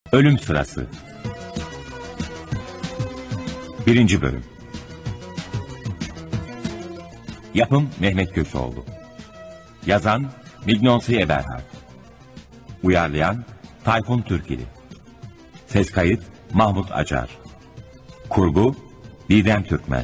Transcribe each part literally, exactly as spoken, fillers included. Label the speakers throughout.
Speaker 1: Ölüm Sırası. Birinci Bölüm. Yapım Mehmet Köseoğlu. Yazan Mignonsi Eberhard. Uyarlayan Tayfun Türkili. Ses kayıt Mahmut Acar. Kurgu Didem Türkmen.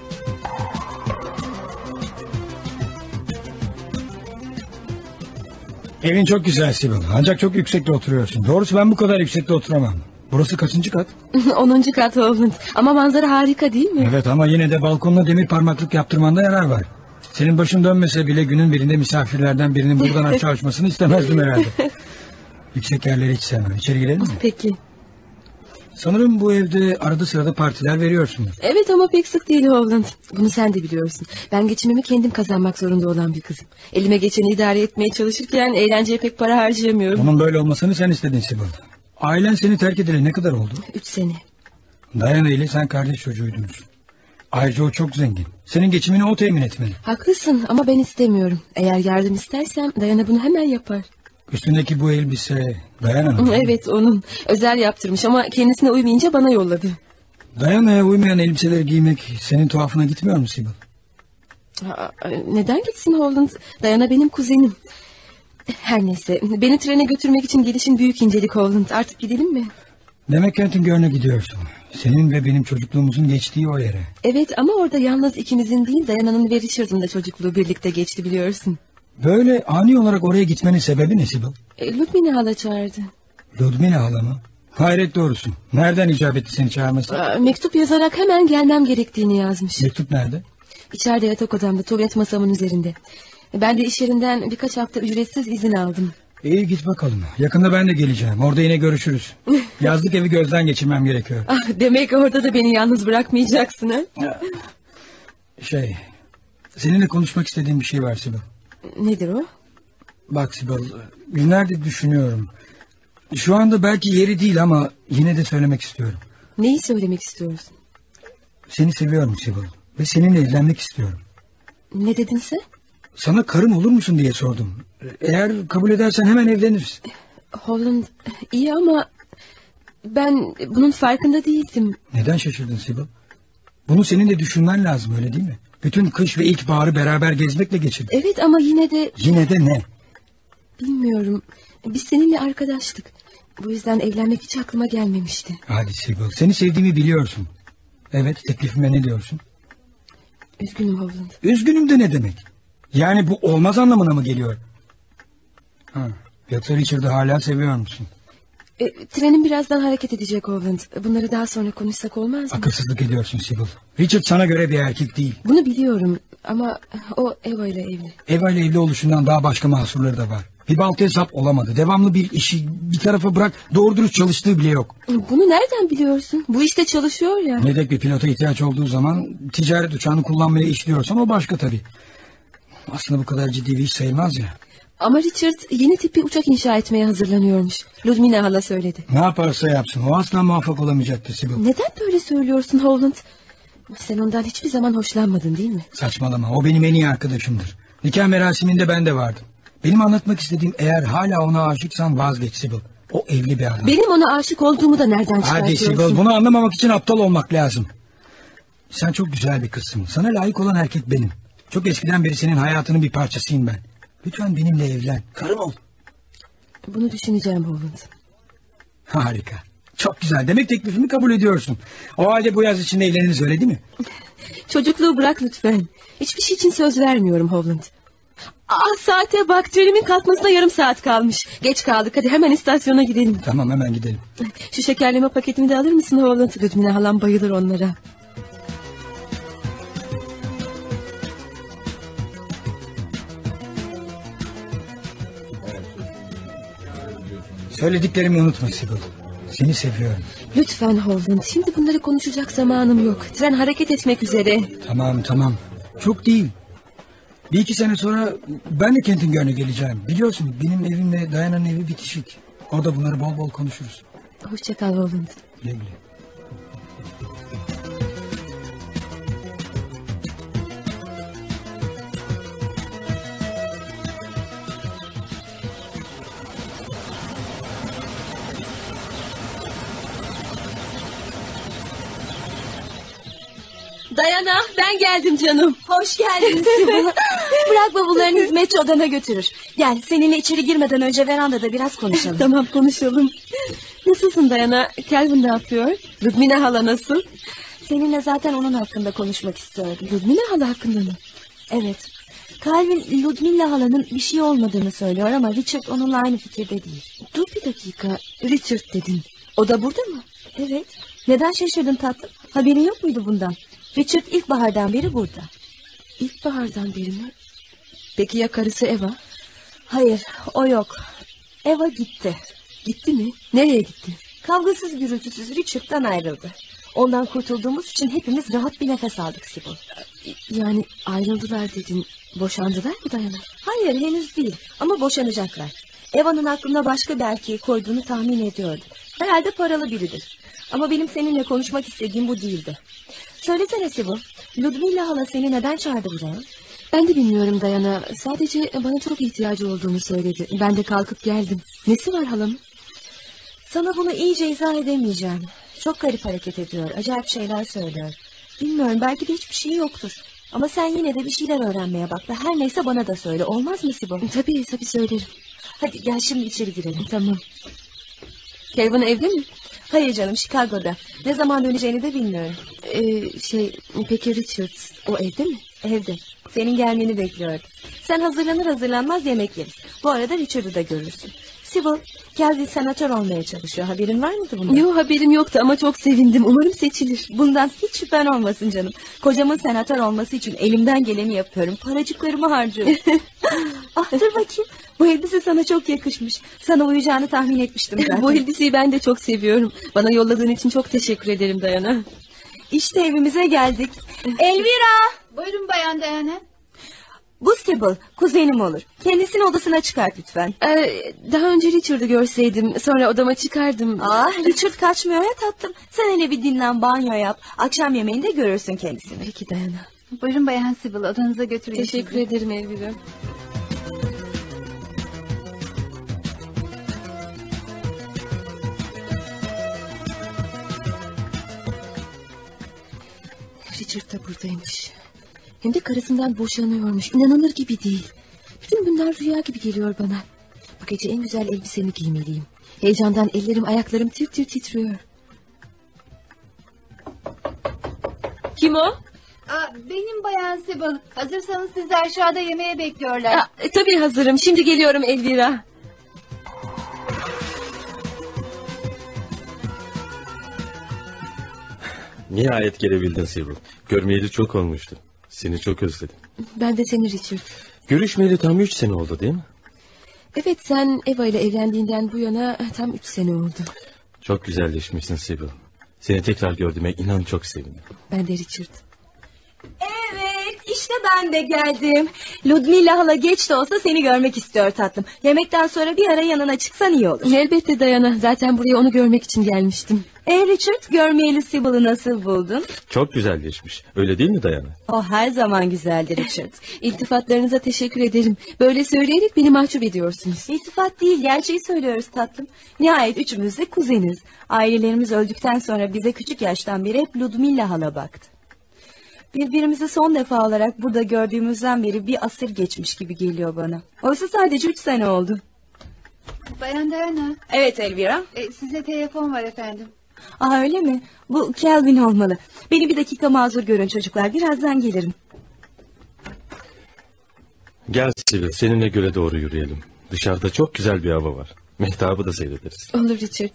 Speaker 2: Evin çok güzel Sibel. Ancak çok yüksekte oturuyorsun. Doğrusu ben bu kadar yüksekte oturamam. Burası kaçıncı kat?
Speaker 3: Onuncu kat Holland. Ama manzara harika değil mi?
Speaker 2: Evet, ama yine de balkonuna demir parmaklık yaptırmanda yarar var. Senin başın dönmese bile günün birinde misafirlerden birinin buradan aşağı uçmasını istemezdim herhalde. Yüksek yerleri hiç sevmem. İçeri girelim mi?
Speaker 3: Peki.
Speaker 2: Sanırım bu evde arada sırada partiler veriyorsunuz.
Speaker 3: Evet, ama pek sık değil Holland. Bunu sen de biliyorsun. Ben geçimimi kendim kazanmak zorunda olan bir kızım. Elime geçeni idare etmeye çalışırken eğlenceye pek para harcayamıyorum.
Speaker 2: Bunun böyle olmasını sen istedin Sibel. Ailen seni terk edeli ne kadar oldu?
Speaker 3: Üç sene.
Speaker 2: Diana ile sen kardeş çocuğuydunuz. Ayrıca o çok zengin. Senin geçimini o temin etmeli.
Speaker 3: Haklısın ama ben istemiyorum. Eğer yardım istersem Diana bunu hemen yapar.
Speaker 2: Üstündeki bu elbise Diana'nın.
Speaker 3: Evet, onun. Özel yaptırmış ama kendisine uymayınca bana yolladı.
Speaker 2: Diana'ya uymayan elbiseleri giymek senin tuhafına gitmiyor mu Sibel?
Speaker 3: Neden gitsin Holland? Diana benim kuzenim. Her neyse, beni trene götürmek için gelişin büyük incelik Holland. Artık gidelim mi?
Speaker 2: Demek Kentingörn'e gidiyorsun. Senin ve benim çocukluğumuzun geçtiği o yere.
Speaker 3: Evet, ama orada yalnız ikimizin değil, Diana'nın ve Richard'ın da çocukluğu birlikte geçti, biliyorsun.
Speaker 2: Böyle ani olarak oraya gitmenin sebebi ne Sibel?
Speaker 3: E, Ludmila hala çağırdı.
Speaker 2: Ludmila hala mı? Hayret doğrusu. Nereden icap etti seni çağırması?
Speaker 3: Aa, mektup yazarak hemen gelmem gerektiğini yazmış.
Speaker 2: Mektup nerede?
Speaker 3: İçeride yatak odamda, tuvalet masamın üzerinde. Ben de iş yerinden birkaç hafta ücretsiz izin aldım.
Speaker 2: İyi, git bakalım. Yakında ben de geleceğim. Orada yine görüşürüz. Yazlık evi gözden geçirmem gerekiyor.
Speaker 3: Ah, demek orada da beni yalnız bırakmayacaksın ha?
Speaker 2: Şey, seninle konuşmak istediğim bir şey var Sibel.
Speaker 3: Nedir o?
Speaker 2: Bak Sibel, günlerdir düşünüyorum. Şu anda belki yeri değil ama yine de söylemek istiyorum.
Speaker 3: Neyi söylemek istiyorsun?
Speaker 2: Seni seviyorum Sibel ve seninle evlenmek istiyorum.
Speaker 3: Ne dedin sen?
Speaker 2: Sana karım olur musun diye sordum. Eğer kabul edersen hemen evleniriz.
Speaker 3: Holland, iyi ama ben bunun farkında değildim.
Speaker 2: Neden şaşırdın Sibel? Bunu senin de düşünmen lazım, öyle değil mi? Bütün kış ve ilkbaharı beraber gezmekle geçirdik.
Speaker 3: Evet, ama yine de...
Speaker 2: Yine de ne?
Speaker 3: Bilmiyorum. Biz seninle arkadaştık. Bu yüzden evlenmek hiç aklıma gelmemişti.
Speaker 2: Hadi Sibel, seni sevdiğimi biliyorsun. Evet, teklifime ne diyorsun?
Speaker 3: Üzgünüm Holland.
Speaker 2: Üzgünüm de ne demek? Yani bu olmaz anlamına mı geliyor? Ha, yoksa Richard'ı hala seviyor musun?
Speaker 3: E, trenin birazdan hareket edecek Holland. Bunları daha sonra konuşsak olmaz mı?
Speaker 2: Akılsızlık ediyorsun Sibel. Richard sana göre bir erkek değil.
Speaker 3: Bunu biliyorum ama o Eva ile evli.
Speaker 2: Eva ile evli oluşundan daha başka mahsurları da var. Bir baltaya sap olamadı. Devamlı bir işi bir tarafa bırak, doğru dürüst çalıştığı bile yok.
Speaker 3: Bunu nereden biliyorsun? Bu işte çalışıyor ya.
Speaker 2: Yedek bir pilota ihtiyaç olduğu zaman ticaret uçağını kullanmaya işliyorsan o başka tabii. Aslında bu kadar ciddi bir iş sayılmaz ya.
Speaker 3: Ama Richard yeni tip bir uçak inşa etmeye hazırlanıyormuş. Ludmila hala söyledi.
Speaker 2: Ne yaparsa yapsın o asla muvaffak olamayacaktır Sibel.
Speaker 3: Neden böyle söylüyorsun Holland? Sen ondan hiçbir zaman hoşlanmadın değil mi?
Speaker 2: Saçmalama, o benim en iyi arkadaşımdır. Nikah merasiminde ben de vardım. Benim anlatmak istediğim, eğer hala ona aşıksan vazgeç Sibel. O evli bir adam.
Speaker 3: Benim ona aşık olduğumu da nereden çıkartıyorsun?
Speaker 2: Hadi Sibel, bunu anlamamak için aptal olmak lazım. Sen çok güzel bir kızsın. Sana layık olan erkek benim. Çok eskiden beri senin hayatının bir parçasıyım ben. Lütfen benimle evlen. Karım ol.
Speaker 3: Bunu düşüneceğim Holland.
Speaker 2: Harika. Çok güzel. Demek teklifimi kabul ediyorsun. O halde bu yaz içinde evleniriz, öyle değil mi?
Speaker 3: Çocukluğu bırak lütfen. Hiçbir şey için söz vermiyorum Holland. Ah, saate bak, trenimin kalkmasına yarım saat kalmış. Geç kaldık, hadi hemen istasyona gidelim.
Speaker 2: Tamam, hemen gidelim.
Speaker 3: Şu şekerleme paketimi de alır mısın Holland? Ludmila halam bayılır onlara.
Speaker 2: Söylediklerimi unutma Sibel. Seni seviyorum.
Speaker 3: Lütfen Holland, şimdi bunları konuşacak zamanım yok. Tren hareket etmek üzere.
Speaker 2: Tamam tamam. Çok değil. Bir iki sene sonra ben de Kentingörn'e geleceğim. Biliyorsun benim evimle Diana'nın evi bitişik. Orada bunları bol bol konuşuruz.
Speaker 3: Hoşça kal Holland.
Speaker 2: Güle güle.
Speaker 3: Dayana, ben geldim canım.
Speaker 4: Hoş geldin Sibyl. Bırak bavullarını hizmetçi odana götürür. Gel, seninle içeri girmeden önce verandada biraz konuşalım.
Speaker 3: Tamam, konuşalım. Nasılsın Dayana? Kelvin ne yapıyor? Ludmila hala nasıl?
Speaker 4: Seninle zaten onun hakkında konuşmak istiyordum.
Speaker 3: Ludmila hala hakkında mı?
Speaker 4: Evet. Calvin, Ludmila halanın bir şey olmadığını söylüyor ama Richard onunla aynı fikirde değil.
Speaker 3: Dur bir dakika, Richard dedin. O da burada mı?
Speaker 4: Evet. Neden şaşırdın tatlım? Haberin yok muydu bundan? Richard ilkbahardan beri burada.
Speaker 3: İlkbahardan beri mi? Peki ya karısı Eva?
Speaker 4: Hayır, o yok. Eva gitti.
Speaker 3: Gitti mi? Nereye gitti?
Speaker 4: Kavgasız gürültüsüz Richard'dan ayrıldı. Ondan kurtulduğumuz için hepimiz rahat bir nefes aldık Sibyl.
Speaker 3: Yani ayrıldılar dedin. Boşandılar mı Dayana?
Speaker 4: Hayır, henüz değil ama boşanacaklar. Eva'nın aklına başka bir erkeği koyduğunu tahmin ediyordum. Herhalde paralı biridir. Ama benim seninle konuşmak istediğim bu değildi. Söylesene Sibyl, Ludmila hala seni neden çağırdı buraya?
Speaker 3: Ben de bilmiyorum Dayana. Sadece bana çok ihtiyacı olduğunu söyledi. Ben de kalkıp geldim. Nesi var halamın?
Speaker 4: Sana bunu iyice izah edemeyeceğim. Çok garip hareket ediyor. Acayip şeyler söylüyor. Bilmiyorum, belki de hiçbir şey yoktur. Ama sen yine de bir şeyler öğrenmeye bak ve her neyse bana da söyle. Olmaz mı Sibyl?
Speaker 3: Tabii tabii söylerim.
Speaker 4: Hadi gel şimdi içeri girelim.
Speaker 3: Tamam. Kelvin evde mi?
Speaker 4: Hayır canım, Chicago'da. Ne zaman döneceğini de bilmiyorum.
Speaker 3: Ee, şey peki Richard o evde mi?
Speaker 4: Evde. Senin gelmeni bekliyordu. Sen hazırlanır hazırlanmaz yemek yeriz. Bu arada Richard'ı da görürsün. Sibyl, Kelvin senatör olmaya çalışıyor. Haberin var mıydı bundan?
Speaker 3: Yok, haberim yoktu ama çok sevindim. Umarım seçilir.
Speaker 4: Bundan hiç şüphen olmasın canım. Kocamın senatör olması için elimden geleni yapıyorum. Paracıklarımı harcıyorum. Ah, dur bakayım. Bu elbise sana çok yakışmış. Sana uyacağını tahmin etmiştim zaten.
Speaker 3: Bu elbiseyi ben de çok seviyorum. Bana yolladığın için çok teşekkür ederim Dayana.
Speaker 4: İşte evimize geldik. Elvira!
Speaker 5: Buyurun Bayan Dayana.
Speaker 4: Bu Sibyl, kuzenim olur. Kendisini odasına çıkart lütfen.
Speaker 3: Ee, daha önce Richard'ı görseydim, sonra odama çıkardım.
Speaker 4: Ah, Richard kaçmıyor ya tatlım. Sen hele bir dinlen, banyo yap. Akşam yemeğinde görürsün kendisini.
Speaker 3: Peki Dayana.
Speaker 5: Buyurun Bayan Sibyl, odanıza götüreyim.
Speaker 3: Teşekkür sizi. ederim Elvira. Richard da buradaymış. Hem de karısından boşanıyormuş. İnanılır gibi değil. Bütün bunlar rüya gibi geliyor bana. Bu gece en güzel elbisemi giymeliyim. Heyecandan ellerim ayaklarım tir tir titriyor. Kim o?
Speaker 5: Aa, benim Bayan Sibyl. Hazırsanız sizi aşağıda yemeğe bekliyorlar.
Speaker 3: Aa, e, tabii hazırım. Şimdi geliyorum Elvira.
Speaker 6: Nihayet gelebildin Sibyl. Görmeyeli çok olmuştu. Seni çok özledim.
Speaker 3: Ben de seni Richard.
Speaker 6: Görüşmeyeli tam üç sene oldu değil mi?
Speaker 3: Evet, sen Eva ile evlendiğinden bu yana tam üç sene oldu.
Speaker 6: Çok güzelleşmişsin Sibyl. Seni tekrar gördüğüme inan çok sevindim.
Speaker 3: Ben de Richard.
Speaker 4: Evet, işte ben de geldim. Ludmila hala geç de olsa seni görmek istiyor tatlım. Yemekten sonra bir ara yanına çıksan iyi olur.
Speaker 3: Elbette Dayana. Zaten buraya onu görmek için gelmiştim.
Speaker 4: E Richard, görmeyeli Sibyl'ı nasıl buldun?
Speaker 6: Çok güzelleşmiş. Öyle değil mi Dayana?
Speaker 4: O her zaman güzeldir Richard.
Speaker 3: İltifatlarınıza teşekkür ederim. Böyle söyleyerek beni mahcup ediyorsunuz.
Speaker 4: İltifat değil, gerçeği söylüyoruz tatlım. Nihayet üçümüz de kuzeniz. Ailelerimiz öldükten sonra bize küçük yaştan beri hep Ludmila hala baktı. Birbirimizi son defa olarak burada gördüğümüzden beri bir asır geçmiş gibi geliyor bana. Oysa sadece üç sene oldu.
Speaker 5: Bayan Dayana.
Speaker 4: Evet Elvira.
Speaker 5: E, size telefon var efendim.
Speaker 4: Aa, öyle mi? Bu Kelvin olmalı. Beni bir dakika mazur görün çocuklar. Birazdan gelirim.
Speaker 6: Gel Sibyl, seninle göle doğru yürüyelim. Dışarıda çok güzel bir hava var. Mehtabı da seyrederiz.
Speaker 3: Olur Richard.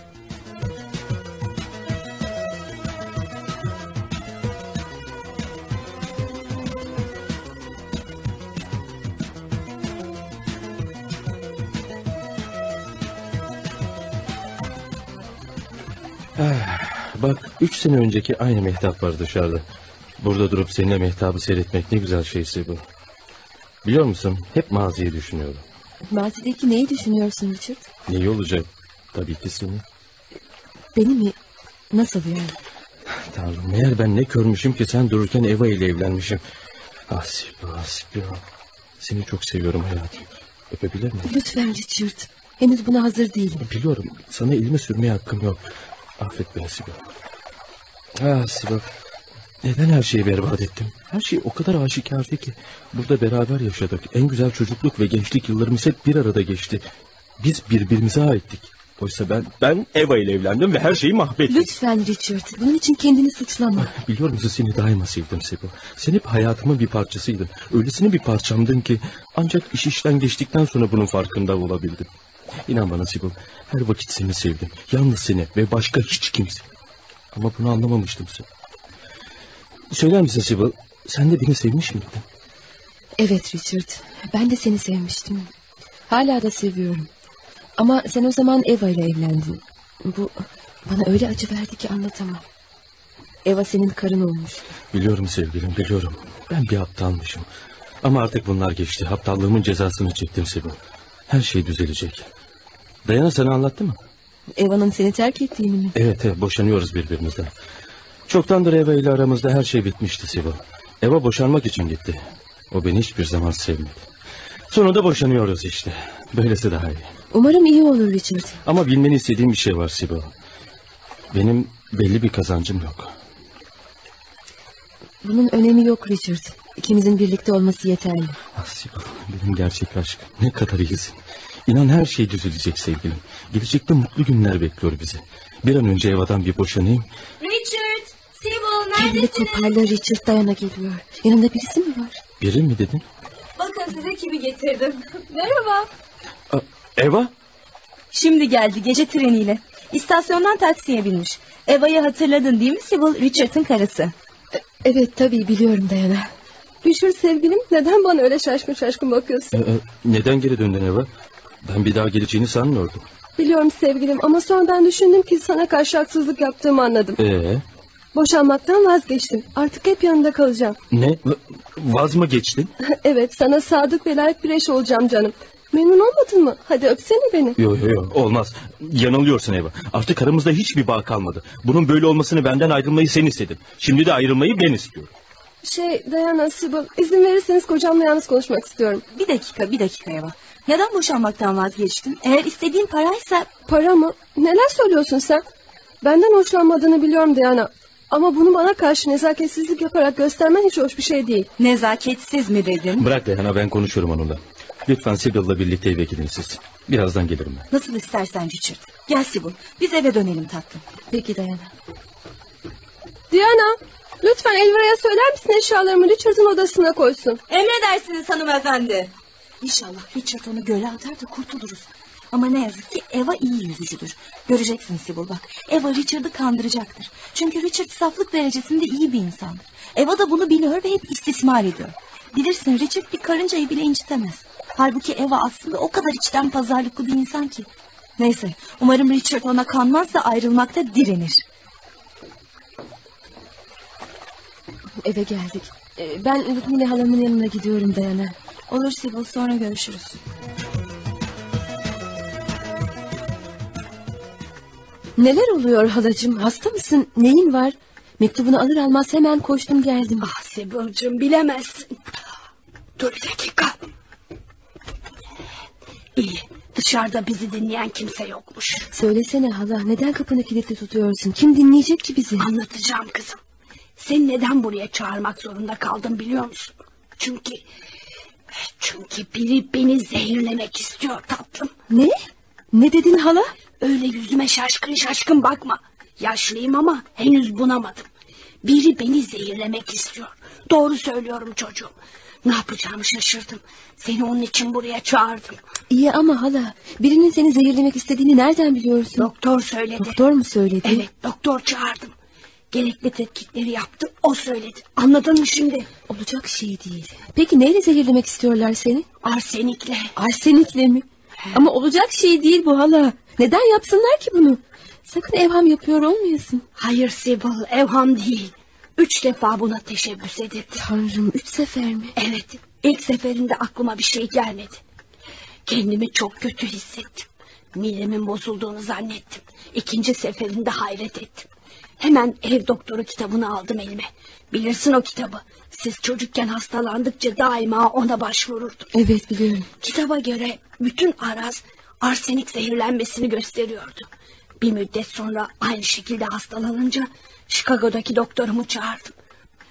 Speaker 6: Bak, üç sene önceki aynı mehtap var dışarıda. Burada durup seninle mehtabı seyretmek ne güzel şey Sibyl. Biliyor musun, hep maziyi düşünüyorum.
Speaker 3: Mazideki neyi düşünüyorsun Richard?
Speaker 6: Neyi olacak? Tabii ki seni.
Speaker 3: Beni mi? Nasıl yani?
Speaker 6: Tanrım, meğer ben ne görmüşüm ki sen dururken Eva ile evlenmişim. Ah Sibyl, ah Sibyl. Seni çok seviyorum hayatım. Öpebilir miyim?
Speaker 3: Lütfen Richard. Henüz buna hazır değilim.
Speaker 6: Biliyorum, sana elimi sürmeye hakkım yok. Affet beni Sibyl. Ah Sibyl. Neden her şeyi berbat ettim? Her şey o kadar aşikardı ki. Burada beraber yaşadık. En güzel çocukluk ve gençlik yıllarımız hep bir arada geçti. Biz birbirimize aittik. Oysa ben ben Eva ile evlendim ve her şeyi mahvettim.
Speaker 3: Lütfen Richard, bunun için kendini suçlama.
Speaker 6: Biliyor musun, seni daima sevdim Sibyl. Sen hep hayatımın bir parçasıydın. Öylesine bir parçamdın ki ancak iş işten geçtikten sonra bunun farkında olabildim. İnan bana Sibyl, her vakit seni sevdim. Yalnız seni ve başka hiç kimse. Ama bunu anlamamıştım sen. Söyler misin Sibyl, sen de beni sevmiş miydin?
Speaker 3: Evet Richard, ben de seni sevmiştim. Hala da seviyorum. Ama sen o zaman Eva ile evlendin. Bu bana öyle acı verdi ki anlatamam. Eva senin karın olmuş.
Speaker 6: Biliyorum sevgilim, biliyorum. Ben bir aptalmışım. Ama artık bunlar geçti. Aptallığımın cezasını çektim Sibyl. Her şey düzelecek. Dayana sana anlattı mı?
Speaker 3: Eva'nın seni terk ettiğini mi?
Speaker 6: Evet, evet, boşanıyoruz birbirimizden. Çoktandır Eva ile aramızda her şey bitmişti Sibyl. Eva boşanmak için gitti. O beni hiçbir zaman sevmedi. Sonunda boşanıyoruz işte. Böylesi daha iyi.
Speaker 3: Umarım iyi olur Richard.
Speaker 6: Ama bilmeni istediğim bir şey var Sibyl. Benim belli bir kazancım yok.
Speaker 3: Bunun önemi yok Richard. İkimizin birlikte olması yeterli.
Speaker 6: Ah Sibyl, benim gerçek aşkım. Ne kadar iyisin. İnan her şey düzelecek sevgilim. Gelecekte mutlu günler bekliyor bizi. Bir an önce Eva'dan bir boşanayım.
Speaker 4: Richard, Sibyl
Speaker 3: Kendini
Speaker 4: neredesiniz?
Speaker 3: toparla Richard, Dayana geliyor. Yanında birisi mi var?
Speaker 6: Biri mi dedin?
Speaker 4: Bakın size kimi getirdim. Merhaba.
Speaker 6: Aa, Eva?
Speaker 4: Şimdi geldi gece treniyle. İstasyondan taksiye binmiş. Eva'yı hatırladın değil mi Sibyl? Richard'ın karısı.
Speaker 3: Evet tabii biliyorum Dayana.
Speaker 7: Richard sevgilim, neden bana öyle şaşkın şaşkın bakıyorsun?
Speaker 6: Ee, neden geri döndün Eva? Ben bir daha geleceğini sanmıyordum.
Speaker 7: Biliyorum sevgilim ama sonradan düşündüm ki sana karşı haksızlık yaptığımı anladım.
Speaker 6: Ee?
Speaker 7: Boşanmaktan vazgeçtim. Artık hep yanında kalacağım.
Speaker 6: Ne? Vaz mı geçtin?
Speaker 7: Evet, sana sadık ve layık bir eş olacağım canım. Memnun olmadın mı? Hadi öpsene beni.
Speaker 6: Yok yok yo, olmaz. Yanılıyorsun Eva. Artık aramızda hiçbir bağ kalmadı. Bunun böyle olmasını, benden ayrılmayı sen istedin. Şimdi de ayrılmayı ben istiyorum.
Speaker 7: Şey Dayana, Sibyl, izin verirseniz kocamla yalnız konuşmak istiyorum.
Speaker 4: Bir dakika bir dakika Eva. Neden boşanmaktan vazgeçtin? Eğer istediğin paraysa...
Speaker 7: Para mı? Neler söylüyorsun sen? Benden hoşlanmadığını biliyorum Dayana. Ama bunu bana karşı nezaketsizlik yaparak göstermen hiç hoş bir şey değil.
Speaker 4: Nezaketsiz mi dedin?
Speaker 6: Bırak Dayana, ben konuşurum onunla. Lütfen Sibyl'la birlikte eve gidin siz. Birazdan gelirim ben.
Speaker 4: Nasıl istersen Richard. Gel Sibyl, biz eve dönelim tatlım.
Speaker 3: Peki Dayana.
Speaker 7: Diana, lütfen Elvira'ya söyler misin eşyalarımı Richard'ın odasına koysun?
Speaker 4: Emredersiniz hanımefendi. İnşallah Richard onu göle atar da kurtuluruz. Ama ne yazık ki Eva iyi yüzücüdür. Göreceksin Sibyl bak. Eva Richard'ı kandıracaktır. Çünkü Richard saflık derecesinde iyi bir insandır. Eva da bunu biliyor ve hep istismar ediyor. Bilirsin Richard bir karıncayı bile incitemez. Halbuki Eva aslında o kadar içten pazarlıklı bir insan ki. Neyse, umarım Richard ona kanmaz da ayrılmakta direnir.
Speaker 3: Eve geldik. Ee, Ben Ludmila halamın yanına gidiyorum Dayana.
Speaker 4: Olur Sibyl, sonra görüşürüz.
Speaker 3: Neler oluyor halacığım? Hasta mısın? Neyin var? Mektubunu alır almaz hemen koştum geldim.
Speaker 8: Ah Sibel'cığım, bilemezsin. Dur bir dakika. İyi, dışarıda bizi dinleyen kimse yokmuş.
Speaker 3: Söylesene hala, neden kapını kilitli tutuyorsun? Kim dinleyecek ki bizi?
Speaker 8: Anlatacağım kızım. Seni neden buraya çağırmak zorunda kaldım biliyor musun? Çünkü... Çünkü biri beni zehirlemek istiyor tatlım.
Speaker 3: Ne? Ne dedin hala?
Speaker 8: Öyle yüzüme şaşkın şaşkın bakma. Yaşlıyım ama henüz bunamadım. Biri beni zehirlemek istiyor. Doğru söylüyorum çocuğum. Ne yapacağımı şaşırdım. Seni onun için buraya çağırdım.
Speaker 3: İyi ama hala, birinin seni zehirlemek istediğini nereden biliyorsun?
Speaker 8: Doktor söyledi.
Speaker 3: Doktor mu söyledi?
Speaker 8: Evet, doktor çağırdım. Gerekli tetkikleri yaptı, o söyledi. Anladın mı şimdi?
Speaker 3: Olacak şey değil. Peki neyle zehirlemek istiyorlar seni?
Speaker 8: Arsenikle.
Speaker 3: Arsenikle mi? Ama olacak şey değil bu hala. Neden yapsınlar ki bunu? Sakın evham yapıyor olmayasın.
Speaker 8: Hayır Sibyl, evham değil. Üç defa buna teşebbüs edildi.
Speaker 3: Tanrım, üç sefer mi?
Speaker 8: Evet, ilk seferinde aklıma bir şey gelmedi. Kendimi çok kötü hissettim. Midemin bozulduğunu zannettim. İkinci seferinde hayret ettim. Hemen ev doktoru kitabını aldım elime. Bilirsin o kitabı. Siz çocukken hastalandıkça daima ona başvururdum.
Speaker 3: Evet biliyorum.
Speaker 8: Kitaba göre bütün araz arsenik zehirlenmesini gösteriyordu. Bir müddet sonra aynı şekilde hastalanınca Chicago'daki doktorumu çağırdım.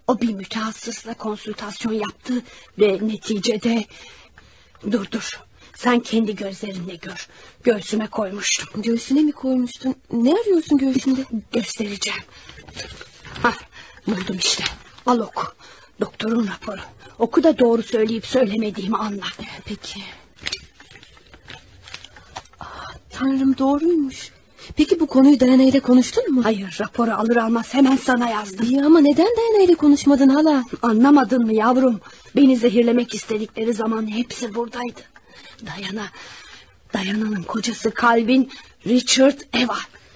Speaker 8: O bir mütehassısla konsültasyon yaptı ve neticede... Dur dur, sen kendi gözlerinle gör. Göğsüme koymuştum.
Speaker 3: Göğsüne mi koymuştun? Ne arıyorsun göğsünde?
Speaker 8: Göstereceğim. Hah, buldum işte. Al oku. Doktorun raporu. Oku da doğru söyleyip söylemediğimi anla.
Speaker 3: Peki. Ah, Tanrım, doğruymuş. Peki bu konuyu Dayana ile konuştun mu?
Speaker 8: Hayır, raporu alır almaz hemen sana yazdım.
Speaker 3: İyi ama neden Dayana ile konuşmadın hala?
Speaker 8: Anlamadın mı yavrum? Beni zehirlemek istedikleri zaman hepsi buradaydı. Dayana, Dayana'nın kocası Calvin, Richard, Eva.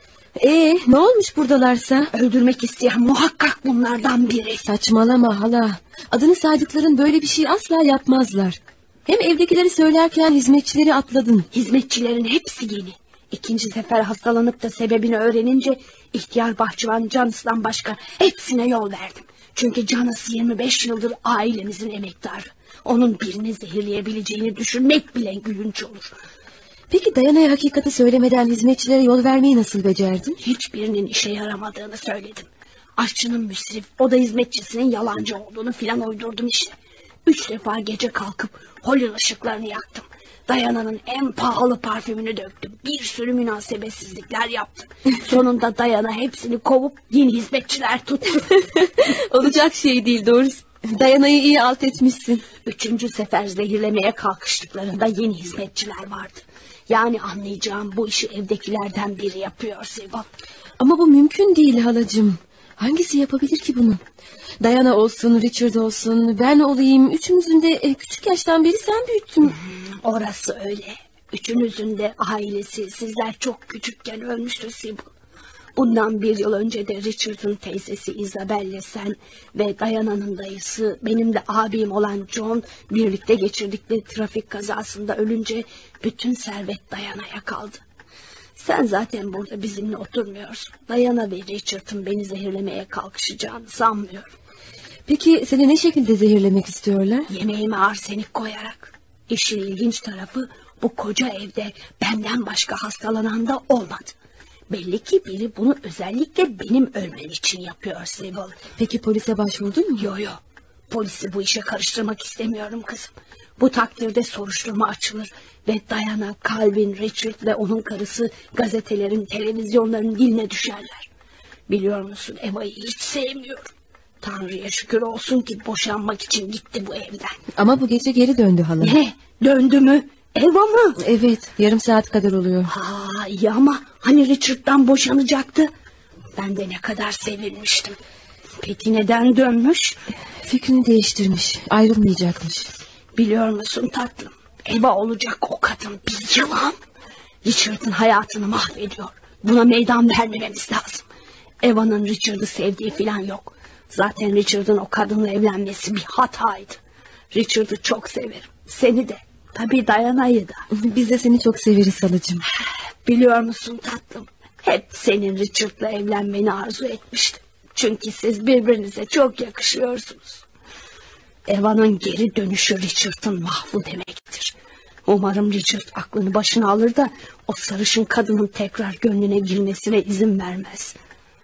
Speaker 3: Ee, ne olmuş buradalarsa?
Speaker 8: Öldürmek isteyen muhakkak bunlardan biri.
Speaker 3: Saçmalama hala. Adını saydıkların böyle bir şey asla yapmazlar. Hem evdekileri söylerken hizmetçileri atladın.
Speaker 8: Hizmetçilerin hepsi yeni. İkinci sefer hastalanıp da sebebini öğrenince ihtiyar bahçıvan Canıs'tan başka hepsine yol verdim. Çünkü Canıs yirmi beş yıldır ailemizin emektarı. Onun birini zehirleyebileceğini düşünmek bile gülünç olur.
Speaker 3: Peki Dayana'ya hakikati söylemeden hizmetçilere yol vermeyi nasıl becerdin?
Speaker 8: Hiçbirinin işe yaramadığını söyledim. Aşçının müsrif, o da hizmetçisinin yalancı olduğunu filan uydurdum işte. Üç defa gece kalkıp holün ışıklarını yaktım. Dayana'nın en pahalı parfümünü döktüm. Bir sürü münasebetsizlikler yaptım. Sonunda Dayana hepsini kovup yeni hizmetçiler tuttu.
Speaker 3: Olacak şey değil doğrusu. Dayana'yı iyi alt etmişsin.
Speaker 8: Üçüncü sefer zehirlemeye kalkıştıklarında yeni hizmetçiler vardı. Yani anlayacağım bu işi evdekilerden biri yapıyor Sibel.
Speaker 3: Ama bu mümkün değil halacığım. Hangisi yapabilir ki bunu? Dayana olsun, Richard olsun, ben olayım. Üçümüzün de küçük yaştan beri sen büyüttün.
Speaker 8: Hmm, orası öyle. Üçünüzün de ailesi sizler çok küçükken ölmüştü Sibel. Bundan bir yıl önce de Richard'ın teyzesi Isabel'le sen ve Dayana'nın dayısı, benim de abim olan John birlikte geçirdikleri trafik kazasında ölünce bütün servet Dayana'ya kaldı. Sen zaten burada bizimle oturmuyorsun. Dayana ve Richard'ın beni zehirlemeye kalkışacağını sanmıyorum.
Speaker 3: Peki seni ne şekilde zehirlemek istiyorlar?
Speaker 8: Yemeğime arsenik koyarak. İşin ilginç tarafı bu koca evde benden başka hastalanan da olmadı. Belli ki biri bunu özellikle benim ölmem için yapıyor Sibel.
Speaker 3: Peki polise başvurdun mu?
Speaker 8: Yo yo. Polisi bu işe karıştırmak istemiyorum kızım. Bu takdirde soruşturma açılır ve Dayana, Calvin, Richard ve onun karısı gazetelerin, televizyonların diline düşerler. Biliyor musun, Eva'yı hiç sevmiyorum. Tanrı'ya şükür olsun ki boşanmak için gitti bu evden.
Speaker 3: Ama bu gece geri döndü hala.
Speaker 8: Ne? Döndü mü? Eva mı?
Speaker 3: Evet, yarım saat kadar oluyor.
Speaker 8: Ha, iyi ama hani Richard'dan boşanacaktı. Ben de ne kadar sevinmiştim. Peki neden dönmüş?
Speaker 3: Fikrini değiştirmiş, ayrılmayacakmış.
Speaker 8: Biliyor musun tatlım, Eva olacak o kadın bir yılan. Richard'ın hayatını mahvediyor. Buna meydan vermememiz lazım. Eva'nın Richard'ı sevdiği falan yok. Zaten Richard'ın o kadınla evlenmesi bir hataydı. Richard'ı çok severim. Seni de. Tabii Dayana'yı da.
Speaker 3: Biz de seni çok severiz halacığım.
Speaker 8: Biliyor musun tatlım, hep senin Richard'la evlenmeni arzu etmiştim. Çünkü siz birbirinize çok yakışıyorsunuz. Eva'nın geri dönüşü Richard'ın mahvu demektir. Umarım Richard aklını başına alır da o sarışın kadının tekrar gönlüne girmesine izin vermez.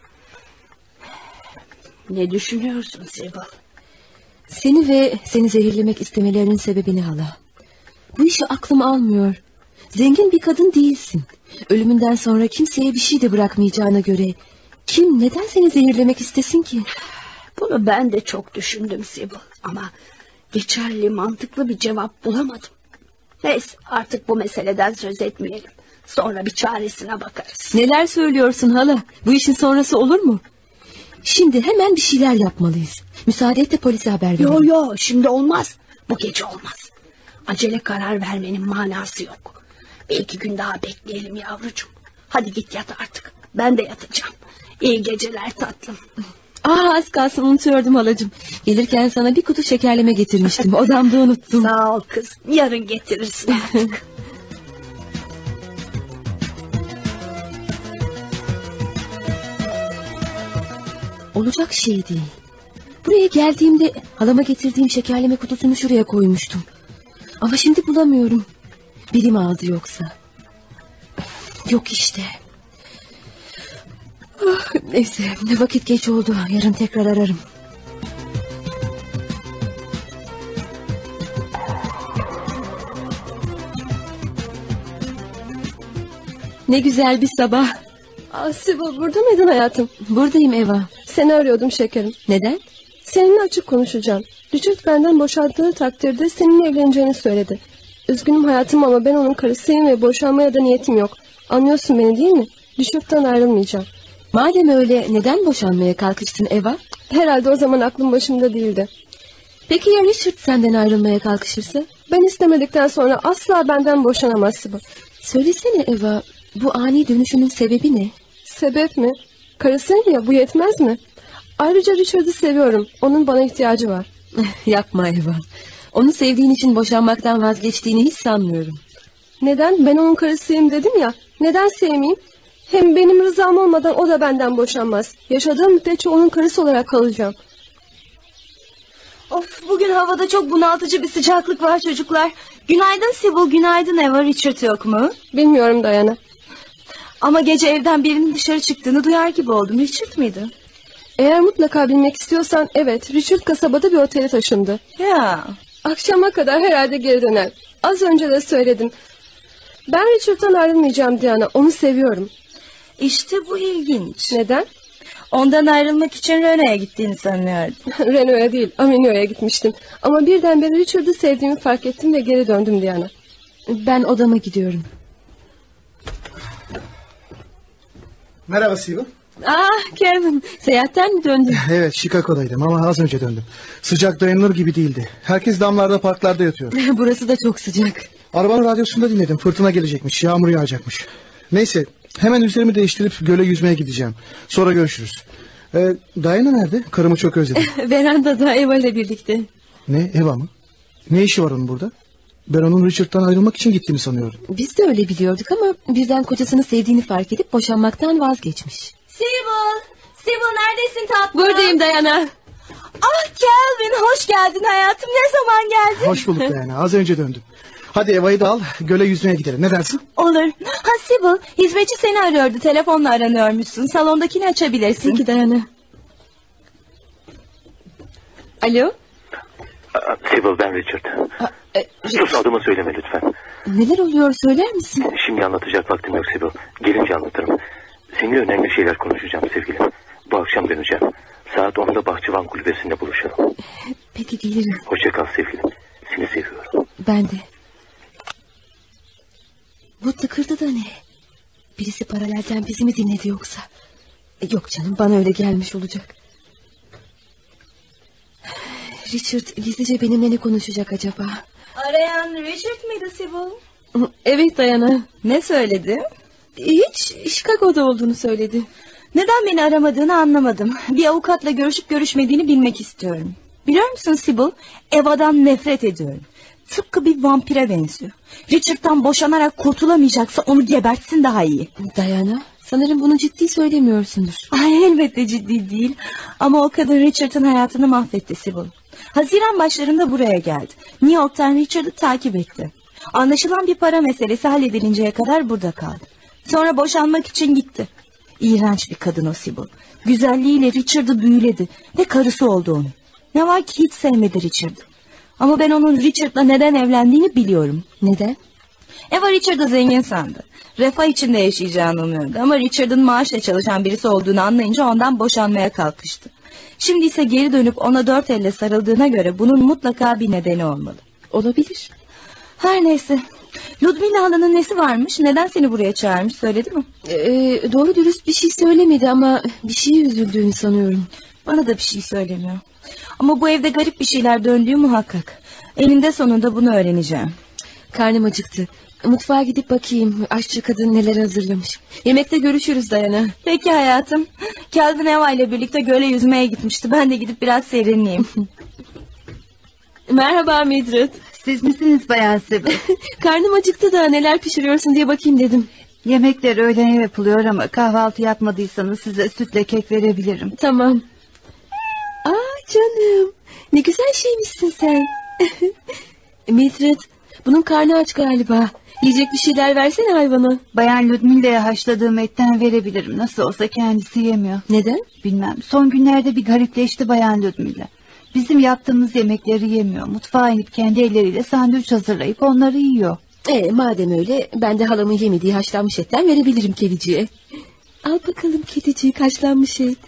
Speaker 8: Ne düşünüyorsun Sibel?
Speaker 3: Seni ve seni zehirlemek istemelerinin sebebini hala. Bu işi aklım almıyor. Zengin bir kadın değilsin. Ölümünden sonra kimseye bir şey de bırakmayacağına göre kim neden seni zehirlemek istesin ki?
Speaker 8: Bunu ben de çok düşündüm Sibel, ama geçerli, mantıklı bir cevap bulamadım. Neyse, artık bu meseleden söz etmeyelim. Sonra bir çaresine bakarız.
Speaker 3: Neler söylüyorsun hala? Bu işin sonrası olur mu? Şimdi hemen bir şeyler yapmalıyız. Müsaade et de polise haber verelim.
Speaker 8: Yo yo, şimdi olmaz. Bu gece olmaz. Acele karar vermenin manası yok. Bir iki gün daha bekleyelim yavrucuğum. Hadi git yat artık. Ben de yatacağım. İyi geceler tatlım.
Speaker 3: Aa, az kalsın unutuyordum halacığım. Gelirken sana bir kutu şekerleme getirmiştim. Odamda unuttum.
Speaker 8: Sağ ol kız. Yarın getirirsin artık.
Speaker 3: Olacak şey değil. Buraya geldiğimde halama getirdiğim şekerleme kutusunu şuraya koymuştum. Ama şimdi bulamıyorum. Biri mi aldı yoksa? Yok işte. Oh, neyse, vakit geç oldu. Yarın tekrar ararım. Ne güzel bir sabah.
Speaker 7: Aa, Sibel burada mıydın hayatım?
Speaker 3: Buradayım Eva.
Speaker 7: Seni arıyordum şekerim.
Speaker 3: Neden?
Speaker 7: Seninle açık konuşacağım. Richard benden boşandığı takdirde seninle evleneceğini söyledi. Üzgünüm hayatım ama ben onun karısıyım ve boşanmaya da niyetim yok. Anlıyorsun beni değil mi? Richard'dan ayrılmayacağım.
Speaker 3: Madem öyle neden boşanmaya kalkıştın Eva?
Speaker 7: Herhalde o zaman aklım başımda değildi.
Speaker 3: Peki ya Richard senden ayrılmaya kalkışırsa?
Speaker 7: Ben istemedikten sonra asla benden boşanamaz Sibel.
Speaker 3: Söylesene Eva, bu ani dönüşünün sebebi ne?
Speaker 7: Sebep mi? Karısıyım ya, bu yetmez mi? Ayrıca Richard'ı seviyorum. Onun bana ihtiyacı var.
Speaker 3: Yapma Eva. Onu sevdiğin için boşanmaktan vazgeçtiğini hiç sanmıyorum.
Speaker 7: Neden? Ben onun karısıyım dedim ya. Neden sevmeyeyim? Hem benim rızam olmadan o da benden boşanmaz. Yaşadığım müddetçe onun karısı olarak kalacağım.
Speaker 4: Of, bugün havada çok bunaltıcı bir sıcaklık var çocuklar. Günaydın Sibel, günaydın Eva. Richard yok mu?
Speaker 7: Bilmiyorum Diana.
Speaker 4: Ama gece evden birinin dışarı çıktığını duyar gibi oldum. Richard mıydı?
Speaker 7: Eğer mutlaka bilmek istiyorsan evet, Richard kasabada bir otele taşındı.
Speaker 4: Ya.
Speaker 7: Akşama kadar herhalde geri döner. Az önce de söyledim. Ben Richard'dan ayrılmayacağım Diana, onu seviyorum.
Speaker 4: İşte bu ilginç.
Speaker 7: Neden?
Speaker 4: Ondan ayrılmak için Renault'a gittiğini sanıyordum.
Speaker 7: Renault'a değil, Aminio'ya gitmiştim. Ama birdenbire Richard'ı sevdiğimi fark ettim ve geri döndüm Diana.
Speaker 3: Ben odama gidiyorum.
Speaker 9: Merhaba Sibel.
Speaker 3: Ah Kevin, seyahatten mi döndün?
Speaker 9: Evet, Chicago'daydım ama az önce döndüm. Sıcak dayanılır gibi değildi. Herkes damlarda, parklarda yatıyor.
Speaker 3: Burası da çok sıcak.
Speaker 9: Arabanın radyosunda dinledim. Fırtına gelecekmiş, yağmur yağacakmış. Neyse, hemen üzerimi değiştirip göle yüzmeye gideceğim. Sonra görüşürüz. Ee, Diana nerede? Karımı çok özledim.
Speaker 3: Verandada Eva ile birlikte.
Speaker 9: Ne, Eva mı? Ne işi var onun burada? Ben onun Richard'dan ayrılmak için gittiğini sanıyorum.
Speaker 3: Biz de öyle biliyorduk ama birden kocasını sevdiğini fark edip boşanmaktan vazgeçmiş.
Speaker 4: Sibel, Sibel neredesin tatlım?
Speaker 3: Buradayım Diana.
Speaker 4: Ah Kelvin, hoş geldin hayatım. Ne zaman geldin?
Speaker 9: Hoş bulduk Diana, az önce döndüm. Hadi Eva'yı da al, göle yüzmeye gidelim. Ne dersin?
Speaker 4: Olur. Ha Sibel, hizmetçi seni arıyordu. Telefonla aranıyormuşsun. Salondakini açabilirsin.
Speaker 3: Peki Diana. Alo?
Speaker 6: Sibel, ben Richard.
Speaker 3: Aa, e,
Speaker 6: Sus, adımı söyleme lütfen.
Speaker 3: Neler oluyor söyler misin?
Speaker 6: Şimdi anlatacak vaktim yok Sibel. Gelince anlatırım. Seninle önemli şeyler konuşacağım sevgilim. Bu akşam döneceğim. Saat onda Bahçıvan Kulübesi'nde buluşalım.
Speaker 3: Peki gelirim.
Speaker 6: Hoşça kal sevgilim. Seni seviyorum.
Speaker 3: Ben de. Bu tıkırdı da ne? Birisi paralelden bizi mi dinledi yoksa? E, yok canım, bana öyle gelmiş olacak. Richard gizlice benimle ne konuşacak acaba?
Speaker 4: Arayan Richard mıydı Sibel?
Speaker 3: Evet Diana.
Speaker 4: Ne söyledi?
Speaker 3: Hiç, Chicago'da olduğunu söyledi.
Speaker 4: Neden beni aramadığını anlamadım. Bir avukatla görüşüp görüşmediğini bilmek istiyorum. Biliyor musun Sibel? Eva'dan nefret ediyorum. Tıpkı bir vampire benziyor. Richard'dan boşanarak kurtulamayacaksa onu gebertsin daha iyi.
Speaker 3: Diana, sanırım bunu ciddi söylemiyorsundur.
Speaker 4: Ay, elbette ciddi değil. Ama o kadın Richard'ın hayatını mahvetti Sibel. Haziran başlarında buraya geldi. New York'tan Richard'ı takip etti. Anlaşılan bir para meselesi halledilinceye kadar burada kaldı. Sonra boşanmak için gitti. İğrenç bir kadın o Sibel. Güzelliğiyle Richard'ı büyüledi ve karısı oldu onun. Ne var ki hiç sevmedi Richard'ı. Ama ben onun Richard'la neden evlendiğini biliyorum.
Speaker 3: Neden?
Speaker 4: Eva Richard'ı zengin sandı. Refah içinde yaşayacağını umuyordu. Ama Richard'ın maaşla çalışan birisi olduğunu anlayınca ondan boşanmaya kalkıştı. Şimdi ise geri dönüp ona dört elle sarıldığına göre bunun mutlaka bir nedeni olmalı.
Speaker 3: Olabilir.
Speaker 4: Her neyse. Ludmilla halanın nesi varmış? Neden seni buraya çağırmış, söyledi mi?
Speaker 3: Ee, doğru dürüst bir şey söylemedi ama bir şeye üzüldüğünü sanıyorum.
Speaker 4: Bana da bir şey söylemiyor. Ama bu evde garip bir şeyler döndüğü muhakkak. Eninde sonunda bunu öğreneceğim.
Speaker 3: Karnım acıktı. Mutfağa gidip bakayım. Aşçı kadın neler hazırlamış. Yemekte görüşürüz Diana.
Speaker 4: Peki hayatım. Kelvin Eva ile birlikte göle yüzmeye gitmişti. Ben de gidip biraz serinleyeyim.
Speaker 3: Merhaba Mildred.
Speaker 10: Siz misiniz Bayan Sibel?
Speaker 3: Karnım acıktı da neler pişiriyorsun diye bakayım dedim.
Speaker 10: Yemekler öğlene yapılıyor ama kahvaltı yapmadıysanız size sütle kek verebilirim.
Speaker 3: Tamam. Aa canım. Ne güzel şeymişsin sen. Mildred, bunun karnı aç galiba. Yiyecek bir şeyler versene hayvana.
Speaker 10: Bayan Ludmilla'ya haşladığım etten verebilirim. Nasıl olsa kendisi yemiyor.
Speaker 3: Neden?
Speaker 10: Bilmem. Son günlerde bir garipleşti Bayan Ludmilla. Bizim yaptığımız yemekleri yemiyor. Mutfağa inip kendi elleriyle sandviç hazırlayıp onları yiyor.
Speaker 3: Ee, madem öyle ben de halamın yemediği haşlanmış etten verebilirim kediciye. Al bakalım kedicik, haşlanmış et.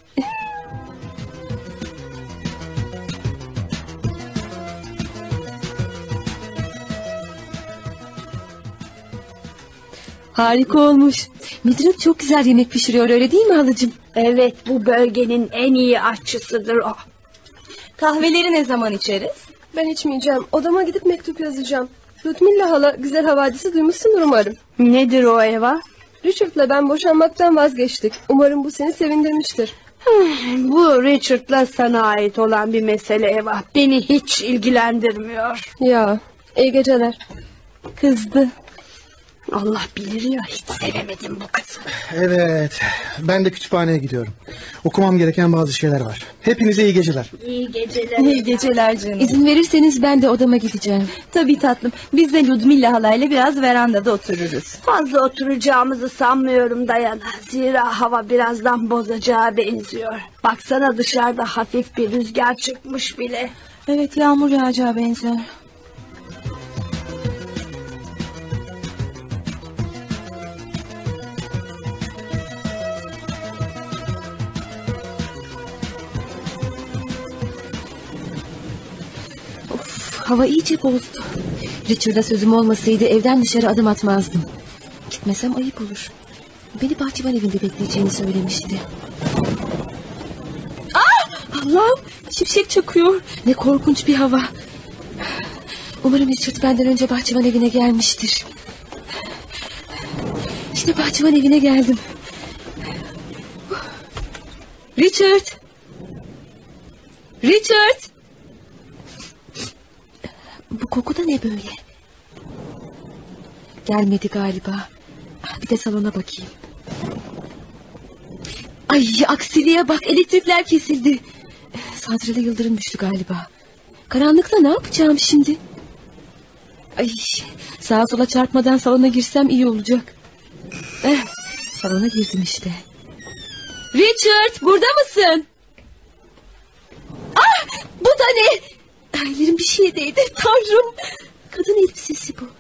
Speaker 3: Harika olmuş. Mildred çok güzel yemek pişiriyor, öyle değil mi halacığım?
Speaker 8: Evet, bu bölgenin en iyi aşçısıdır o.
Speaker 4: Kahveleri ne zaman içeriz?
Speaker 7: Ben içmeyeceğim. Odama gidip mektup yazacağım. Ludmilla hala güzel havadisi duymuşsundur umarım.
Speaker 8: Nedir o Eva?
Speaker 7: Richard'la ben boşanmaktan vazgeçtik. Umarım bu seni sevindirmiştir.
Speaker 8: Bu Richard'la sana ait olan bir mesele Eva. Beni hiç ilgilendirmiyor.
Speaker 7: Ya, iyi geceler.
Speaker 8: Kızdı. Allah bilir ya, hiç sevemedim bu kızı.
Speaker 9: Evet, ben de kütüphaneye gidiyorum. Okumam gereken bazı şeyler var. Hepinize iyi geceler.
Speaker 8: İyi geceler.
Speaker 4: İyi geceler canım.
Speaker 3: İzin verirseniz ben de odama gideceğim.
Speaker 4: Tabii tatlım. Biz de Ludmilla halayla biraz verandada otururuz.
Speaker 8: Fazla oturacağımızı sanmıyorum Dayana. Zira hava birazdan bozacağı benziyor. Baksana, dışarıda hafif bir rüzgar çıkmış bile.
Speaker 4: Evet, yağmur yağacağı benziyor.
Speaker 3: Hava iyice bozdu. Richard'a sözüm olmasaydı evden dışarı adım atmazdım. Gitmesem ayıp olur. Beni bahçıvan evinde bekleyeceğini söylemişti. Ah! Allah'ım, şimşek çakıyor. Ne korkunç bir hava. Umarım Richard benden önce bahçıvan evine gelmiştir. İşte bahçıvan evine geldim. Richard! Richard! Bu koku da ne böyle? Gelmedi galiba. Bir de salona bakayım. Ay, aksiliğe bak, elektrikler kesildi. Sadrı'da yıldırım düştü galiba. Karanlıkta ne yapacağım şimdi? Ay, sağa sola çarpmadan salona girsem iyi olacak. Eh, salona girdim işte. Richard, burada mısın? Ah, bu da ne? Ellerim bir şeye değdi. Tanrım. Kadın elbisesi bu.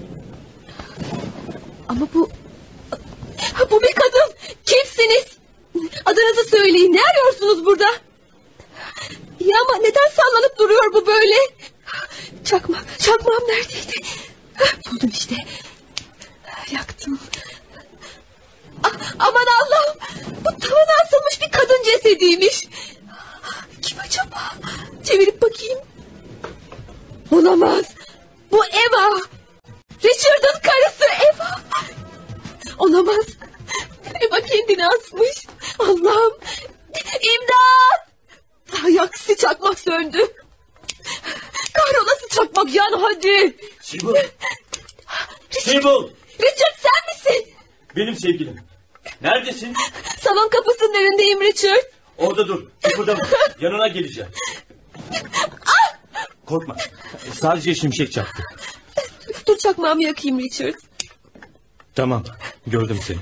Speaker 3: Ama bu... Bu bir kadın. Kimsiniz? Adınızı söyleyin. Ne arıyorsunuz burada? Ya ama neden sallanıp duruyor bu böyle? Çakmak. Çakmağım neredeydi? Buldum işte. Yaktım. Ah, aman Allah'ım. Bu tavana asılmış bir kadın cesediymiş. Kim acaba? Çevirip bakayım. Olamaz. Bu Eva. Richard'ın karısı Eva. Olamaz. Eva kendini asmış. Allah'ım. İmdat. Ay, aksi çakmak söndü. Kahrolası çakmak yan hadi.
Speaker 6: Sibel. Sibel.
Speaker 3: Richard, sen misin?
Speaker 6: Benim sevgilim. Neredesin?
Speaker 3: Salon kapısının önündeyim Richard.
Speaker 6: Orada dur. Kıpırdama. Yanına geleceğim. Korkma. Sadece şimşek çaktı.
Speaker 3: Dur çakmağımı yakayım Richard.
Speaker 6: Tamam. Gördüm seni.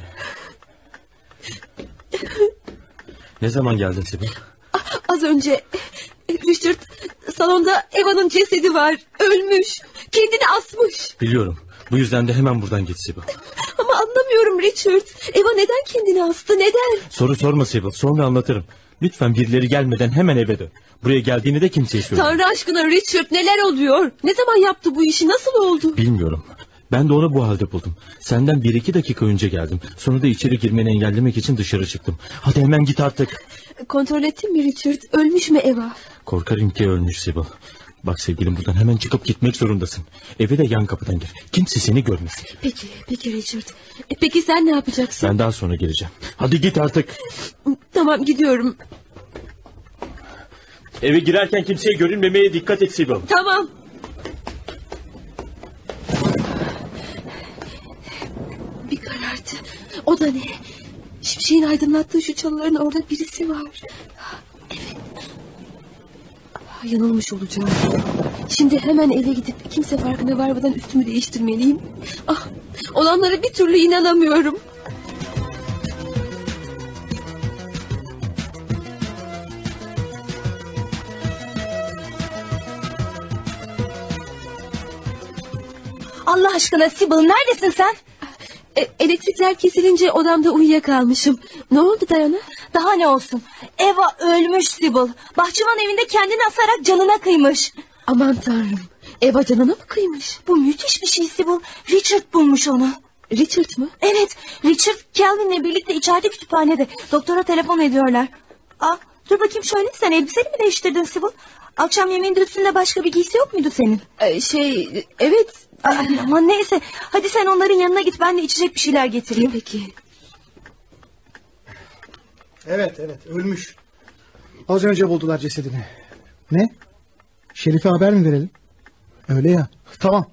Speaker 6: Ne zaman geldin Sibel?
Speaker 3: Az önce Richard, salonda Eva'nın cesedi var. Ölmüş. Kendini asmış.
Speaker 6: Biliyorum. Bu yüzden de hemen buradan git Sibel.
Speaker 3: Ama anlamıyorum Richard. Eva neden kendini astı? Neden?
Speaker 6: Soru sorma Sibel. Sonra anlatırım. Lütfen birileri gelmeden hemen eve dön. Buraya geldiğini de kimseye söyle.
Speaker 3: Tanrı aşkına Richard, neler oluyor? Ne zaman yaptı bu işi? Nasıl oldu?
Speaker 6: Bilmiyorum. Ben de onu bu halde buldum. Senden bir iki dakika önce geldim. Sonra da içeri girmeni engellemek için dışarı çıktım. Hadi hemen git artık.
Speaker 3: Kontrol ettin mi Richard? Ölmüş mü Eva?
Speaker 6: Korkarım ki ölmüş Sibel. Bak sevgilim, buradan hemen çıkıp gitmek zorundasın. Eve de yan kapıdan gir. Kimse seni görmesin.
Speaker 3: Peki, peki Richard. E, peki sen ne yapacaksın?
Speaker 6: Ben daha sonra geleceğim. Hadi git artık.
Speaker 3: Tamam, gidiyorum.
Speaker 6: Eve girerken kimseye görünmemeye dikkat et Sibel.
Speaker 3: Tamam. Bir karardı. O da ne? Şimşeğin aydınlattığı şu çalıların orada birisi var. Evet. Yanılmış olacağım. Şimdi hemen eve gidip kimse farkına varmadan üstümü değiştirmeliyim. Ah, olanlara bir türlü inanamıyorum.
Speaker 4: Allah aşkına Sibyl, neredesin sen?
Speaker 3: E, elektrikler kesilince odamda uyuyakalmışım. Ne oldu Dayana?
Speaker 4: Daha ne olsun? Eva ölmüş Sibyl. Bahçıvan evinde kendini asarak canına kıymış.
Speaker 3: Aman tanrım. Eva canına mı kıymış?
Speaker 4: Bu müthiş bir şey Sibyl. Richard bulmuş onu.
Speaker 3: Richard mı?
Speaker 4: Evet, Richard Calvin'le birlikte içeride kütüphanede. Doktora telefon ediyorlar. Aa, dur bakayım şöyle, sen elbiseni mi değiştirdin Sibyl? Akşam yemeğinde üstünde başka bir giysi yok muydu senin?
Speaker 3: Ee, şey evet.
Speaker 4: Ay, aman neyse, hadi sen onların yanına git, ben de içecek bir şeyler getireyim.
Speaker 3: Peki.
Speaker 9: Evet evet ölmüş. Az önce buldular cesedini. Ne? Şerif'e haber mi verelim? Öyle ya. Tamam.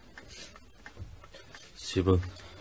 Speaker 6: Sibyl.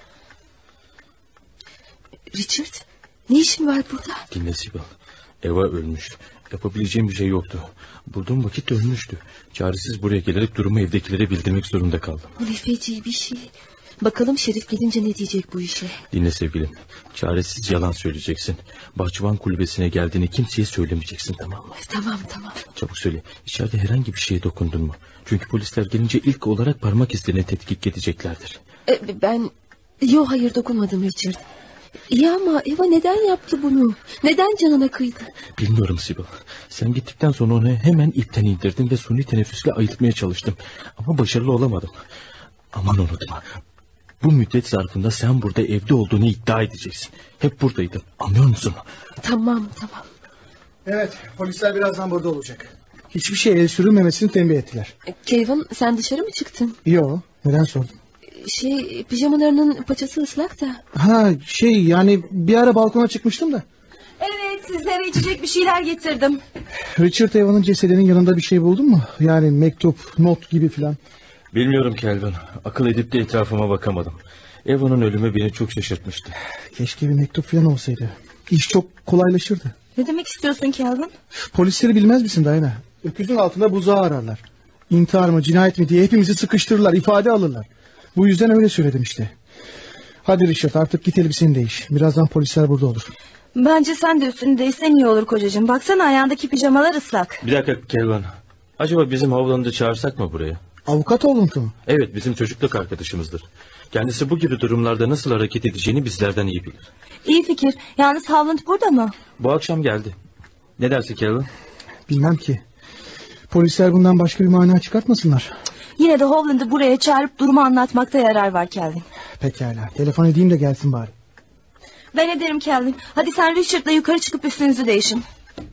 Speaker 3: Richard, ne işin var burada?
Speaker 6: Dinle Sibyl. Eva ölmüş. Yapabileceğim bir şey yoktu. Bulduğum vakit ölmüştü. Çaresiz buraya gelerek durumu evdekilere bildirmek zorunda kaldım.
Speaker 3: Bu ne feci bir şey. Bakalım Şerif gelince ne diyecek bu işe?
Speaker 6: Dinle sevgilim. Çaresiz yalan söyleyeceksin. Bahçıvan kulübesine geldiğini kimseye söylemeyeceksin, tamam mı?
Speaker 3: Tamam tamam.
Speaker 6: Çabuk söyle. İçeride herhangi bir şeye dokundun mu? Çünkü polisler gelince ilk olarak parmak izlerini tetkik edeceklerdir.
Speaker 3: E, ben... Yok hayır dokunmadım Richard. İyi ama Eva neden yaptı bunu? Neden canına kıydı?
Speaker 6: Bilmiyorum Sibyl. Sen gittikten sonra onu hemen ipten indirdim ve suni teneffüsle ayıltmaya çalıştım. Ama başarılı olamadım. Aman unutma. Bu müddet zarfında sen burada evde olduğunu iddia edeceksin. Hep buradaydın. Anlıyor musun?
Speaker 3: Tamam tamam.
Speaker 9: Evet, polisler birazdan burada olacak. Hiçbir şey el sürülmemesini tembih ettiler.
Speaker 3: Kevin, sen dışarı mı çıktın?
Speaker 9: Yo, neden sordun?
Speaker 3: Şey, pijamalarının paçası ıslak da.
Speaker 9: Ha şey yani bir ara balkona çıkmıştım da.
Speaker 4: Evet, sizlere içecek bir şeyler getirdim.
Speaker 9: Richard Eva'nın cesedinin yanında bir şey buldun mu? Yani mektup, not gibi filan.
Speaker 6: Bilmiyorum Calvin. Akıl edip de etrafıma bakamadım. Eva'nın ölümü beni çok şaşırtmıştı.
Speaker 9: Keşke bir mektup filan olsaydı. İş çok kolaylaşırdı.
Speaker 4: Ne demek istiyorsun Calvin?
Speaker 9: Polisleri bilmez misin Diana? Öküzün altında buzağı ararlar. İntihar mı cinayet mi diye hepimizi sıkıştırırlar, ifade alırlar. Bu yüzden öyle söyledim işte. Hadi Richard artık git elbiseni değiş. Birazdan polisler burada olur.
Speaker 4: Bence sen de üstünü değişsen iyi olur kocacığım. Baksana ayağındaki pijamalar ıslak.
Speaker 6: Bir dakika Calvin. Acaba bizim Hovland'ı çağırsak mı buraya?
Speaker 9: Avukat Hovland mı?
Speaker 6: Evet, bizim çocukluk arkadaşımızdır. Kendisi bu gibi durumlarda nasıl hareket edeceğini bizlerden iyi bilir.
Speaker 4: İyi fikir. Yalnız Hovland burada mı?
Speaker 6: Bu akşam geldi. Ne dersin Calvin?
Speaker 9: Bilmem ki. Polisler bundan başka bir mana çıkartmasınlar.
Speaker 4: Yine de Hovland'ı buraya çağırıp durumu anlatmakta yarar var Calvin.
Speaker 9: Pekala. Telefon edeyim de gelsin bari.
Speaker 4: Ben ederim Calvin. Hadi sen Richard'la yukarı çıkıp üstünüzü değişin.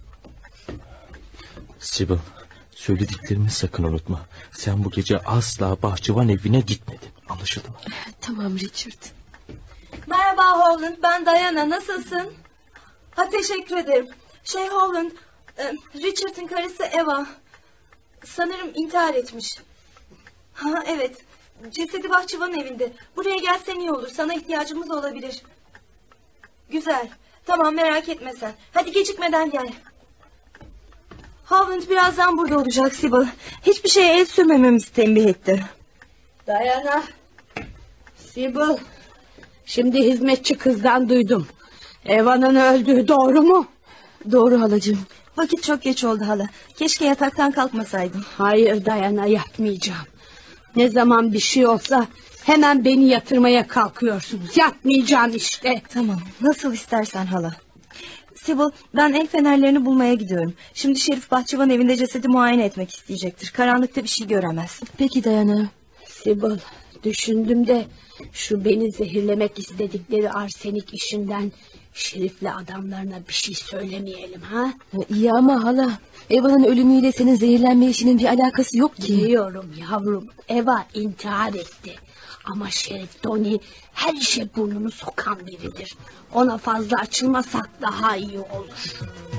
Speaker 6: Sibyl, söylediklerimi sakın unutma. Sen bu gece asla bahçıvan evine gitmedin. Anlaşıldı mı?
Speaker 3: Tamam Richard.
Speaker 4: Merhaba Hovland, ben Diana. Nasılsın? Ha, teşekkür ederim. Şey Hovland, Richard'ın karısı Eva sanırım intihar etmiş. Ha evet. Cesedi bahçıvanın evinde. Buraya gelsen iyi olur. Sana ihtiyacımız olabilir. Güzel. Tamam, merak etme sen. Hadi gecikmeden gel. Hovland birazdan burada olacak Sibyl. Hiçbir şeye el sürmememizi tembih etti.
Speaker 8: Diana. Sibyl. Şimdi hizmetçi kızdan duydum. Eva'nın öldüğü doğru mu?
Speaker 3: Doğru halacığım.
Speaker 4: Vakit çok geç oldu hala. Keşke yataktan kalkmasaydın.
Speaker 8: Hayır Diana, yatmayacağım. Ne zaman bir şey olsa hemen beni yatırmaya kalkıyorsunuz. Yatmayacağım işte.
Speaker 4: Tamam, nasıl istersen hala. Sibyl, ben el fenerlerini bulmaya gidiyorum. Şimdi Şerif bahçıvan evinde cesedi muayene etmek isteyecektir. Karanlıkta bir şey göremez.
Speaker 3: Peki Diana.
Speaker 8: Sibyl, düşündüm de şu beni zehirlemek istedikleri arsenik işinden Şerif'le adamlarına bir şey söylemeyelim ha?
Speaker 3: İyi ama hala, Eva'nın ölümüyle senin zehirlenme işinin bir alakası yok ki.
Speaker 8: Biliyorum yavrum, Eva intihar etti. Ama Şerif Tony her işe burnunu sokan biridir. Ona fazla açılmasak daha iyi olur.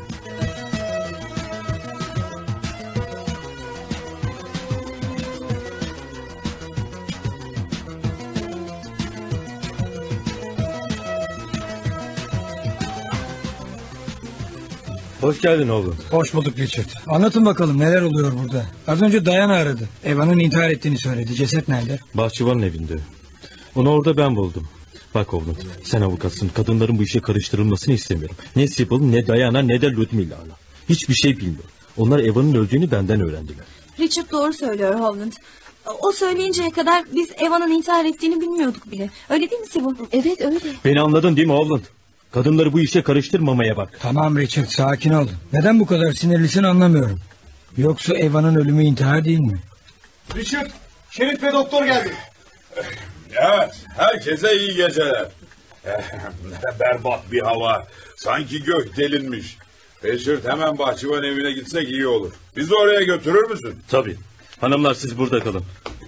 Speaker 6: Hoş geldin oğlum.
Speaker 2: Hoş bulduk Richard. Anlatın bakalım neler oluyor burada. Az önce Diana aradı. Eva'nın intihar ettiğini söyledi. Ceset nerede?
Speaker 6: Bahçıvanın evinde. Onu orada ben buldum. Bak oğlum, sen avukatsın. Kadınların bu işe karıştırılmasını istemiyorum. Ne Sibyl, ne Diana, ne de Ludmilla. Hiçbir şey bilmiyorum. Onlar Eva'nın öldüğünü benden öğrendiler.
Speaker 4: Richard doğru söylüyor Hovland. O söyleyinceye kadar biz Eva'nın intihar ettiğini bilmiyorduk bile. Öyle değil mi Sibyl?
Speaker 3: Evet öyle.
Speaker 6: Beni anladın değil mi Hovland? Kadınları bu işe karıştırmamaya bak.
Speaker 2: Tamam Richard, sakin ol. Neden bu kadar sinirlisin anlamıyorum. Yoksa Eva'nın ölümü intihar değil mi?
Speaker 9: Richard, Şerif ve doktor geldi.
Speaker 11: Evet, herkese iyi geceler. Berbat bir hava. Sanki gök delinmiş. Richard, hemen bahçıvan evine gitsek iyi olur. Bizi oraya götürür müsün?
Speaker 6: Tabii. Hanımlar siz burada kalın.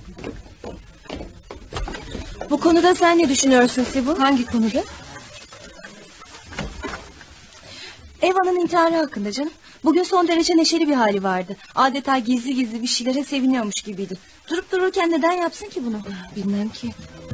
Speaker 4: Bu konuda sen ne düşünüyorsun Sibyl?
Speaker 3: Hangi konuda?
Speaker 4: Eva'nın intiharı hakkında canım. Bugün son derece neşeli bir hali vardı. Adeta gizli gizli bir şeylere seviniyormuş gibiydi. Durup dururken neden yapsın ki bunu?
Speaker 3: Bilmem ki.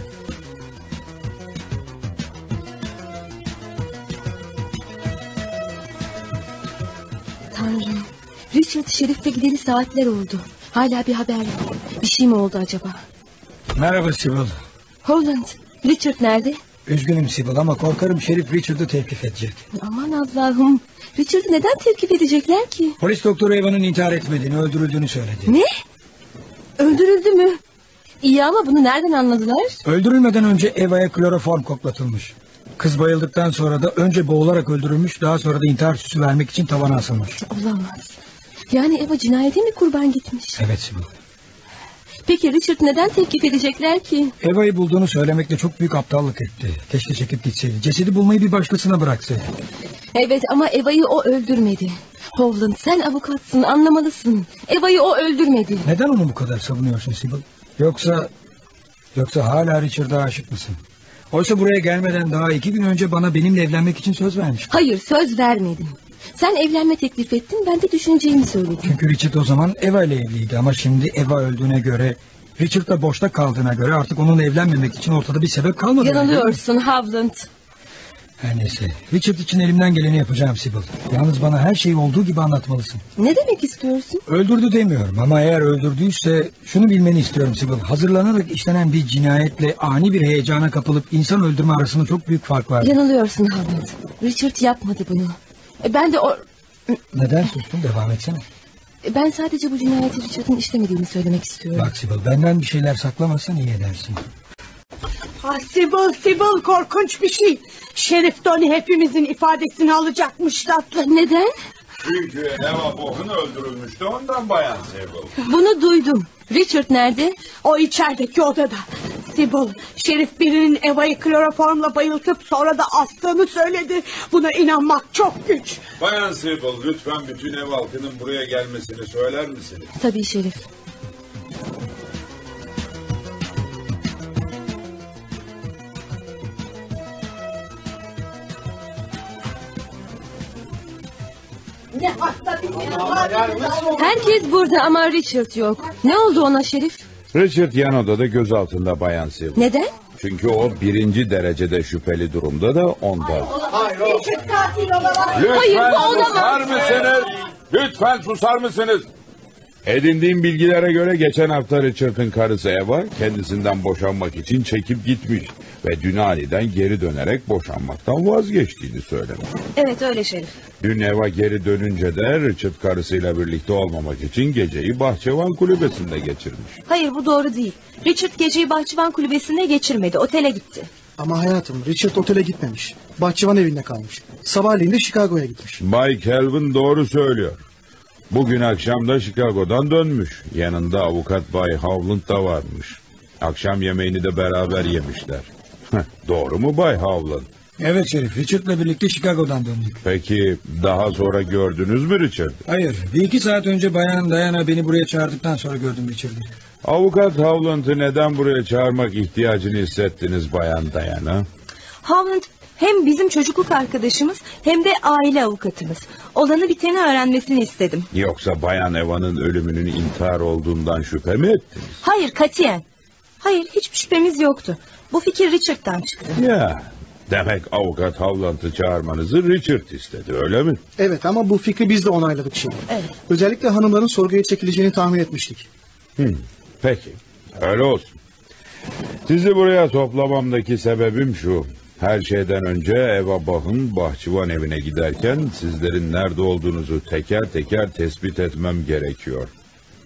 Speaker 3: Tanrım. Richard Şerif'le gideli saatler oldu. Hala bir haber yok. Bir şey mi oldu acaba?
Speaker 2: Merhaba Sibyl.
Speaker 3: Hovland. Richard nerede?
Speaker 2: Üzgünüm Sibyl ama korkarım Şerif Richard'ı tevkif edecek.
Speaker 3: Aman Allah'ım. Richard'ı neden tevkif edecekler ki?
Speaker 2: Polis doktoru Eva'nın intihar etmediğini, öldürüldüğünü söyledi.
Speaker 3: Ne? Öldürüldü mü? İyi ama bunu nereden anladılar?
Speaker 2: Öldürülmeden önce Eva'ya kloroform koklatılmış. Kız bayıldıktan sonra da önce boğularak öldürülmüş, daha sonra da intihar süsü vermek için tavana asılmış.
Speaker 3: Olamaz. Yani Eva cinayete mi kurban gitmiş?
Speaker 2: Evet Sibyl.
Speaker 3: Peki Richard neden tevkif edecekler ki?
Speaker 2: Eva'yı bulduğunu söylemekle çok büyük aptallık etti. Keşke çekip gitseydi. Cesedi bulmayı bir başkasına bıraksaydı.
Speaker 3: Evet ama Eva'yı o öldürmedi. Hovland sen avukatsın, anlamalısın. Eva'yı o öldürmedi.
Speaker 2: Neden onu bu kadar savunuyorsun Sibyl? Yoksa... Yoksa hala Richard'a aşık mısın? Oysa buraya gelmeden daha iki gün önce bana benimle evlenmek için söz vermiştin.
Speaker 3: Hayır, söz vermedim. Sen evlenme teklif ettin, ben de düşüneceğimi söyledim.
Speaker 2: Çünkü Richard o zaman Eva ile evliydi ama şimdi Eva öldüğüne göre... Richard da boşta kaldığına göre artık onunla evlenmemek için ortada bir sebep kalmadı.
Speaker 3: Yanılıyorsun Hovland.
Speaker 2: Her neyse, Richard için elimden geleni yapacağım Sibyl. Yalnız bana her şeyi olduğu gibi anlatmalısın.
Speaker 3: Ne demek istiyorsun?
Speaker 2: Öldürdü demiyorum ama eğer öldürdüyse şunu bilmeni istiyorum Sibyl. Hazırlanarak işlenen bir cinayetle ani bir heyecana kapılıp insan öldürme arasında çok büyük fark var.
Speaker 3: Yanılıyorsun Hovland. Richard yapmadı bunu. E ben de o...
Speaker 2: Neden sustun? Devam etsene.
Speaker 3: E ben sadece bu cinayeti Richard'ın işlemediğini söylemek istiyorum.
Speaker 2: Bak Sibyl, benden bir şeyler saklamazsan iyi edersin.
Speaker 8: Ha Sibyl, Sibyl korkunç bir şey. Şerif Donny hepimizin ifadesini alacakmış tatlım.
Speaker 3: Neden?
Speaker 11: Çünkü Eva Bohun öldürülmüştü ondan bayan Sibyl.
Speaker 3: Bunu duydum. Richard nerede?
Speaker 8: O içerideki odada. Sibyl, Şerif birinin Eva'yı kloroformla bayıltıp sonra da astığını söyledi. Buna inanmak çok güç.
Speaker 11: Bayan Sibyl, lütfen bütün ev halkının buraya gelmesini söyler misiniz?
Speaker 3: Tabii Şerif.
Speaker 8: Ne hasta bir şey var.
Speaker 3: Herkes burada ama Richard yok. Ne oldu ona Şerif?
Speaker 11: Richard yan odada gözaltında bayan Sibyl.
Speaker 3: Neden?
Speaker 11: Çünkü o birinci derecede şüpheli durumda da ondan.
Speaker 8: Hayır, Richard katil olamaz.
Speaker 11: Lütfen
Speaker 3: Hayır, bu olamaz.
Speaker 11: susar mısınız? Lütfen susar mısınız? Edindiğim bilgilere göre geçen hafta Richard'ın karısı Eva kendisinden boşanmak için çekip gitmiş ve dün aniden geri dönerek boşanmaktan vazgeçtiğini söylemiş.
Speaker 4: Evet öyle Şerif.
Speaker 11: Dün Eva geri dönünce de Richard karısıyla birlikte olmamak için geceyi bahçıvan kulübesinde geçirmiş.
Speaker 4: Hayır bu doğru değil. Richard geceyi bahçıvan kulübesinde geçirmedi. Otele gitti.
Speaker 9: Ama hayatım, Richard otele gitmemiş. Bahçıvan evinde kalmış. Sabahleyin de Chicago'ya gitmiş.
Speaker 11: Bay Kelvin doğru söylüyor. Bugün akşam da Chicago'dan dönmüş. Yanında avukat Bay Hovland da varmış. Akşam yemeğini de beraber yemişler. Doğru mu Bay Hovland?
Speaker 2: Evet Şerif, Richard'la birlikte Chicago'dan döndük.
Speaker 11: Peki daha sonra gördünüz mü Richard'ı?
Speaker 2: Hayır, bir iki saat önce Bayan Diana beni buraya çağırdıktan sonra gördüm Richard'ı.
Speaker 11: Avukat Hovland'ı neden buraya çağırmak ihtiyacını hissettiniz Bayan Diana?
Speaker 4: Hovland hem bizim çocukluk arkadaşımız hem de aile avukatımız. Olanı biteni öğrenmesini istedim.
Speaker 11: Yoksa Bayan Eva'nın ölümünün intihar olduğundan şüphe mi ettiniz?
Speaker 4: Hayır katiyen. Hayır hiçbir şüphemiz yoktu. Bu fikir Richard'dan çıktı.
Speaker 11: Ya demek avukat Hovland'ı çağırmanızı Richard istedi öyle mi?
Speaker 9: Evet ama bu fikri biz de onayladık şimdi.
Speaker 4: Evet.
Speaker 9: Özellikle hanımların sorguya çekileceğini tahmin etmiştik.
Speaker 11: Hmm, peki öyle olsun. Sizi buraya toplamamdaki sebebim şu. Her şeyden önce Eva Bohun bahçıvan evine giderken sizlerin nerede olduğunuzu teker teker tespit etmem gerekiyor.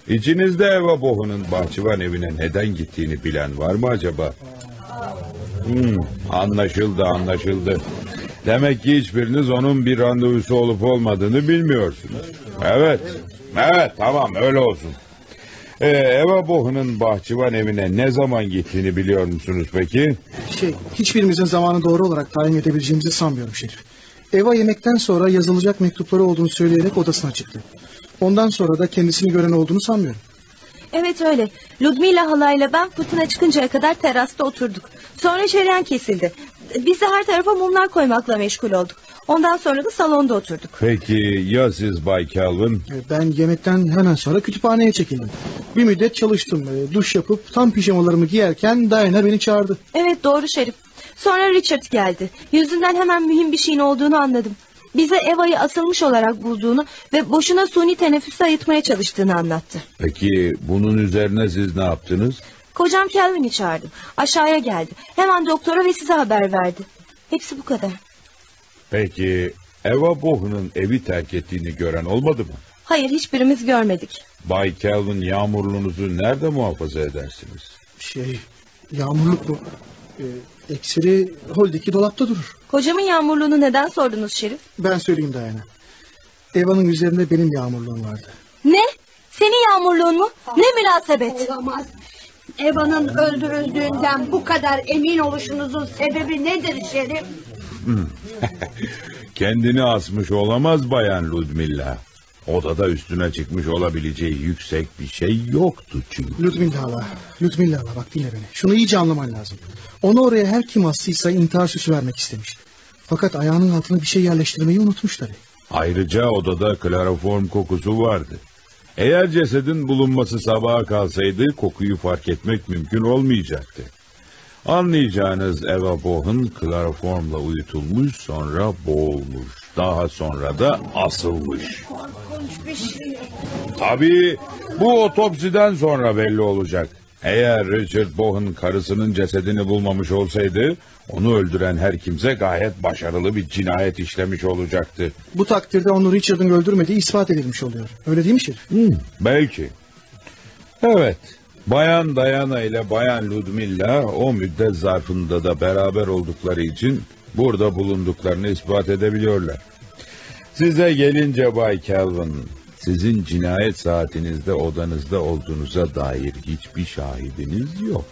Speaker 11: İçinizde Eva Bohun'un bahçıvan evine neden gittiğini bilen var mı acaba? Hmm, anlaşıldı anlaşıldı. Demek ki hiçbiriniz onun bir randevusu olup olmadığını bilmiyorsunuz. Evet, evet tamam öyle olsun. Ee, Eva Bohun'un bahçıvan evine ne zaman gittiğini biliyor musunuz peki?
Speaker 9: Şey, hiçbirimizin zamanı doğru olarak tayin edebileceğimizi sanmıyorum Şerif. Eva yemekten sonra yazılacak mektupları olduğunu söyleyerek odasına çıktı. Ondan sonra da kendisini gören olduğunu sanmıyorum.
Speaker 4: Evet öyle. Ludmila halayla ben fırtına çıkıncaya kadar terasta oturduk. Sonra şeren kesildi. Biz de her tarafa mumlar koymakla meşgul olduk. Ondan sonra da salonda oturduk.
Speaker 11: Peki ya siz Bay Calvin?
Speaker 9: Ben yemekten hemen sonra kütüphaneye çekildim. Bir müddet çalıştım. Duş yapıp tam pijamalarımı giyerken Diana beni çağırdı.
Speaker 4: Evet doğru Şerif. Sonra Richard geldi. Yüzünden hemen mühim bir şeyin olduğunu anladım. Bize Eva'yı asılmış olarak bulduğunu ve boşuna suni teneffüsü ayırtmaya çalıştığını anlattı.
Speaker 11: Peki bunun üzerine siz ne yaptınız?
Speaker 4: Kocam Calvin'i çağırdım. Aşağıya geldi. Hemen doktora ve size haber verdi. Hepsi bu kadar.
Speaker 11: Peki Eva Bohun'un evi terk ettiğini gören olmadı mı?
Speaker 4: Hayır hiçbirimiz görmedik.
Speaker 11: Bay Calvin yağmurluğunuzu nerede muhafaza edersiniz?
Speaker 9: Şey, yağmurluk mu? Ee, ekseri holdeki dolapta durur.
Speaker 4: Kocamın yağmurluğunu neden sordunuz Şerif?
Speaker 9: Ben söyleyeyim Diana. Eva'nın üzerinde benim yağmurluğum vardı.
Speaker 4: Ne? Senin yağmurluğun mu? Ne münasebet?
Speaker 8: Olamaz. Eva'nın öldürüldüğünden bu kadar emin oluşunuzun sebebi nedir Şerif?
Speaker 11: Kendini asmış olamaz Bayan Ludmilla. Odada üstüne çıkmış olabileceği yüksek bir şey yoktu çünkü.
Speaker 9: Ludmilla hala, Ludmilla hala bak dinle beni. Şunu iyice anlaman lazım. Onu oraya her kim astıysa intihar süsü vermek istemiş. Fakat ayağının altına bir şey yerleştirmeyi unutmuş tabii.
Speaker 11: Ayrıca odada kloroform kokusu vardı. Eğer cesedin bulunması sabaha kalsaydı kokuyu fark etmek mümkün olmayacaktı. Anlayacağınız Eva Bohun kloroformla uyutulmuş, sonra boğulmuş. Daha sonra da asılmış.
Speaker 8: Korkunç bir şey.
Speaker 11: Tabii bu otopsiden sonra belli olacak. Eğer Richard Bohun karısının cesedini bulmamış olsaydı, onu öldüren her kimse gayet başarılı bir cinayet işlemiş olacaktı.
Speaker 9: Bu takdirde onu Richard'ın öldürmediği ispat edilmiş oluyor. Öyle değil mi Şerif?
Speaker 11: Hmm, belki. Evet. Bayan Diana ile Bayan Ludmilla o müddet zarfında da beraber oldukları için burada bulunduklarını ispat edebiliyorlar. Size gelince Bay Calvin, sizin cinayet saatinizde odanızda olduğunuza dair hiçbir şahidiniz yok.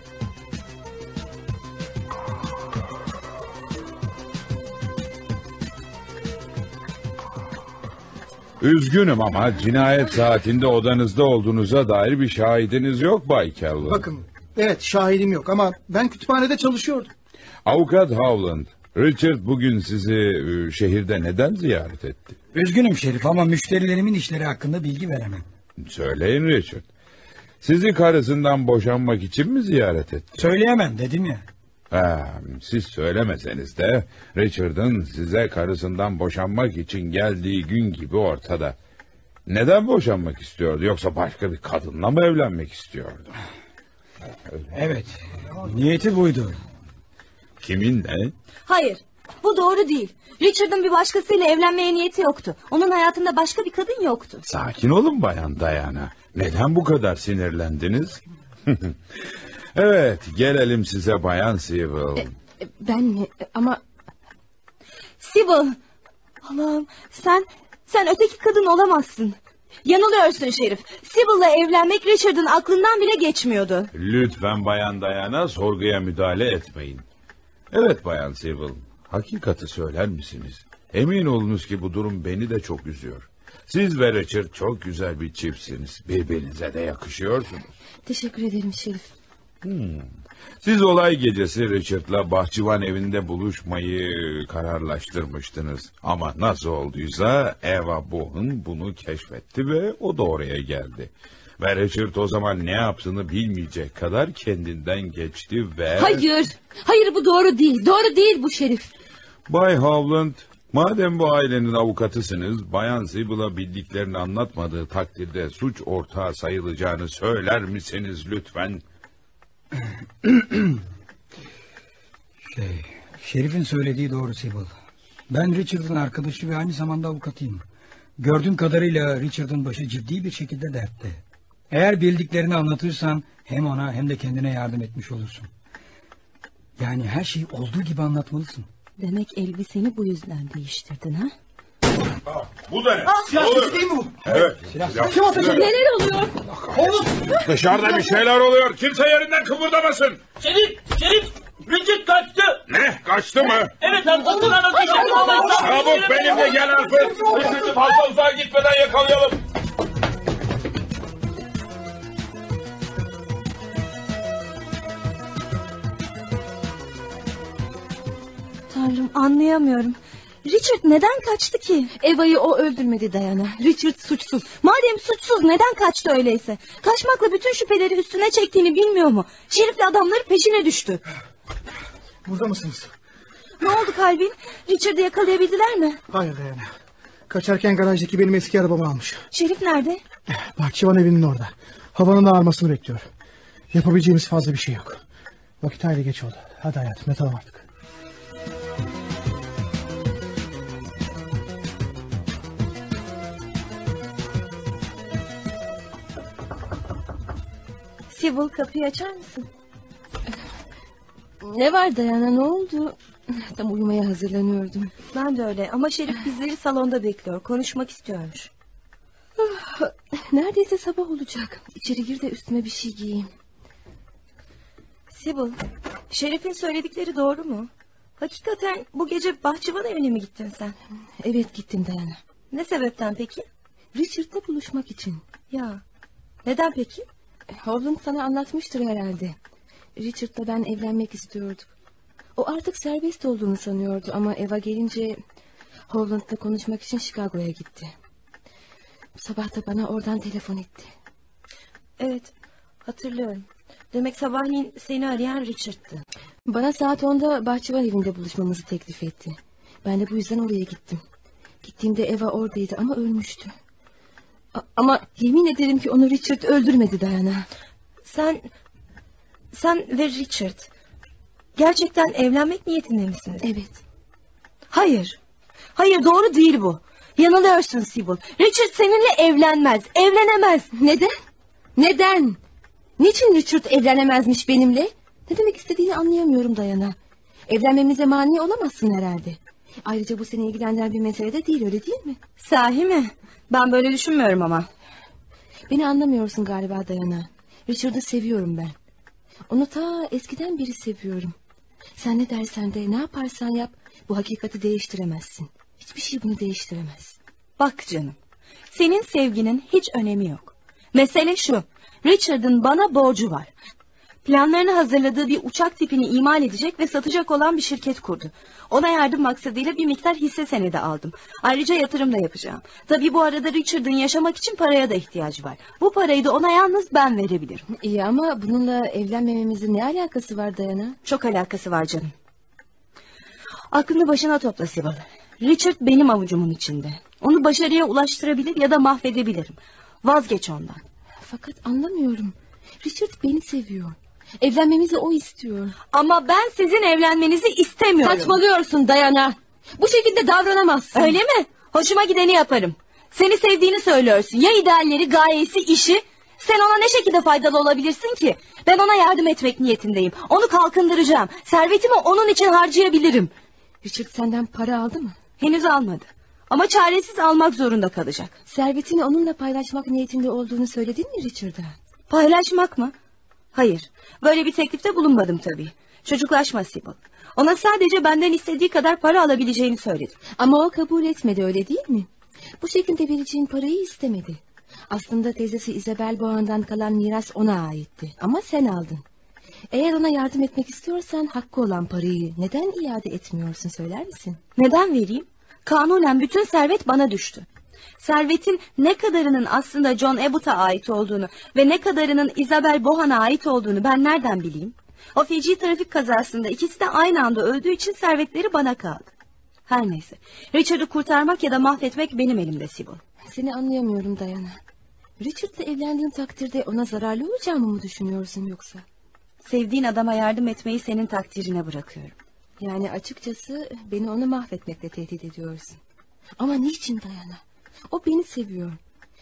Speaker 11: Üzgünüm ama cinayet saatinde odanızda olduğunuza dair bir şahidiniz yok Bay Calvin.
Speaker 9: Bakın, evet şahidim yok ama ben kütüphanede çalışıyordum.
Speaker 11: Avukat Howland, Richard bugün sizi e, şehirde neden ziyaret etti?
Speaker 2: Üzgünüm Şerif ama müşterilerimin işleri hakkında bilgi veremem.
Speaker 11: Söyleyin Richard. Sizi karısından boşanmak için mi ziyaret etti?
Speaker 2: Söyleyemem dedim ya.
Speaker 11: Ha, siz söylemeseniz de Richard'ın size karısından boşanmak için geldiği gün gibi ortada. Neden boşanmak istiyordu, yoksa başka bir kadınla mı evlenmek istiyordu?
Speaker 2: Evet, niyeti buydu.
Speaker 11: Kiminle?
Speaker 4: Hayır, bu doğru değil. Richard'ın bir başkasıyla evlenmeye niyeti yoktu. Onun hayatında başka bir kadın yoktu.
Speaker 11: Sakin olun Bayan Diana. Neden bu kadar sinirlendiniz? Evet, gelelim size Bayan Sibyl.
Speaker 3: E, ben ama...
Speaker 4: Sibyl! Allah'ım, sen, sen öteki kadın olamazsın. Yanılıyorsun Şerif. Sibyl'la evlenmek Richard'ın aklından bile geçmiyordu.
Speaker 11: Lütfen Bayan Diana, sorguya müdahale etmeyin. Evet Bayan Sibyl, hakikati söyler misiniz? Emin olunuz ki bu durum beni de çok üzüyor. Siz ve Richard çok güzel bir çiftsiniz. Birbirinize de yakışıyorsunuz.
Speaker 3: Teşekkür ederim Şerif.
Speaker 11: Hmm. Siz olay gecesi Richard'la bahçıvan evinde buluşmayı kararlaştırmıştınız. Ama nasıl olduysa Eva Bohun bunu keşfetti ve o da oraya geldi. Ve Richard o zaman ne yaptığını bilmeyecek kadar kendinden geçti ve...
Speaker 3: Hayır, hayır bu doğru değil, doğru değil bu Şerif.
Speaker 11: Bay Howland, madem bu ailenin avukatısınız, Bayan Sibyl'a bildiklerini anlatmadığı takdirde suç ortağı sayılacağını söyler misiniz lütfen?
Speaker 2: şey, Şerif'in söylediği doğru Sibyl. Ben Richard'ın arkadaşı ve aynı zamanda avukatıyım. Gördüğüm kadarıyla Richard'ın başı ciddi bir şekilde dertte. Eğer bildiklerini anlatırsan hem ona hem de kendine yardım etmiş olursun. Yani her şeyi olduğu gibi anlatmalısın.
Speaker 4: Demek elbiseni bu yüzden değiştirdin ha?
Speaker 11: Aa, bu da ne?
Speaker 9: Silah sesi değil mi bu?
Speaker 11: Evet.
Speaker 2: Silah.
Speaker 9: Kim atacak?
Speaker 3: Neler oluyor?
Speaker 9: Oğlum.
Speaker 11: Dışarıda bir şeyler oluyor. Kimse yerinden kıpırdamasın.
Speaker 12: Şerif, Şerif, Richard kaçtı.
Speaker 11: Ne? Kaçtı mı?
Speaker 12: Evet, arkasından ateş edip ama
Speaker 11: Çabuk benimle gel Alfred. Richard'ı fazla uzağa gitmeden yakalayalım.
Speaker 4: Tanrım, anlayamıyorum. Richard neden kaçtı ki?
Speaker 3: Eva'yı o öldürmedi Diana. Richard suçsuz.
Speaker 4: Madem suçsuz neden kaçtı öyleyse? Kaçmakla bütün şüpheleri üstüne çektiğini bilmiyor mu? Şerif'le adamları peşine düştü.
Speaker 9: Burada mısınız?
Speaker 4: Ne oldu Calvin? Richard'ı yakalayabildiler mi?
Speaker 9: Hayır Diana. Kaçarken garajdaki benim eski arabamı almış.
Speaker 4: Şerif nerede?
Speaker 9: Bahçıvan evinin orada. Havanın ağarmasını bekliyor. Yapabileceğimiz fazla bir şey yok. Vakit hayli geç oldu. Hadi hayatım, yatalım artık.
Speaker 4: Sibyl, kapıyı açar mısın?
Speaker 3: Ne var Diana, ne oldu? Tam uyumaya hazırlanıyordum.
Speaker 4: Ben de öyle ama Şerif bizleri salonda bekliyor. Konuşmak istiyormuş.
Speaker 3: Neredeyse sabah olacak. İçeri gir de üstüme bir şey giyeyim.
Speaker 4: Sibyl, Şerif'in söyledikleri doğru mu? Hakikaten bu gece bahçıvan evine mi gittin sen?
Speaker 3: Evet, gittim Diana.
Speaker 4: Ne sebepten peki?
Speaker 3: Richard'la buluşmak için.
Speaker 4: Ya, neden peki?
Speaker 3: Hovland sana anlatmıştır herhalde. Richard'la ben evlenmek istiyorduk. O artık serbest olduğunu sanıyordu ama Eva gelince Hovland'la konuşmak için Chicago'ya gitti. Sabah da bana oradan telefon etti.
Speaker 4: Evet, hatırlıyorum. Demek sabahleyin seni arayan Richard'tı.
Speaker 3: Bana saat onda bahçıvan evinde buluşmamızı teklif etti. Ben de bu yüzden oraya gittim. Gittiğimde Eva oradaydı ama ölmüştü. A- ama yemin ederim ki onu Richard öldürmedi Diana.
Speaker 4: Sen, sen ve Richard gerçekten evlenmek niyetinde misiniz?
Speaker 3: Evet.
Speaker 4: Hayır, hayır doğru değil bu. Yanılıyorsun Sibyl. Richard seninle evlenmez, evlenemez.
Speaker 3: Neden? Neden? Niçin Richard evlenemezmiş benimle? Ne demek istediğini anlayamıyorum Diana. Evlenmemize mani olamazsın herhalde. Ayrıca bu seni ilgilendiren bir mesele de değil, öyle değil mi?
Speaker 4: Sahi mi? Ben böyle düşünmüyorum ama.
Speaker 3: Beni anlamıyorsun galiba Diana. Richard'ı seviyorum ben. Onu ta eskiden beri seviyorum. Sen ne dersen de, ne yaparsan yap, bu hakikati değiştiremezsin. Hiçbir şey bunu değiştiremez.
Speaker 4: Bak canım, senin sevginin hiç önemi yok. Mesele şu, Richard'ın bana borcu var. Planlarını hazırladığı bir uçak tipini imal edecek ve satacak olan bir şirket kurdu. Ona yardım maksadıyla bir miktar hisse senedi aldım. Ayrıca yatırım da yapacağım. Tabii bu arada Richard'ın yaşamak için paraya da ihtiyacı var. Bu parayı da ona yalnız ben verebilirim.
Speaker 3: İyi ama bununla evlenmememizin ne alakası var Diana?
Speaker 4: Çok alakası var canım. Aklını başına topla Sibyl. Richard benim avucumun içinde. Onu başarıya ulaştırabilir ya da mahvedebilirim. Vazgeç ondan.
Speaker 3: Fakat anlamıyorum. Richard beni seviyor. Evlenmemizi o istiyor.
Speaker 4: Ama ben sizin evlenmenizi istemiyorum.
Speaker 3: Saçmalıyorsun Diana. Bu şekilde davranamazsın.
Speaker 4: Öyle mi? Hoşuma gideni yaparım. Seni sevdiğini söylüyorsun. Ya idealleri, gayesi, işi? Sen ona ne şekilde faydalı olabilirsin ki? Ben ona yardım etmek niyetindeyim. Onu kalkındıracağım. Servetimi onun için harcayabilirim.
Speaker 3: Richard senden para aldı mı?
Speaker 4: Henüz almadı. Ama çaresiz almak zorunda kalacak.
Speaker 3: Servetini onunla paylaşmak niyetinde olduğunu söyledin mi Richard'a?
Speaker 4: Paylaşmak mı? Hayır. Böyle bir teklifte bulunmadım tabii. Çocuklaşma Sibyl. Ona sadece benden istediği kadar para alabileceğini söyledim.
Speaker 3: Ama o kabul etmedi, öyle değil mi? Bu şekilde vereceğin parayı istemedi. Aslında teyzesi Isabel Boğan'dan kalan miras ona aitti. Ama sen aldın. Eğer ona yardım etmek istiyorsan hakkı olan parayı neden iade etmiyorsun, söyler misin?
Speaker 4: Neden vereyim? Kanunen bütün servet bana düştü. Servetin ne kadarının aslında John Abbott'a ait olduğunu ve ne kadarının Isabel Bohan'a ait olduğunu ben nereden bileyim? O feci trafik kazasında ikisi de aynı anda öldüğü için servetleri bana kaldı. Her neyse. Richard'ı kurtarmak ya da mahvetmek benim elimde Sibyl.
Speaker 3: Seni anlayamıyorum Diana. Richard'la evlendiğin takdirde ona zararlı olacağımı mı düşünüyorsun yoksa?
Speaker 4: Sevdiğin adama yardım etmeyi senin takdirine bırakıyorum.
Speaker 3: Yani açıkçası beni onu mahvetmekle tehdit ediyorsun. Ama niçin Diana? O beni seviyor.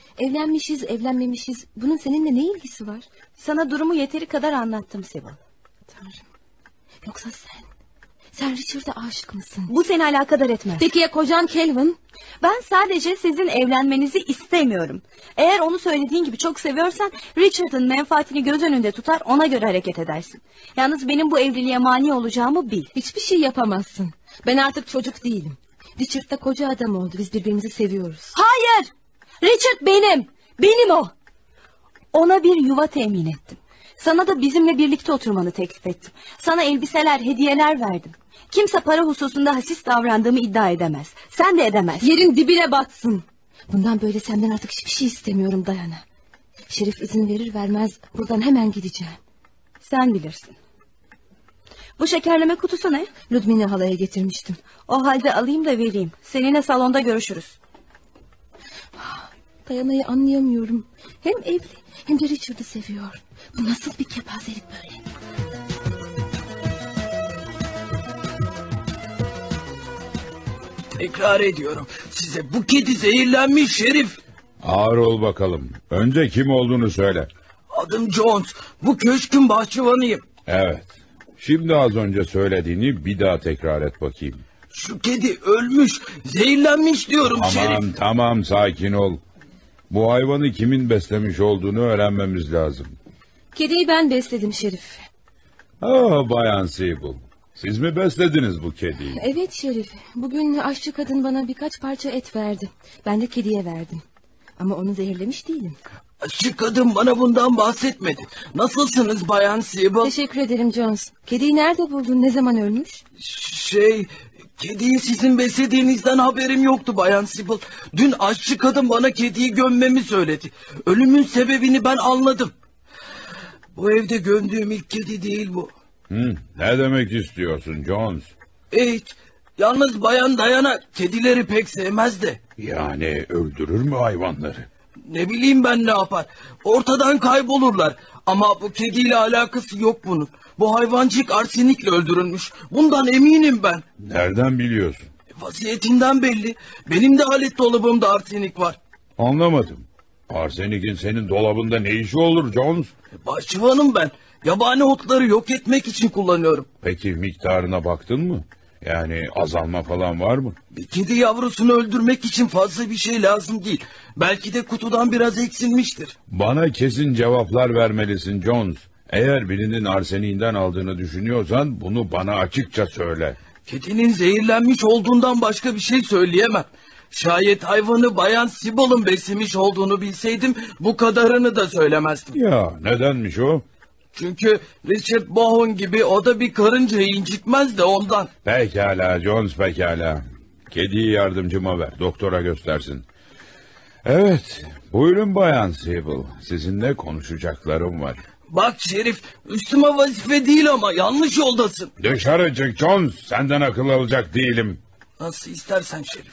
Speaker 3: Evlenmişiz, evlenmemişiz. Bunun seninle ne ilgisi var?
Speaker 4: Sana durumu yeteri kadar anlattım Sybil.
Speaker 3: Tanrım. Yoksa sen... Sen Richard'a aşık mısın?
Speaker 4: Bu seni alakadar etmez.
Speaker 3: Peki ya kocan Kelvin?
Speaker 4: Ben sadece sizin evlenmenizi istemiyorum. Eğer onu söylediğin gibi çok seviyorsan Richard'ın menfaatini göz önünde tutar, ona göre hareket edersin. Yalnız benim bu evliliğe mani olacağımı bil.
Speaker 3: Hiçbir şey yapamazsın. Ben artık çocuk değilim. Richard da koca adam oldu. Biz birbirimizi seviyoruz.
Speaker 4: Hayır! Richard benim. Benim o. Ona bir yuva temin ettim. Sana da bizimle birlikte oturmanı teklif ettim. Sana elbiseler, hediyeler verdim. Kimse para hususunda hasis davrandığımı iddia edemez. Sen de edemez.
Speaker 3: Yerin dibine batsın. Bundan böyle senden artık hiçbir şey istemiyorum Dayana. Şerif izin verir vermez buradan hemen gideceğim.
Speaker 4: Sen bilirsin. Bu şekerleme kutusu ne?
Speaker 3: Ludmila halaya getirmiştim.
Speaker 4: O halde alayım da vereyim. Seninle salonda görüşürüz.
Speaker 3: Dayana'yı anlayamıyorum. Hem evli hem de Richard'ı seviyor. Bu nasıl bir kepazelik böyle?
Speaker 13: Tekrar ediyorum. Size bu kedi zehirlenmiş Şerif.
Speaker 11: Ağır ol bakalım. Önce kim olduğunu söyle.
Speaker 13: Adım Jones. Bu köşkün bahçıvanıyım.
Speaker 11: Evet. Şimdi az önce söylediğini bir daha tekrar et bakayım.
Speaker 13: Şu kedi ölmüş, zehirlenmiş diyorum
Speaker 11: Tamam,
Speaker 13: Şerif.
Speaker 11: Tamam tamam sakin ol. Bu hayvanı kimin beslemiş olduğunu öğrenmemiz lazım.
Speaker 3: Kediyi ben besledim Şerif.
Speaker 11: Ah Bayan Sybil. Siz mi beslediniz bu kediyi?
Speaker 3: Evet Şerif. Bugün aşçı kadın bana birkaç parça et verdi. Ben de kediye verdim. Ama onu zehirlemiş değilim.
Speaker 13: Aşçı kadın bana bundan bahsetmedi. Nasılsınız Bayan Sybil?
Speaker 3: Teşekkür ederim Jones. Kediyi nerede buldun? Ne zaman ölmüş?
Speaker 13: Şey... Kediyi sizin beslediğinizden haberim yoktu Bayan Sybil. Dün aşçı kadın bana kediyi gömmemi söyledi. Ölümün sebebini ben anladım. Bu evde gömdüğüm ilk kedi değil bu.
Speaker 11: Hı, ne demek istiyorsun Jones?
Speaker 13: Hiç. Yalnız Bayan Dayana kedileri pek sevmez de.
Speaker 11: Yani öldürür mü hayvanları?
Speaker 13: Ne bileyim ben ne yapar. Ortadan kaybolurlar. Ama bu kediyle alakası yok bunun. Bu hayvancık arsenikle öldürülmüş. Bundan eminim ben.
Speaker 11: Nereden biliyorsun?
Speaker 13: Vaziyetinden belli. Benim de alet dolabımda arsenik var.
Speaker 11: Anlamadım. Arsenikin senin dolabında ne işi olur Jones?
Speaker 13: Bahçıvanım ben. Yabani otları yok etmek için kullanıyorum.
Speaker 11: Peki miktarına baktın mı? Yani azalma falan var mı?
Speaker 13: Bir kedi yavrusunu öldürmek için fazla bir şey lazım değil. Belki de kutudan biraz eksilmiştir.
Speaker 11: Bana kesin cevaplar vermelisin Jones. Eğer birinin arseniğinden aldığını düşünüyorsan bunu bana açıkça söyle.
Speaker 13: Kedinin zehirlenmiş olduğundan başka bir şey söyleyemem. Şayet hayvanı Bayan Sybil'ın beslemiş olduğunu bilseydim bu kadarını da söylemezdim.
Speaker 11: Ya nedenmiş o?
Speaker 13: Çünkü Richard Bowen gibi o da bir karıncayı incitmez de ondan.
Speaker 11: Pekala Jones pekala. Kediyi yardımcıma ver, doktora göstersin. Evet, buyurun Bayan Sybil. Sizinle konuşacaklarım var.
Speaker 13: Bak Şerif, üstüme vazife değil ama yanlış yoldasın.
Speaker 11: Dışarı çık Jones, senden akıl alacak değilim.
Speaker 13: Nasıl istersen Şerif.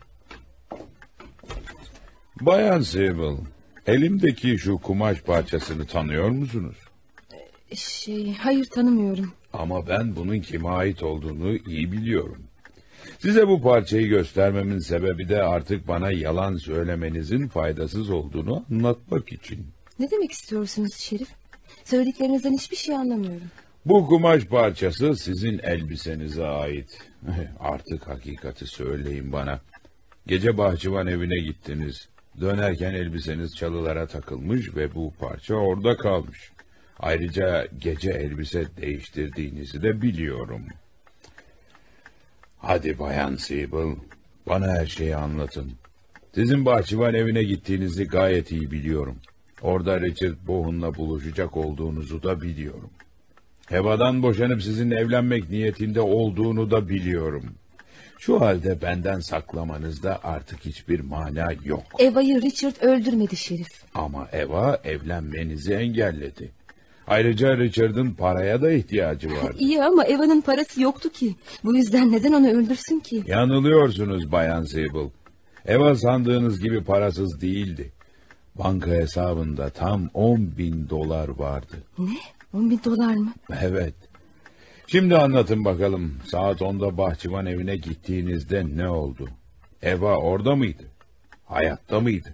Speaker 11: Bayan Sybil, elimdeki şu kumaş parçasını tanıyor musunuz?
Speaker 3: Şey, hayır tanımıyorum.
Speaker 11: Ama ben bunun kime ait olduğunu iyi biliyorum. Size bu parçayı göstermemin sebebi de artık bana yalan söylemenizin faydasız olduğunu anlatmak için.
Speaker 3: Ne demek istiyorsunuz Şerif? Söylediklerinizden hiçbir şey anlamıyorum.
Speaker 11: Bu kumaş parçası sizin elbisenize ait. Artık hakikati söyleyin bana. Gece bahçıvan evine gittiniz. Dönerken elbiseniz çalılara takılmış ve bu parça orada kalmış. Ayrıca gece elbise değiştirdiğinizi de biliyorum. Hadi Bayan Sybil, bana her şeyi anlatın. Sizin bahçıvan evine gittiğinizi gayet iyi biliyorum. Orada Richard Bowen'la buluşacak olduğunuzu da biliyorum. Eva'dan boşanıp sizinle evlenmek niyetinde olduğunu da biliyorum. Şu halde benden saklamanızda artık hiçbir mana yok.
Speaker 3: Eva'yı Richard öldürmedi Şerif.
Speaker 11: Ama Eva evlenmenizi engelledi. Ayrıca Richard'ın paraya da ihtiyacı vardı.
Speaker 3: İyi ama Eva'nın parası yoktu ki. Bu yüzden neden onu öldürsün ki?
Speaker 11: Yanılıyorsunuz Bayan Sybil. Eva sandığınız gibi parasız değildi. Banka hesabında tam on bin dolar vardı.
Speaker 3: Ne? On bin dolar mı?
Speaker 11: Evet. Şimdi anlatın bakalım. Saat onda bahçıvan evine gittiğinizde ne oldu? Eva orada mıydı? Hayatta mıydı?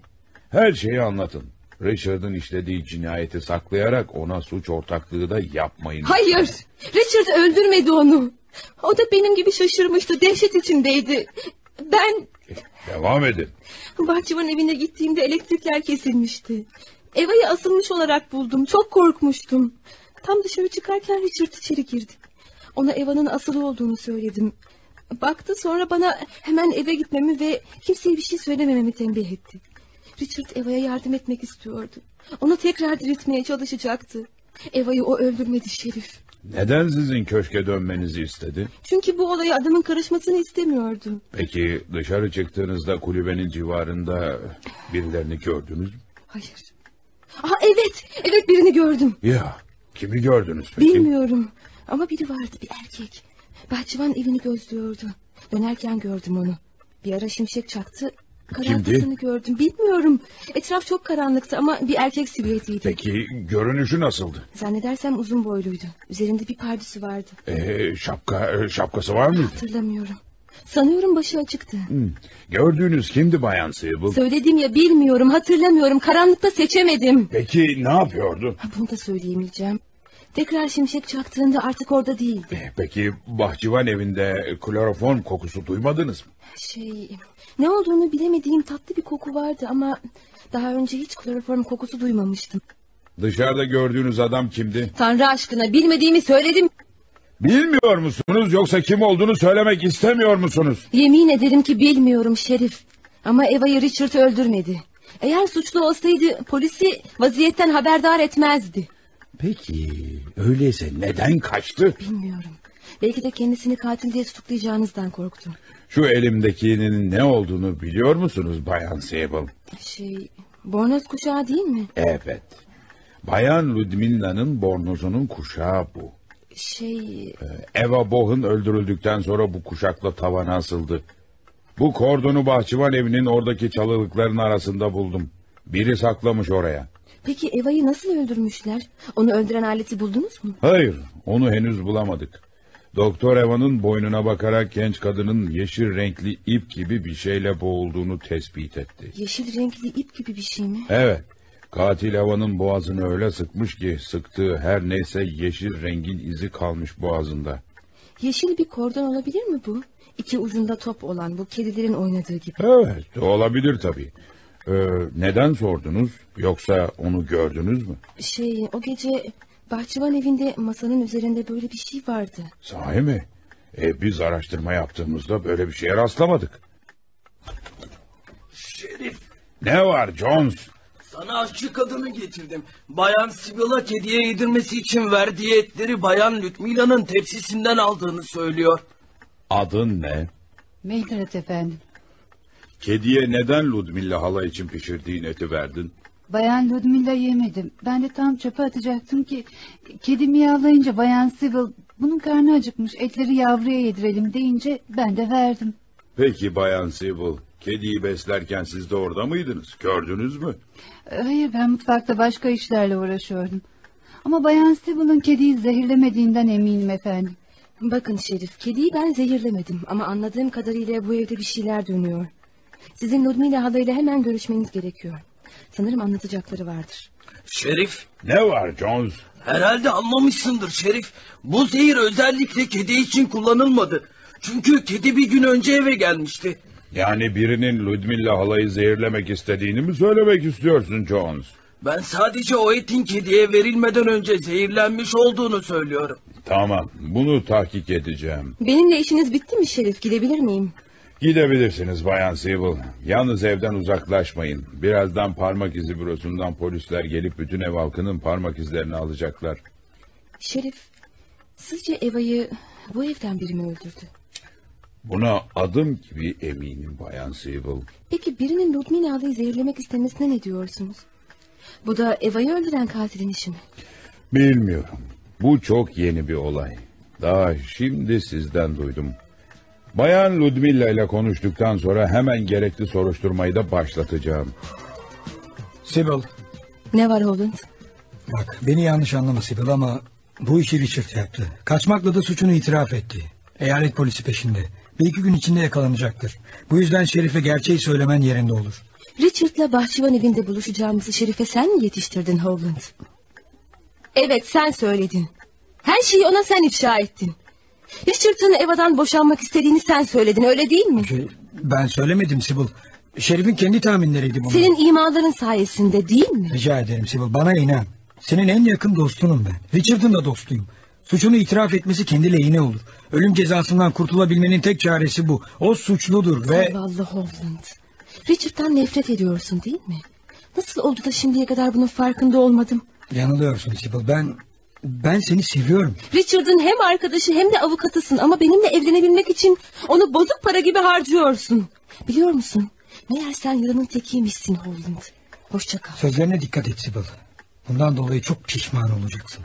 Speaker 11: Her şeyi anlatın. Richard'ın işlediği cinayeti saklayarak ona suç ortaklığı da yapmayın.
Speaker 3: Hayır. Richard öldürmedi onu. O da benim gibi şaşırmıştı. Dehşet içindeydi. Ben...
Speaker 11: Devam edin.
Speaker 3: Bahçıvan evine gittiğimde elektrikler kesilmişti. Eva'yı asılmış olarak buldum. Çok korkmuştum. Tam dışarı çıkarken Richard içeri girdi. Ona Eva'nın asılı olduğunu söyledim. Baktı, sonra bana hemen eve gitmemi ve kimseye bir şey söylemememi tembih etti. Richard Eva'ya yardım etmek istiyordu. Onu tekrar diriltmeye çalışacaktı. Eva'yı o öldürmedi Şerif.
Speaker 11: Neden sizin köşke dönmenizi istedi?
Speaker 3: Çünkü bu olaya adamın karışmasını istemiyordu.
Speaker 11: Peki dışarı çıktığınızda kulübenin civarında birilerini gördünüz mü?
Speaker 3: Hayır. Aha, evet, evet birini gördüm.
Speaker 11: Ya, kimi gördünüz peki?
Speaker 3: Bilmiyorum ama biri vardı, bir erkek. Bahçıvan evini gözlüyordu. Dönerken gördüm onu. Bir ara şimşek çaktı. Karartısını gördüm. Bilmiyorum. Etraf çok karanlıktı ama bir erkek silüetiydi.
Speaker 11: Peki görünüşü nasıldı?
Speaker 3: Zannedersem uzun boyluydu. Üzerinde bir pardüsü vardı.
Speaker 11: Ee, şapka, şapkası var mıydı?
Speaker 3: Hatırlamıyorum. Sanıyorum başı açıktı.
Speaker 11: Hmm. Gördüğünüz kimdi Bayan Sable?
Speaker 3: Söyledim ya, bilmiyorum, hatırlamıyorum. Karanlıkta seçemedim.
Speaker 11: Peki ne yapıyordu?
Speaker 3: Bunu da söyleyemeyeceğim. Tekrar şimşek çaktığında artık orada değildi.
Speaker 11: Peki bahçıvan evinde kloroform kokusu duymadınız mı?
Speaker 3: Şey, ne olduğunu bilemediğim tatlı bir koku vardı ama daha önce hiç kloroform kokusu duymamıştım.
Speaker 11: Dışarıda gördüğünüz adam kimdi?
Speaker 3: Tanrı aşkına, bilmediğimi söyledim.
Speaker 11: Bilmiyor musunuz, yoksa kim olduğunu söylemek istemiyor musunuz?
Speaker 3: Yemin ederim ki bilmiyorum Şerif. Ama Eva'yı Richard öldürmedi. Eğer suçlu olsaydı polisi vaziyetten haberdar etmezdi.
Speaker 11: Peki öyleyse neden kaçtı?
Speaker 3: Bilmiyorum. Belki de kendisini katil diye tutuklayacağınızdan korktum.
Speaker 11: Şu elimdekinin ne olduğunu biliyor musunuz Bayan Sable?
Speaker 3: Şey, bornoz kuşağı değil mi?
Speaker 11: Evet. Bayan Ludmilla'nın bornozunun kuşağı bu.
Speaker 3: Şey...
Speaker 11: Eva Bohun öldürüldükten sonra bu kuşakla tavana asıldı. Bu kordonu bahçıvan evinin oradaki çalılıkların arasında buldum. Biri saklamış oraya.
Speaker 3: Peki Eva'yı nasıl öldürmüşler? Onu öldüren aleti buldunuz mu?
Speaker 11: Hayır, onu henüz bulamadık. Doktor Eva'nın boynuna bakarak genç kadının yeşil renkli ip gibi bir şeyle boğulduğunu tespit etti.
Speaker 3: Yeşil renkli ip gibi bir şey mi?
Speaker 11: Evet. Katil Eva'nın boğazını öyle sıkmış ki sıktığı her neyse yeşil rengin izi kalmış boğazında.
Speaker 3: Yeşil bir kordon olabilir mi bu? İki ucunda top olan, bu kedilerin oynadığı gibi.
Speaker 11: Evet, olabilir tabii. Ee, neden sordunuz? Yoksa onu gördünüz mü?
Speaker 3: Şey, o gece bahçıvan evinde masanın üzerinde böyle bir şey vardı.
Speaker 11: Sahi mi? Ee, biz araştırma yaptığımızda böyle bir şeye rastlamadık.
Speaker 13: Şerif.
Speaker 11: Ne var Jones?
Speaker 13: Sana aşçı kadını getirdim. Bayan Sibyl'a kediye yedirmesi için verdiği etleri Bayan Ludmilla'nın tepsisinden aldığını söylüyor.
Speaker 11: Adın ne?
Speaker 10: Mildred efendim.
Speaker 11: Kediye neden Ludmilla hala için pişirdiğin eti verdin?
Speaker 10: Bayan Ludmilla yemedim. Ben de tam çöpe atacaktım ki kedi miyavlayınca Bayan Sibyl bunun karnı acıkmış, etleri yavruya yedirelim deyince ben de verdim.
Speaker 11: Peki Bayan Sibyl, kediyi beslerken siz de orada mıydınız? Gördünüz mü?
Speaker 10: Hayır, ben mutfakta başka işlerle uğraşıyordum. Ama Bayan Sibyl'ın kediyi zehirlemediğinden eminim efendim.
Speaker 3: Bakın Şerif, kediyi ben zehirlemedim ama anladığım kadarıyla bu evde bir şeyler dönüyor. Sizin Ludmilla halayla hemen görüşmeniz gerekiyor. Sanırım anlatacakları vardır.
Speaker 13: Şerif.
Speaker 11: Ne var Jones?
Speaker 13: Herhalde anlamışsındır Şerif. Bu zehir özellikle kedi için kullanılmadı. Çünkü kedi bir gün önce eve gelmişti.
Speaker 11: Yani birinin Ludmilla halayı zehirlemek istediğini mi söylemek istiyorsun Jones?
Speaker 13: Ben sadece o etin kediye verilmeden önce zehirlenmiş olduğunu söylüyorum.
Speaker 11: Tamam, bunu tahkik edeceğim.
Speaker 3: Benimle işiniz bitti mi Şerif? Gidebilir miyim?
Speaker 11: Gidebilirsiniz Bayan Sibyl. Yalnız evden uzaklaşmayın. Birazdan parmak izi bürosundan polisler gelip bütün ev halkının parmak izlerini alacaklar.
Speaker 3: Şerif, sizce Eva'yı bu evden biri mi öldürdü?
Speaker 11: Buna adım gibi eminim Bayan Sibyl.
Speaker 3: Peki birinin Ludmilla halayı zehirlemek istemesine ne diyorsunuz? Bu da Eva'yı öldüren katilin işi mi?
Speaker 11: Bilmiyorum. Bu çok yeni bir olay. Daha şimdi sizden duydum. Bayan Ludmilla ile konuştuktan sonra hemen gerekli soruşturmayı da başlatacağım.
Speaker 2: Sibyl.
Speaker 3: Ne var Holland?
Speaker 2: Bak, beni yanlış anlama Sibyl ama bu işi Richard yaptı. Kaçmakla da suçunu itiraf etti. Eyalet polisi peşinde. Bir iki gün içinde yakalanacaktır. Bu yüzden Şerif'e gerçeği söylemen yerinde olur.
Speaker 3: Richard'la bahçıvan evinde buluşacağımızı Şerif'e sen mi yetiştirdin Howland? Evet, sen söyledin. Her şeyi ona sen ifşa ettin. Richard'ın Eva'dan boşanmak istediğini sen söyledin, öyle değil mi?
Speaker 2: Şey, ben söylemedim Sibyl. Şerif'in kendi tahminleriydi bunlar.
Speaker 3: Senin imaların sayesinde değil mi?
Speaker 2: Rica ederim Sibyl, bana inan. Senin en yakın dostunum ben. Richard'ın da dostuyum. Suçunu itiraf etmesi kendi lehine olur. Ölüm cezasından kurtulabilmenin tek çaresi bu. O suçludur ve...
Speaker 3: Zavallı Howland. Richard'dan nefret ediyorsun değil mi? Nasıl oldu da şimdiye kadar bunun farkında olmadım?
Speaker 2: Yanılıyorsun Sibyl, ben... Ben seni seviyorum.
Speaker 3: Richard'ın hem arkadaşı hem de avukatısın ama benimle evlenebilmek için onu bozuk para gibi harcıyorsun. Biliyor musun? Meğer sen yılanın tekiymişsin Howland. Hoşça kal.
Speaker 2: Sözlerine dikkat et Sibyl. Bundan dolayı çok pişman olacaksın.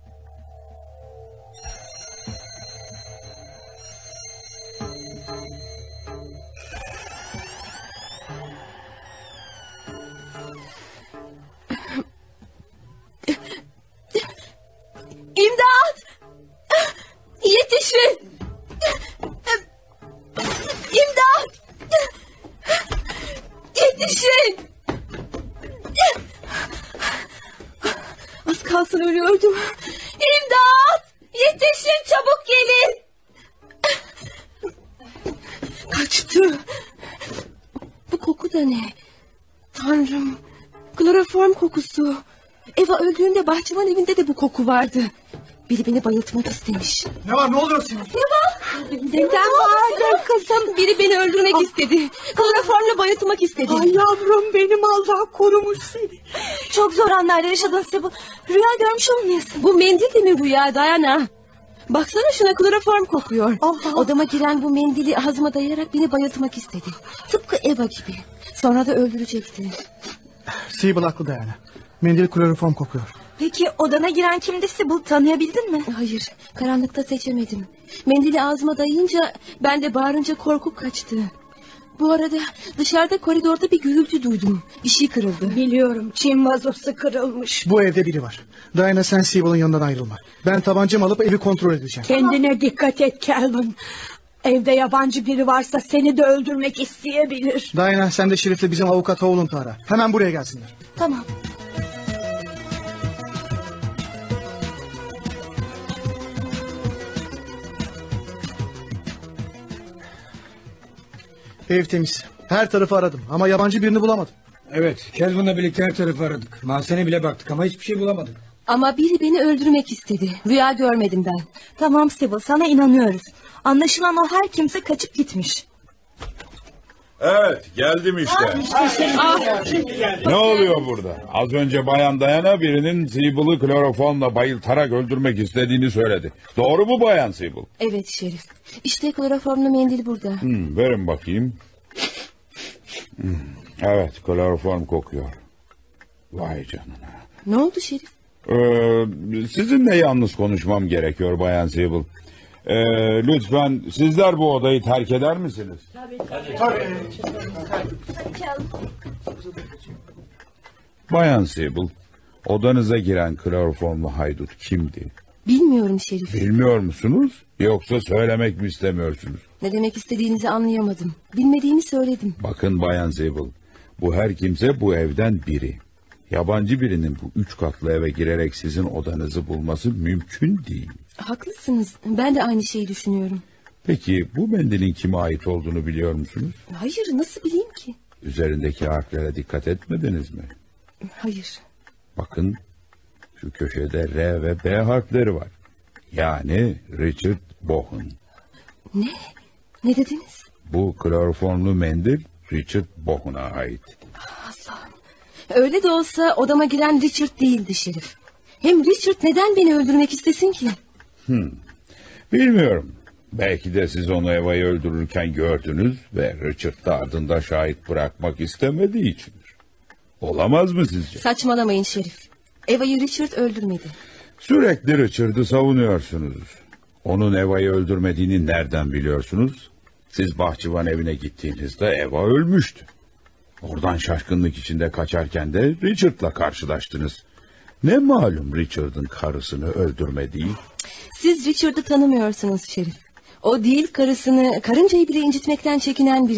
Speaker 3: İmdat! Yetişin! İmdat! Yetişin! Az kalsın ölüyordum. İmdat! Yetişin, çabuk gelin! Kaçtı. Bu koku da ne? Tanrım! Kloroform kokusu. Eva öldüğünde bahçıvan evinde de bu koku vardı. Biri beni bayıltmak istemiş.
Speaker 9: Ne var, ne oluyor senin?
Speaker 3: Ne var? Neden bağırdın kızım? Biri beni öldürmek istedi. Kloroformla bayıltmak istedi.
Speaker 8: Ay yavrum benim, Allah korumuş seni.
Speaker 3: Çok zor anlarda yaşadın Sibyl. Rüya görmüş olmayasın. Bu mendil de mi rüya Diana? Baksana şuna, kloroform kokuyor.
Speaker 8: Allah.
Speaker 3: Odama giren bu mendili ağzıma dayayarak beni bayıltmak istedi. Tıpkı Eva gibi. Sonra da öldürecekti.
Speaker 9: Sibyl haklı Diana. Mendil kloroform kokuyor.
Speaker 4: Peki odana giren kimdi Sibyl, tanıyabildin mi?
Speaker 3: Hayır, karanlıkta seçemedim. Mendili ağzıma dayayınca ben de bağırınca korkup kaçtı. Bu arada dışarıda koridorda bir gürültü duydum. Bir şey kırıldı.
Speaker 8: Biliyorum, çim vazosu kırılmış.
Speaker 9: Bu evde biri var. Diana, sen Sibyl'ın yanından ayrılma. Ben tabancamı alıp evi kontrol edeceğim.
Speaker 8: Kendine dikkat et Calvin. Evde yabancı biri varsa seni de öldürmek isteyebilir.
Speaker 9: Diana, sen de Şerif'le bizim avukat Howland'ı ara. Hemen buraya gelsinler.
Speaker 3: Tamam.
Speaker 9: Ev temiz. Her tarafı aradım ama yabancı birini bulamadım.
Speaker 2: Evet, Calvin'la birlikte her tarafı aradık. Mahzene bile baktık ama hiçbir şey bulamadık.
Speaker 3: Ama biri beni öldürmek istedi. Rüya görmedim ben.
Speaker 4: Tamam Sibyl, sana inanıyoruz. Anlaşılan o her kimse kaçıp gitmiş.
Speaker 11: Evet, geldim işte. Ne oluyor burada? Az önce Bayan Diana birinin Sibyl'ı kloroformla bayıltarak öldürmek istediğini söyledi. Doğru mu Bayan Sibyl?
Speaker 3: Evet Şerif. İşte kloroformlu mendil burada.
Speaker 11: Hmm, verin bakayım. Hmm, evet, kloroform kokuyor. Vay canına.
Speaker 3: Ne oldu Şerif?
Speaker 11: Ee, sizinle yalnız konuşmam gerekiyor Bayan Sibyl. Ee, lütfen sizler bu odayı terk eder misiniz?
Speaker 8: Tabii
Speaker 11: tabii. tabii. Bayan Sibyl, odanıza giren kloroformlu haydut kimdi?
Speaker 3: Bilmiyorum Şerif.
Speaker 11: Bilmiyor musunuz? Yoksa söylemek mi istemiyorsunuz?
Speaker 3: Ne demek istediğinizi anlayamadım. Bilmediğimi söyledim.
Speaker 11: Bakın Bayan Sibyl, bu her kimse bu evden biri. Yabancı birinin bu üç katlı eve girerek sizin odanızı bulması mümkün değil.
Speaker 3: Haklısınız. Ben de aynı şeyi düşünüyorum.
Speaker 11: Peki bu mendilin kime ait olduğunu biliyor musunuz?
Speaker 3: Hayır, nasıl bileyim ki?
Speaker 11: Üzerindeki harflere dikkat etmediniz mi?
Speaker 3: Hayır.
Speaker 11: Bakın şu köşede R ve B harfleri var. Yani Richard Bohun.
Speaker 3: Ne? Ne dediniz?
Speaker 11: Bu kloroformlu mendil Richard Bohun'a ait.
Speaker 3: Allah'ım. Öyle de olsa odama giren Richard değildi Şerif. Hem Richard neden beni öldürmek istesin ki?
Speaker 11: Hmm. Bilmiyorum. Belki de siz onu Eva'yı öldürürken gördünüz ve Richard da ardında şahit bırakmak istemediği içindir. Olamaz mı sizce?
Speaker 3: Saçmalamayın Şerif. Eva'yı Richard öldürmedi.
Speaker 11: Sürekli Richard'ı savunuyorsunuz. Onun Eva'yı öldürmediğini nereden biliyorsunuz? Siz bahçıvan evine gittiğinizde Eva ölmüştü. Oradan şaşkınlık içinde kaçarken de Richard'la karşılaştınız. Ne malum Richard'ın karısını öldürmediği?
Speaker 3: Siz Richard'ı tanımıyorsunuz Şerif. O değil, karısını, karıncayı bile incitmekten çekinen biridir.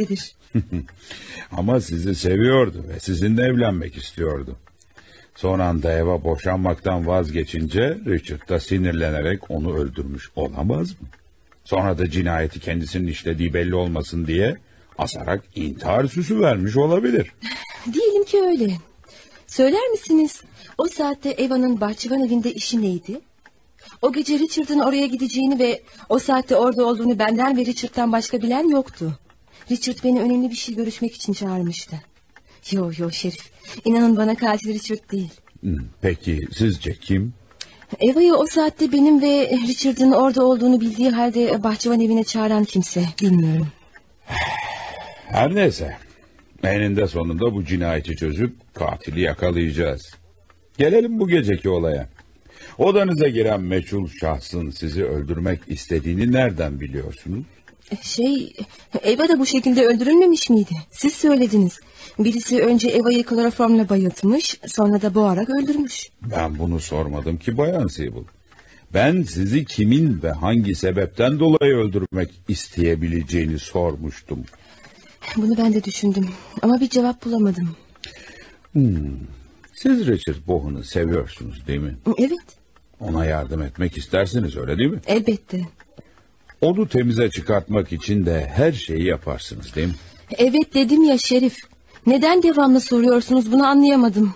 Speaker 11: Ama sizi seviyordu ve sizinle evlenmek istiyordu. Son anda Eva boşanmaktan vazgeçince Richard da sinirlenerek onu öldürmüş olamaz mı? Sonra da cinayeti kendisinin işlediği belli olmasın diye asarak intihar süsü vermiş olabilir.
Speaker 3: Diyelim ki öyle. Söyler misiniz, o saatte Eva'nın bahçıvan evinde işi neydi? O gece Richard'ın oraya gideceğini ve o saatte orada olduğunu benden ve Richard'dan başka bilen yoktu. Richard beni önemli bir şey görüşmek için çağırmıştı. Yo yo Şerif, inanın bana katil Richard değil.
Speaker 11: Peki sizce kim?
Speaker 3: Eva'yı o saatte benim ve Richard'ın orada olduğunu bildiği halde bahçıvan evine çağıran kimse, bilmiyorum.
Speaker 11: Her neyse, eninde sonunda bu cinayeti çözüp katili yakalayacağız. Gelelim bu geceki olaya. Odanıza giren meçhul şahsın sizi öldürmek istediğini nereden biliyorsunuz?
Speaker 3: Şey, Eva da bu şekilde öldürülmemiş miydi? Siz söylediniz. Birisi önce Eva'yı kloroformla bayıltmış, sonra da boğarak öldürmüş.
Speaker 11: Ben bunu sormadım ki Bayan Sibel. Ben sizi kimin ve hangi sebepten dolayı öldürmek isteyebileceğini sormuştum.
Speaker 3: Bunu ben de düşündüm ama bir cevap bulamadım.
Speaker 11: Hmm. Siz Richard Bohan'ı seviyorsunuz değil mi?
Speaker 3: Evet.
Speaker 11: Ona yardım etmek istersiniz, öyle değil mi?
Speaker 3: Elbette.
Speaker 11: Onu temize çıkartmak için de her şeyi yaparsınız değil mi?
Speaker 3: Evet dedim ya Şerif. Neden devamlı soruyorsunuz, bunu anlayamadım.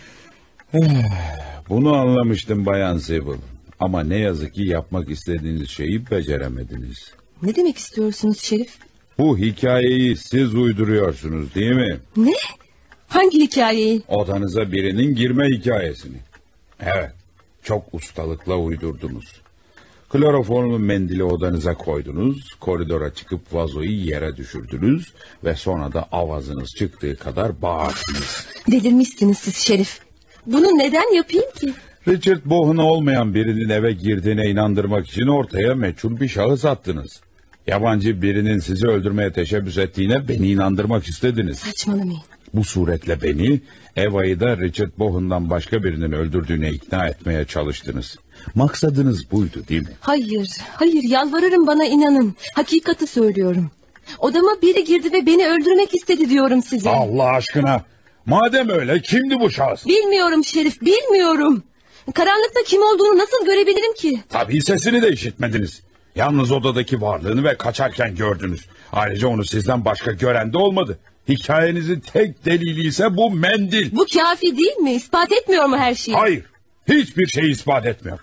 Speaker 11: Bunu anlamıştım Bayan Sibel. Ama ne yazık ki yapmak istediğiniz şeyi beceremediniz.
Speaker 3: Ne demek istiyorsunuz Şerif?
Speaker 11: Bu hikayeyi siz uyduruyorsunuz değil mi?
Speaker 3: Ne? Hangi hikayeyi?
Speaker 11: Odanıza birinin girme hikayesini. Evet, çok ustalıkla uydurdunuz. Kloroformu mendili odanıza koydunuz, koridora çıkıp vazoyu yere düşürdünüz ve sonra da avazınız çıktığı kadar bağırdınız.
Speaker 3: Delirmişsiniz siz Şerif. Bunu neden yapayım ki?
Speaker 11: Richard Bohan olmayan birinin eve girdiğine inandırmak için ortaya meçhul bir şahıs attınız. Yabancı birinin sizi öldürmeye teşebbüs ettiğine beni inandırmak istediniz.
Speaker 3: Saçmalamayın.
Speaker 11: Bu suretle beni, Eva'yı da Richard Bohan'dan başka birinin öldürdüğüne ikna etmeye çalıştınız. Maksadınız buydu değil mi?
Speaker 3: Hayır, hayır, yalvarırım bana inanın. Hakikati söylüyorum. Odama biri girdi ve beni öldürmek istedi diyorum size.
Speaker 11: Allah aşkına! Madem öyle, kimdi bu şahıs?
Speaker 3: Bilmiyorum Şerif, bilmiyorum. Karanlıkta kim olduğunu nasıl görebilirim ki?
Speaker 11: Tabii sesini de işitmediniz. Yalnız odadaki varlığını ve kaçarken gördünüz. Ayrıca onu sizden başka gören de olmadı. Hikayenizin tek delili ise bu mendil.
Speaker 3: Bu kafi değil mi? İspat etmiyor mu her şeyi?
Speaker 11: Hayır. Hiçbir şeyi ispat etmiyor.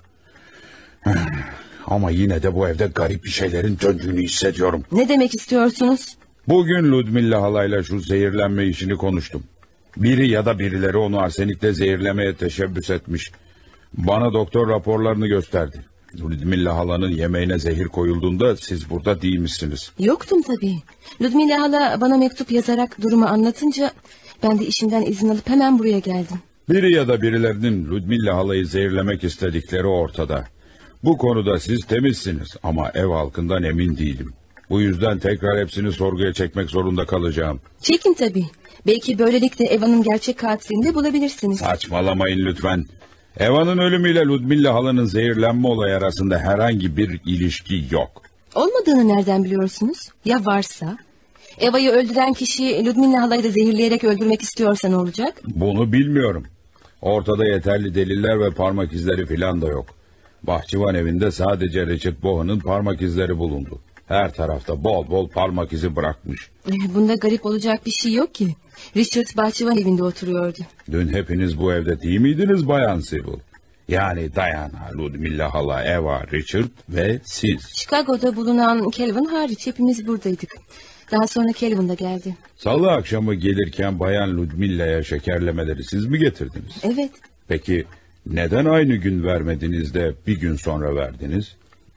Speaker 11: Ama yine de bu evde garip bir şeylerin döndüğünü hissediyorum.
Speaker 3: Ne demek istiyorsunuz?
Speaker 11: Bugün Ludmilla halayla şu zehirlenme işini konuştum. Biri ya da birileri onu arsenikle zehirlemeye teşebbüs etmiş. Bana doktor raporlarını gösterdi. Ludmilla halanın yemeğine zehir koyulduğunda siz burada değilmişsiniz.
Speaker 3: Yoktum tabii. Ludmilla hala bana mektup yazarak durumu anlatınca ben de işimden izin alıp hemen buraya geldim.
Speaker 11: Biri ya da birilerinin Ludmilla halayı zehirlemek istedikleri ortada. Bu konuda siz temizsiniz ama ev halkından emin değilim. Bu yüzden tekrar hepsini sorguya çekmek zorunda kalacağım.
Speaker 3: Çekin tabii. Belki böylelikle Eva'nın gerçek katilini de bulabilirsiniz.
Speaker 11: Saçmalamayın lütfen. Eva'nın ölümüyle Ludmilla halanın zehirlenme olayı arasında herhangi bir ilişki yok.
Speaker 3: Olmadığını nereden biliyorsunuz? Ya varsa? Eva'yı öldüren kişi Ludmilla halayı da zehirleyerek öldürmek istiyorsa ne olacak?
Speaker 11: Bunu bilmiyorum. Ortada yeterli deliller ve parmak izleri falan da yok. Bahçıvan evinde sadece Richard Bohan'ın parmak izleri bulundu. Her tarafta bol bol parmak izi bırakmış.
Speaker 3: Bunda garip olacak bir şey yok ki. Richard bahçıvan evinde oturuyordu.
Speaker 11: Dün hepiniz bu evde değil miydiniz Bayan Sibel? Yani Diana, Ludmilla hala, Eva, Richard ve siz.
Speaker 3: Chicago'da bulunan Kelvin hariç hepimiz buradaydık. Daha sonra Kelvin de geldi.
Speaker 11: Salı akşamı gelirken Bayan Ludmilla'ya şekerlemeleri siz mi getirdiniz?
Speaker 3: Evet.
Speaker 11: Peki neden aynı gün vermediniz de bir gün sonra verdiniz?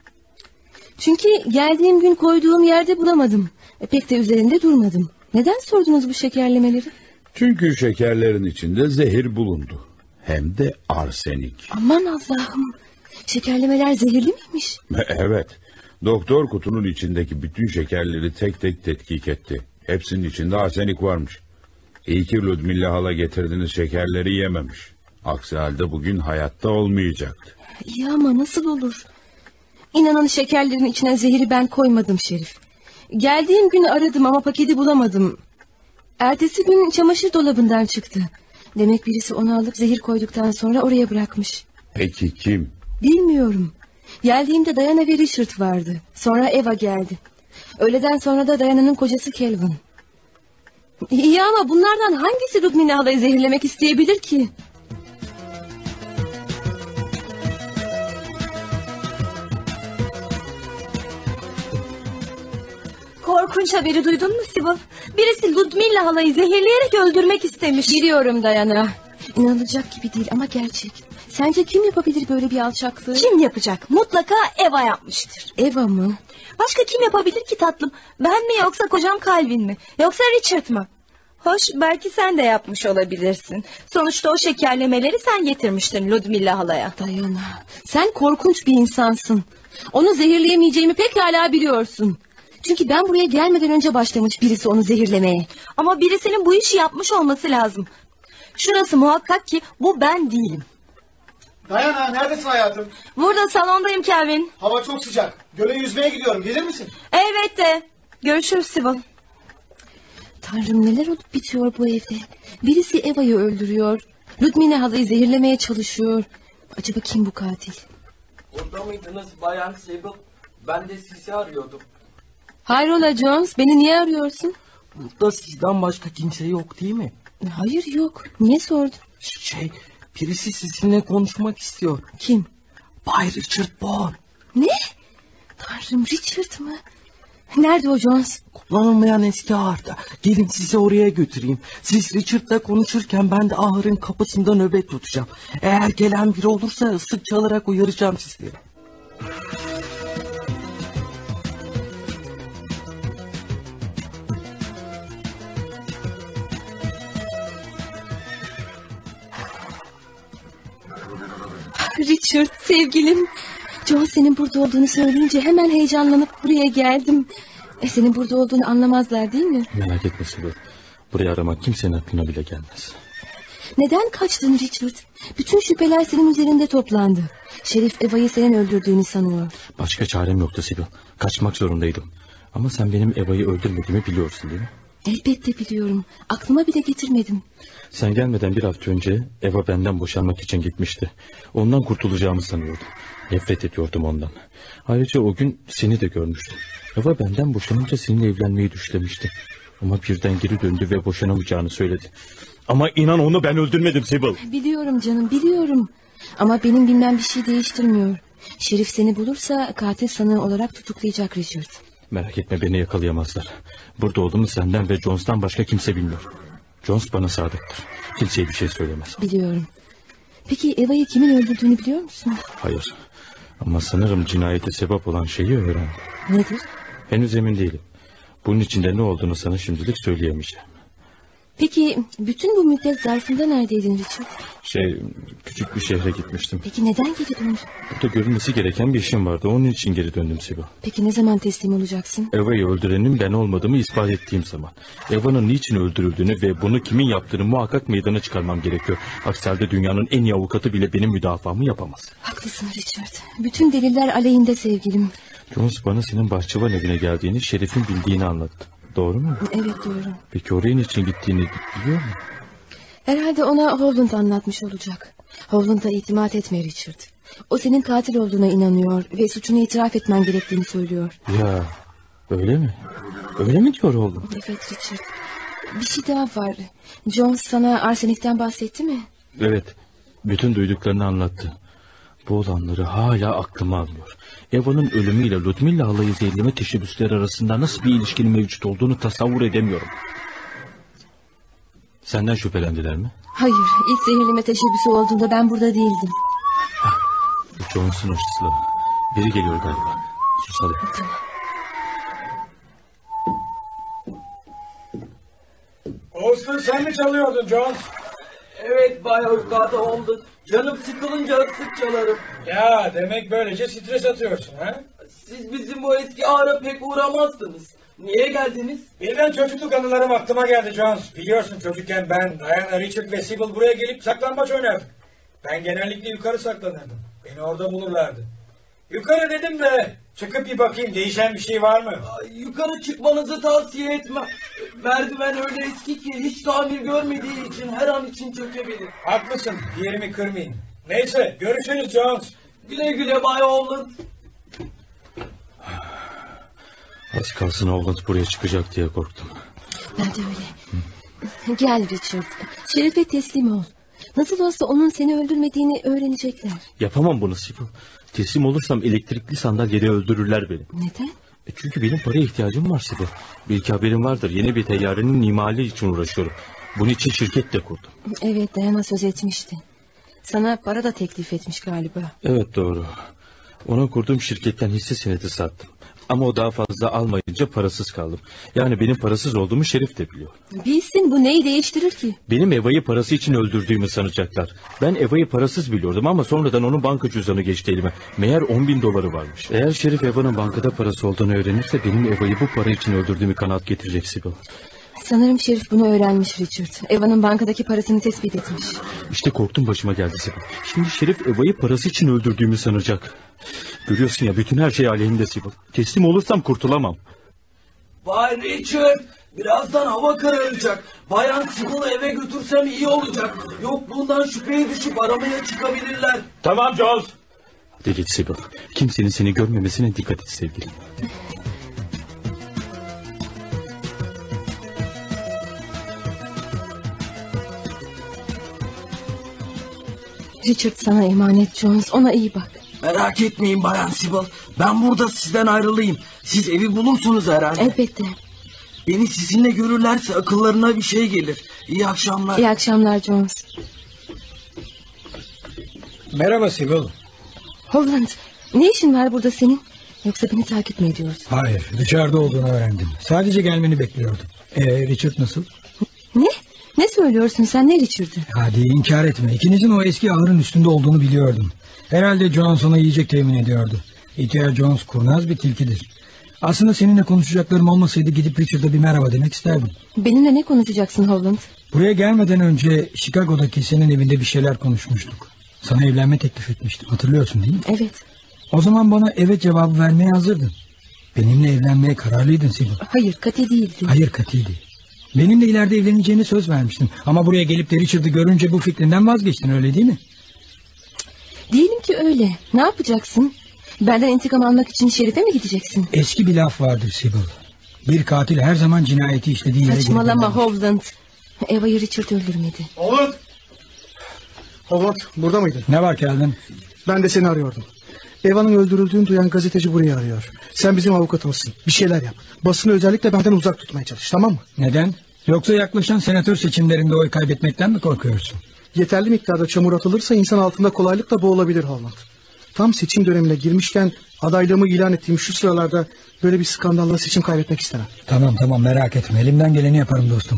Speaker 3: Çünkü geldiğim gün koyduğum yerde bulamadım. E, pek de üzerinde durmadım. Neden sordunuz bu şekerlemeleri?
Speaker 11: Çünkü şekerlerin içinde zehir bulundu. Hem de arsenik.
Speaker 3: Aman Allah'ım. Şekerlemeler zehirli miymiş?
Speaker 11: Evet. Doktor kutunun içindeki bütün şekerleri tek tek tetkik etti. Hepsinin içinde arsenik varmış. İyi ki Ludmilla hala getirdiğiniz şekerleri yememiş. Aksi halde bugün hayatta olmayacaktı.
Speaker 3: İyi ama nasıl olur? İnanın şekerlerin içine zehri ben koymadım Şerif. Geldiğim gün aradım ama paketi bulamadım. Ertesi gün çamaşır dolabından çıktı. Demek birisi onu alıp zehir koyduktan sonra oraya bırakmış.
Speaker 11: Peki kim?
Speaker 3: Bilmiyorum. Geldiğimde Diana ve Richard vardı. Sonra Eva geldi. Öğleden sonra da Diana'nın kocası Kelvin. İyi ama bunlardan hangisi Ludmilla halayı zehirlemek isteyebilir ki?
Speaker 4: Korkunç haberi duydun mu Sibyl? Birisi Ludmilla halayı zehirleyerek öldürmek istemiş.
Speaker 3: Biliyorum Diana. İnanılacak gibi değil ama gerçek. Sence kim yapabilir böyle bir alçaklığı?
Speaker 4: Kim yapacak? Mutlaka Eva yapmıştır.
Speaker 3: Eva mı?
Speaker 4: Başka kim yapabilir ki tatlım? Ben mi yoksa kocam Calvin mi? Yoksa Richard mı? Hoş, belki sen de yapmış olabilirsin. Sonuçta o şekerlemeleri sen getirmiştin Ludmilla halaya.
Speaker 3: Diana, sen korkunç bir insansın. Onu zehirleyemeyeceğimi pekala biliyorsun. Çünkü ben buraya gelmeden önce başlamış birisi onu zehirlemeye.
Speaker 4: Ama birisinin bu işi yapmış olması lazım. Şurası muhakkak ki bu ben değilim.
Speaker 9: Diana, neredesin hayatım?
Speaker 4: Burada, salondayım Kelvin.
Speaker 9: Hava çok sıcak. Göle yüzmeye gidiyorum. Gelir misin?
Speaker 4: Elbette. Görüşürüz Sibyl.
Speaker 3: Tanrım, neler olup bitiyor bu evde? Birisi Eva'yı öldürüyor. Ludmilla halayı zehirlemeye çalışıyor. Acaba kim bu katil?
Speaker 13: Burada mıydınız Bayan Sibyl? Ben de sizi arıyordum.
Speaker 3: Hayrola Jones, beni niye arıyorsun?
Speaker 13: Burada sizden başka kimse yok değil mi?
Speaker 3: Hayır, yok. Niye sordun?
Speaker 13: Şey, birisi sizinle konuşmak istiyor.
Speaker 3: Kim?
Speaker 13: Bay Richard Bourne.
Speaker 3: Ne? Tanrım, Richard mı? Nerede o Jones?
Speaker 13: Kullanılmayan eski ahırda. Gelin sizi oraya götüreyim. Siz Richard'la konuşurken ben de ahırın kapısında nöbet tutacağım. Eğer gelen biri olursa ıslık çalarak uyaracağım sizleri.
Speaker 3: Richard, sevgilim. John senin burada olduğunu söyleyince hemen heyecanlanıp buraya geldim. E, senin burada olduğunu anlamazlar değil mi?
Speaker 6: Merak etme Sibyl. Buraya aramak kimsenin aklına bile gelmez.
Speaker 3: Neden kaçtın Richard? Bütün şüpheler senin üzerinde toplandı. Şerif Eva'yı senin öldürdüğünü sanıyor.
Speaker 6: Başka çarem yoktu Sibyl. Kaçmak zorundaydım. Ama sen benim Eva'yı öldürmediğimi biliyorsun değil mi?
Speaker 3: Elbette biliyorum. Aklıma bile getirmedim.
Speaker 6: Sen gelmeden bir hafta önce Eva benden boşanmak için gitmişti. Ondan kurtulacağımı sanıyordum. Nefret ediyordum ondan. Ayrıca o gün seni de görmüştüm. Eva benden boşanınca seninle evlenmeyi düşlemişti. Ama birden geri döndü ve boşanamayacağını söyledi. Ama inan onu ben öldürmedim Sibyl.
Speaker 3: Biliyorum canım, biliyorum. Ama benim bilmem bir şey değiştirmiyor. Şerif seni bulursa katil sanığı olarak tutuklayacak Richard.
Speaker 6: Merak etme, beni yakalayamazlar. Burada olduğumu senden ve Jones'tan başka kimse bilmiyor. Jones bana sadıktır. Kimseye bir şey söylemez.
Speaker 3: Biliyorum. Peki Eva'yı kimin öldürdüğünü biliyor musun?
Speaker 6: Hayır. Ama sanırım cinayete sebep olan şeyi öğrendim.
Speaker 3: Nedir?
Speaker 6: Henüz emin değilim. Bunun içinde ne olduğunu sana şimdilik söyleyemeyeceğim.
Speaker 3: Peki bütün bu müddet zarfında neredeydin Richard?
Speaker 6: Şey, küçük bir şehre gitmiştim.
Speaker 3: Peki neden geri döndün?
Speaker 6: Burada görülmesi gereken bir işim vardı. Onun için geri döndüm Sibyl.
Speaker 3: Peki ne zaman teslim olacaksın?
Speaker 6: Eva'yı öldürenin ben olmadığımı ispat ettiğim zaman. Eva'nın niçin öldürüldüğünü ve bunu kimin yaptığını muhakkak meydana çıkarmam gerekiyor. Aksi halde dünyanın en iyi avukatı bile benim müdafamı yapamaz.
Speaker 3: Haklısın Richard. Bütün deliller aleyhinde sevgilim.
Speaker 6: Jones bana senin bahçıvan evine geldiğini, Şerif'in bildiğini anlattı. Doğru mu?
Speaker 3: Evet, doğru.
Speaker 6: Peki oraya niçin gittiğini biliyor mu?
Speaker 3: Herhalde ona Hovland anlatmış olacak. Hovland'a itimat etme Richard. O senin katil olduğuna inanıyor ve suçunu itiraf etmen gerektiğini söylüyor.
Speaker 6: Ya öyle mi? Öyle mi diyor oğlum?
Speaker 3: Evet Richard. Bir şey daha var. Jones sana arsenikten bahsetti mi?
Speaker 6: Evet. Bütün duyduklarını anlattı. Bu olanları hala aklıma almıyor. Eva'nın ölümüyle Ludmilla halayı zehirleme teşebbüsleri arasında nasıl bir ilişkinin mevcut olduğunu tasavvur edemiyorum. Senden şüphelendiler mi?
Speaker 3: Hayır, ilk zehirleme teşebbüsü olduğunda ben burada değildim.
Speaker 6: Hah, bu Jones'un hırsızlığı. Biri geliyor galiba. Susalım.
Speaker 3: Tamam.
Speaker 2: Austin, sen mi çalıyordun Jones?
Speaker 13: Evet Bay Avukatı oldu. Canım sıkılınca ıslık çalarım.
Speaker 2: Ya demek böylece stres atıyorsun ha?
Speaker 13: Siz bizim bu eski ağra pek uğramazsınız. Niye geldiniz?
Speaker 2: Birden çocukluk anılarım aklıma geldi Jones. Biliyorsun çocukken ben, Diana, Richard ve Sibyl buraya gelip saklambaç oynardık. Ben genellikle yukarı saklanırdım. Beni orada bulurlardı. Yukarı dedim de çıkıp bir bakayım, değişen bir şey var mı?
Speaker 13: Ay, yukarı çıkmanızı tavsiye etmem. Merdiven öyle eski ki hiç tamir görmediği için her an için çökebilir.
Speaker 2: Haklısın, diğerimi kırmayın. Neyse, görüşürüz Jones.
Speaker 13: Güle güle Bay Holland.
Speaker 6: Az kalsın Holland buraya çıkacak diye korktum.
Speaker 3: Ben de öyle. Hı. Gel Richard. Şerife teslim ol. Nasıl olsa onun seni öldürmediğini öğrenecekler.
Speaker 6: Yapamam bunu Sibyl. Teslim olursam elektrikli sandalyede öldürürler beni.
Speaker 3: Neden?
Speaker 6: E çünkü benim paraya ihtiyacım var Sibyl. Belki haberin vardır. Yeni bir teyyarenin imali için uğraşıyorum. Bunun için şirket de kurdum.
Speaker 3: Evet, Diana söz etmişti. Sana para da teklif etmiş galiba.
Speaker 6: Evet, doğru. Ona kurduğum şirketten hisse senedi sattım. Ama o daha fazla almayınca parasız kaldım. Yani benim parasız olduğumu Şerif de biliyor.
Speaker 3: Bilsin, bu neyi değiştirir ki?
Speaker 6: Benim Eva'yı parası için öldürdüğümü sanacaklar. Ben Eva'yı parasız biliyordum ama sonradan onun banka cüzdanı geçti elime. Meğer on bin doları varmış. Eğer Şerif Eva'nın bankada parası olduğunu öğrenirse benim Eva'yı bu para için öldürdüğümü kanaat getirecek Sibyl.
Speaker 3: Sanırım Şerif bunu öğrenmiş Richard. Eva'nın bankadaki parasını tespit etmiş.
Speaker 6: İşte korktum, başıma geldi Sibyl. Şimdi Şerif Eva'yı parası için öldürdüğümü sanacak. Görüyorsun ya, bütün her şey aleyhimde Sibyl. Teslim olursam kurtulamam.
Speaker 13: Bay Richard, birazdan hava kararacak. Bayan Sibyl'ı eve götürsem iyi olacak. Yokluğundan şüpheye düşüp aramaya çıkabilirler.
Speaker 12: Tamam Jones.
Speaker 6: Hadi git Sibyl. Kimsenin seni görmemesine dikkat et sevgilim.
Speaker 3: Richard sana emanet Jones. Ona iyi bak.
Speaker 13: Merak etmeyin Bayan Sibyl. Ben burada sizden ayrılayım. Siz evi bulursunuz herhalde.
Speaker 3: Elbette.
Speaker 13: Beni sizinle görürlerse akıllarına bir şey gelir. İyi akşamlar.
Speaker 3: İyi akşamlar Jones.
Speaker 2: Merhaba Sibyl.
Speaker 3: Holland, ne işin var burada senin? Yoksa beni takip mi ediyorsun?
Speaker 2: Hayır, dışarıda olduğunu öğrendim. Sadece gelmeni bekliyordum. Ee, Richard nasıl?
Speaker 3: Ne? Ne söylüyorsun sen, ne Richard'ı?
Speaker 2: Hadi inkar etme. İkinizin o eski ahırın üstünde olduğunu biliyordum. Herhalde Jones ona yiyecek temin ediyordu. İhtiyar Jones kurnaz bir tilkidir. Aslında seninle konuşacaklarım olmasaydı gidip Richard'a bir merhaba demek isterdim.
Speaker 3: Benimle ne konuşacaksın Holland?
Speaker 2: Buraya gelmeden önce Chicago'daki senin evinde bir şeyler konuşmuştuk. Sana evlenme teklif etmiştim, hatırlıyorsun değil mi?
Speaker 3: Evet.
Speaker 2: O zaman bana evet cevabı vermeye hazırdın. Benimle evlenmeye kararlıydın Sibyl.
Speaker 3: Hayır, kati değildi.
Speaker 2: Hayır, katiydi. Benimle ileride evleneceğini söz vermiştin. Ama buraya gelip de Richard'ı görünce bu fikrinden vazgeçtin, öyle değil mi?
Speaker 3: Diyelim ki öyle. Ne yapacaksın? Benden intikam almak için Şerif'e mi gideceksin?
Speaker 2: Eski bir laf vardır Sibyl. Bir katil her zaman cinayeti işlediği yere...
Speaker 3: Saçmalama Holland. Eva'yı Richard öldürmedi.
Speaker 9: Holland! Holland, burada mıydın?
Speaker 2: Ne var Calvin?
Speaker 9: Ben de seni arıyordum. Eva'nın öldürüldüğünü duyan gazeteci buraya arıyor. Sen bizim avukatımızsın. Bir şeyler yap. Basını özellikle benden uzak tutmaya çalış, tamam mı?
Speaker 2: Neden? Yoksa yaklaşan senatör seçimlerinde oy kaybetmekten mi korkuyorsun?
Speaker 9: Yeterli miktarda çamur atılırsa insan altında kolaylıkla boğulabilir Holland. Tam seçim dönemine girmişken adaylığımı ilan ettiğim şu sıralarda böyle bir skandalla seçim kaybetmek istemem.
Speaker 2: Tamam tamam, merak etme. Elimden geleni yaparım dostum.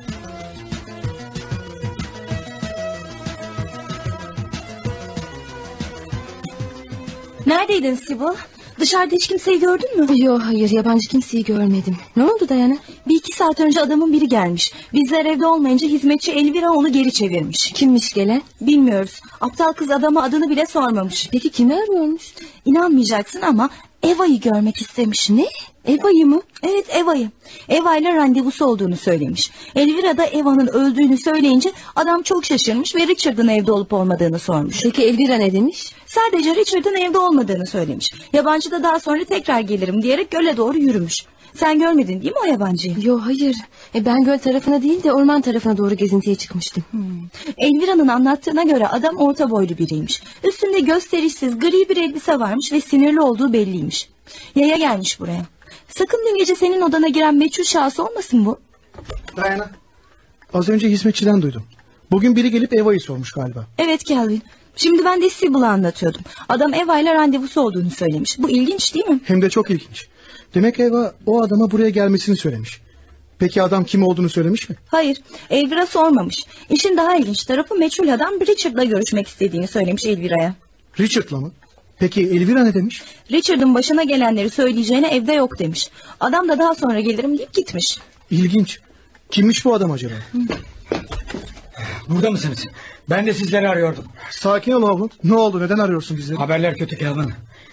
Speaker 4: Neredeydin Sibyl? Dışarıda hiç kimseyi gördün mü?
Speaker 3: Yok, hayır, yabancı kimseyi görmedim. Ne oldu Diana?
Speaker 4: Bir iki saat önce adamın biri gelmiş. Bizler evde olmayınca hizmetçi Elvira onu geri çevirmiş.
Speaker 3: Kimmiş gelen?
Speaker 4: Bilmiyoruz. Aptal kız adama adını bile sormamış.
Speaker 3: Peki kimi arıyormuş?
Speaker 4: İnanmayacaksın ama Eva'yı görmek istemiş.
Speaker 3: Ne? Eva'yı mı?
Speaker 4: Evet, Eva'yı. Eva ile randevusu olduğunu söylemiş. Elvira da Eva'nın öldüğünü söyleyince adam çok şaşırmış ve Richard'ın evde olup olmadığını sormuş.
Speaker 3: Peki Elvira ne demiş?
Speaker 4: Sadece Richard'ın evde olmadığını söylemiş. Yabancı da daha sonra tekrar gelirim diyerek göle doğru yürümüş. Sen görmedin değil mi o yabancıyı?
Speaker 3: Yok, hayır. E, ben göl tarafına değil de orman tarafına doğru gezintiye çıkmıştım.
Speaker 4: Hmm. Elvira'nın anlattığına göre adam orta boylu biriymiş. Üstünde gösterişsiz gri bir elbise varmış ve sinirli olduğu belliymiş. Yaya gelmiş buraya. Sakın dün gece senin odana giren meçhul şahıs olmasın bu?
Speaker 9: Diana, az önce hizmetçiden duydum. Bugün biri gelip Eva'yı sormuş galiba.
Speaker 4: Evet Calvin. Şimdi ben de Sibyl'ı anlatıyordum. Adam Eva ile randevusu olduğunu söylemiş. Bu ilginç değil mi?
Speaker 9: Hem de çok ilginç. Demek Eva o adama buraya gelmesini söylemiş. Peki adam kim olduğunu söylemiş mi?
Speaker 4: Hayır, Elvira sormamış. İşin daha ilginç tarafı meçhul adam Richard'la görüşmek istediğini söylemiş Elvira'ya.
Speaker 9: Richard'la mı? Peki Elvira ne demiş?
Speaker 4: Richard'ın başına gelenleri söyleyeceğine evde yok demiş. Adam da daha sonra gelirim deyip gitmiş.
Speaker 9: İlginç. Kimmiş bu adam acaba?
Speaker 4: Hı.
Speaker 2: Burada mısınız? Ben de sizleri arıyordum.
Speaker 9: Sakin ol oğlum. Ne oldu? Neden arıyorsun bizi?
Speaker 2: Haberler kötü Calvin.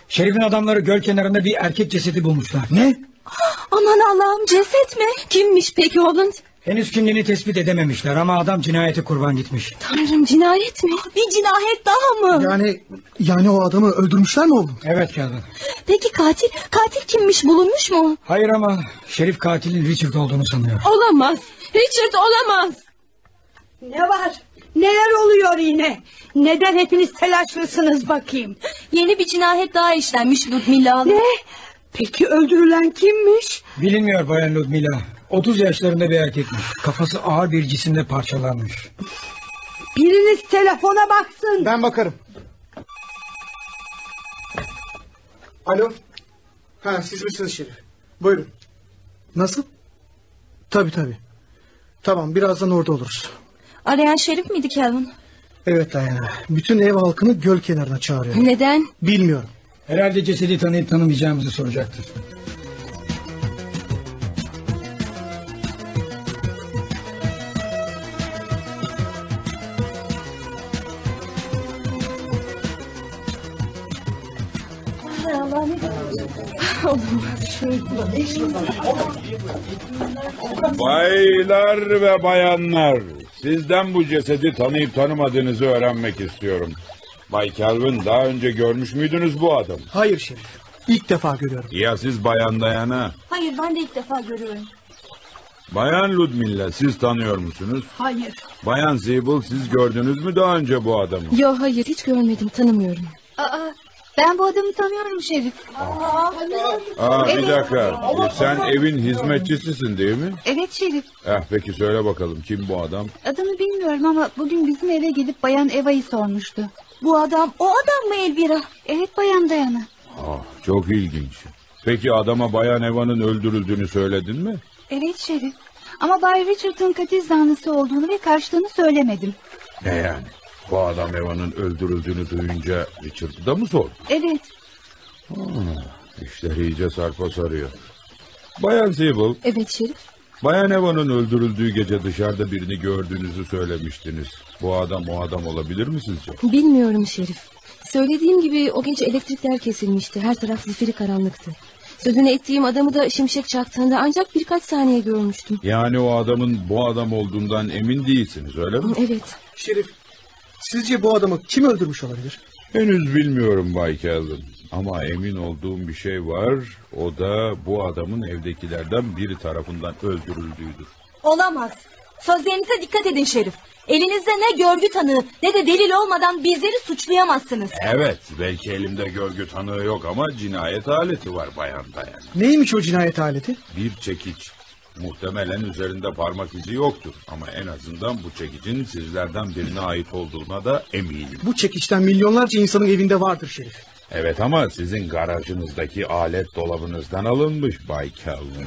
Speaker 2: Şerif'in adamları göl kenarında bir erkek cesedi bulmuşlar.
Speaker 9: Ne?
Speaker 3: Aman Allah'ım, ceset mi? Kimmiş peki Holland?
Speaker 2: Henüz kimliğini tespit edememişler ama adam cinayete kurban gitmiş.
Speaker 3: Tanrım, cinayet mi? Bir cinayet daha mı?
Speaker 9: Yani yani o adamı öldürmüşler mi oğlum?
Speaker 2: Evet Calvin.
Speaker 3: Peki katil, katil kimmiş, bulunmuş mu?
Speaker 2: Hayır ama Şerif katilin Richard olduğunu sanıyor.
Speaker 3: Olamaz, Richard olamaz.
Speaker 8: Ne var? Neler oluyor yine? Neden hepiniz telaşlısınız bakayım?
Speaker 3: Yeni bir cinayet daha işlenmiş Ludmilla Hanım.
Speaker 8: Ne? Peki öldürülen kimmiş?
Speaker 2: Bilinmiyor Bayan Ludmilla. otuz yaşlarında bir erkekmiş. Kafası ağır bir cisimle parçalanmış.
Speaker 8: Biriniz telefona baksın.
Speaker 9: Ben bakarım. Alo. Ha, siz misiniz Şerif? Buyurun. Nasıl? Tabii tabii. Tamam, birazdan orada oluruz.
Speaker 3: Arayan Şerif miydi Calvin?
Speaker 9: Evet Diana. Bütün ev halkını göl kenarına çağırıyor.
Speaker 3: Neden?
Speaker 9: Bilmiyorum.
Speaker 2: Herhalde cesedi tanıyıp tanımayacağımızı soracaktır.
Speaker 11: Baylar ve bayanlar, sizden bu cesedi tanıyıp tanımadığınızı öğrenmek istiyorum. Bay Calvin, daha önce görmüş müydünüz bu adamı?
Speaker 9: Hayır Şerif. İlk defa görüyorum.
Speaker 11: Ya siz Bayan Diana?
Speaker 4: Hayır, ben de ilk defa görüyorum.
Speaker 11: Bayan Ludmilla, siz tanıyor musunuz?
Speaker 8: Hayır.
Speaker 11: Bayan Sibyl, siz gördünüz mü daha önce bu adamı?
Speaker 3: Yok, hayır, hiç görmedim, tanımıyorum.
Speaker 5: Aa, ben bu adamı tanıyorum Şerif.
Speaker 11: Aa, Aa bir
Speaker 5: Evet.
Speaker 11: dakika. Sen evin hizmetçisisin değil mi?
Speaker 5: Evet Şerif.
Speaker 11: Eh, peki söyle bakalım, kim bu adam?
Speaker 5: Adını bilmiyorum ama bugün bizim eve gelip Bayan Eva'yı sormuştu.
Speaker 3: Bu adam, o adam mı Elvira?
Speaker 5: Evet Bayan Diana.
Speaker 11: Ah, çok ilginç. Peki adama Bayan Eva'nın öldürüldüğünü söyledin mi?
Speaker 5: Evet Şerif. Ama Bay Richard'ın katil zanlısı olduğunu ve kaçtığını söylemedim.
Speaker 11: Ne yani? Bu adam Eva'nın öldürüldüğünü duyunca Richard'ı da mı sordu?
Speaker 5: Evet.
Speaker 11: Ah, işler iyice sarpa sarıyor. Bayan Sibyl,
Speaker 3: Evet Şerif.
Speaker 11: Bayan Eva'nın öldürüldüğü gece dışarıda birini gördüğünüzü söylemiştiniz. Bu adam o adam olabilir mi sizce?
Speaker 3: Bilmiyorum Şerif. Söylediğim gibi o gece elektrikler kesilmişti. Her taraf zifiri karanlıktı. Sözünü ettiğim adamı da şimşek çaktığında ancak birkaç saniye görmüştüm.
Speaker 11: Yani o adamın bu adam olduğundan emin değilsiniz, öyle mi?
Speaker 3: Evet.
Speaker 9: Şerif, sizce bu adamı kim öldürmüş olabilir?
Speaker 11: Henüz bilmiyorum Bay Calvin. Ama emin olduğum bir şey var. O da bu adamın evdekilerden biri tarafından öldürüldüğüdür.
Speaker 4: Olamaz. Sözlerinize dikkat edin Şerif. Elinizde ne görgü tanığı ne de delil olmadan bizleri suçlayamazsınız.
Speaker 11: Evet, belki elimde görgü tanığı yok ama cinayet aleti var Bayan Diana.
Speaker 9: Neymiş o cinayet aleti?
Speaker 11: Bir çekiç. Muhtemelen üzerinde parmak izi yoktur. Ama en azından bu çekicin sizlerden birine ait olduğuna da eminim.
Speaker 9: Bu çekiçten milyonlarca insanın evinde vardır Şerif.
Speaker 11: Evet ama sizin garajınızdaki alet dolabınızdan alınmış Bay Calvin.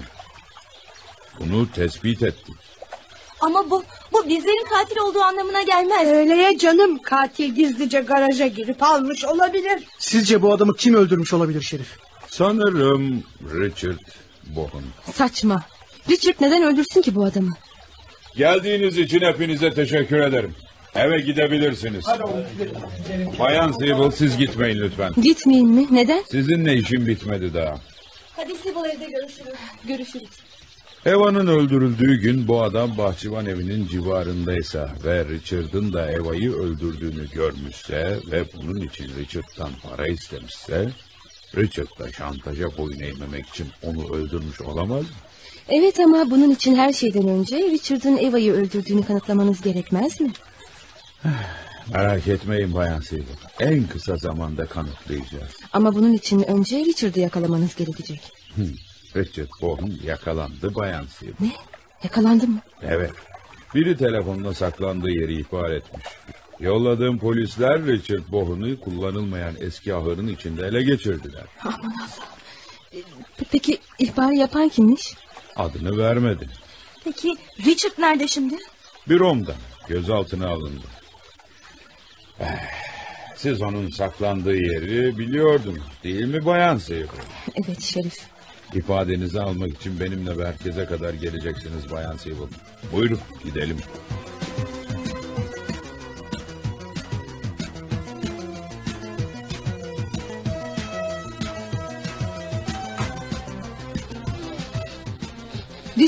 Speaker 11: Bunu tespit ettik.
Speaker 4: Ama bu, bu bizlerin katil olduğu anlamına gelmez.
Speaker 8: Öyle ya canım, katil gizlice garaja girip almış olabilir.
Speaker 9: Sizce bu adamı kim öldürmüş olabilir Şerif?
Speaker 11: Sanırım Richard Bohan.
Speaker 3: Saçma. Richard neden öldürsün ki bu adamı?
Speaker 11: Geldiğiniz için hepinize teşekkür ederim. Eve gidebilirsiniz. Bayan Sibyl, siz gitmeyin lütfen.
Speaker 3: Gitmeyeyim mi? Neden?
Speaker 11: Sizinle işim bitmedi daha.
Speaker 4: Hadi Sibyl, evde görüşürüz.
Speaker 3: Görüşürüz.
Speaker 11: Eva'nın öldürüldüğü gün bu adam bahçıvan evinin civarındaysa ve Richard'ın da Eva'yı öldürdüğünü görmüşse ve bunun için Richard'dan para istemişse, Richard da şantaja boyun eğmemek için onu öldürmüş olamaz mı?
Speaker 3: Evet ama bunun için her şeyden önce Richard'ın Eva'yı öldürdüğünü kanıtlamanız gerekmez mi?
Speaker 11: Merak etmeyin Bayan Sibyl. En kısa zamanda kanıtlayacağız.
Speaker 3: Ama bunun için önce Richard'ı yakalamanız gerekecek.
Speaker 11: Richard Bohan yakalandı Bayan Sibyl.
Speaker 3: Ne? Yakalandı mı?
Speaker 11: Evet. Biri telefonla saklandığı yeri ihbar etmiş. Yolladığım polisler Richard Bohan'ı kullanılmayan eski ahırın içinde ele geçirdiler.
Speaker 3: Aman Allah. Peki ihbarı yapan kimmiş?
Speaker 11: Adını vermedi.
Speaker 4: Peki Richard nerede şimdi?
Speaker 11: Büromda gözaltına alındı. Eh, siz onun saklandığı yeri biliyordunuz değil mi Bayan Sibyl?
Speaker 3: Evet Şerif.
Speaker 11: İfadenizi almak için benimle merkeze kadar geleceksiniz Bayan Sibyl. Buyurun gidelim.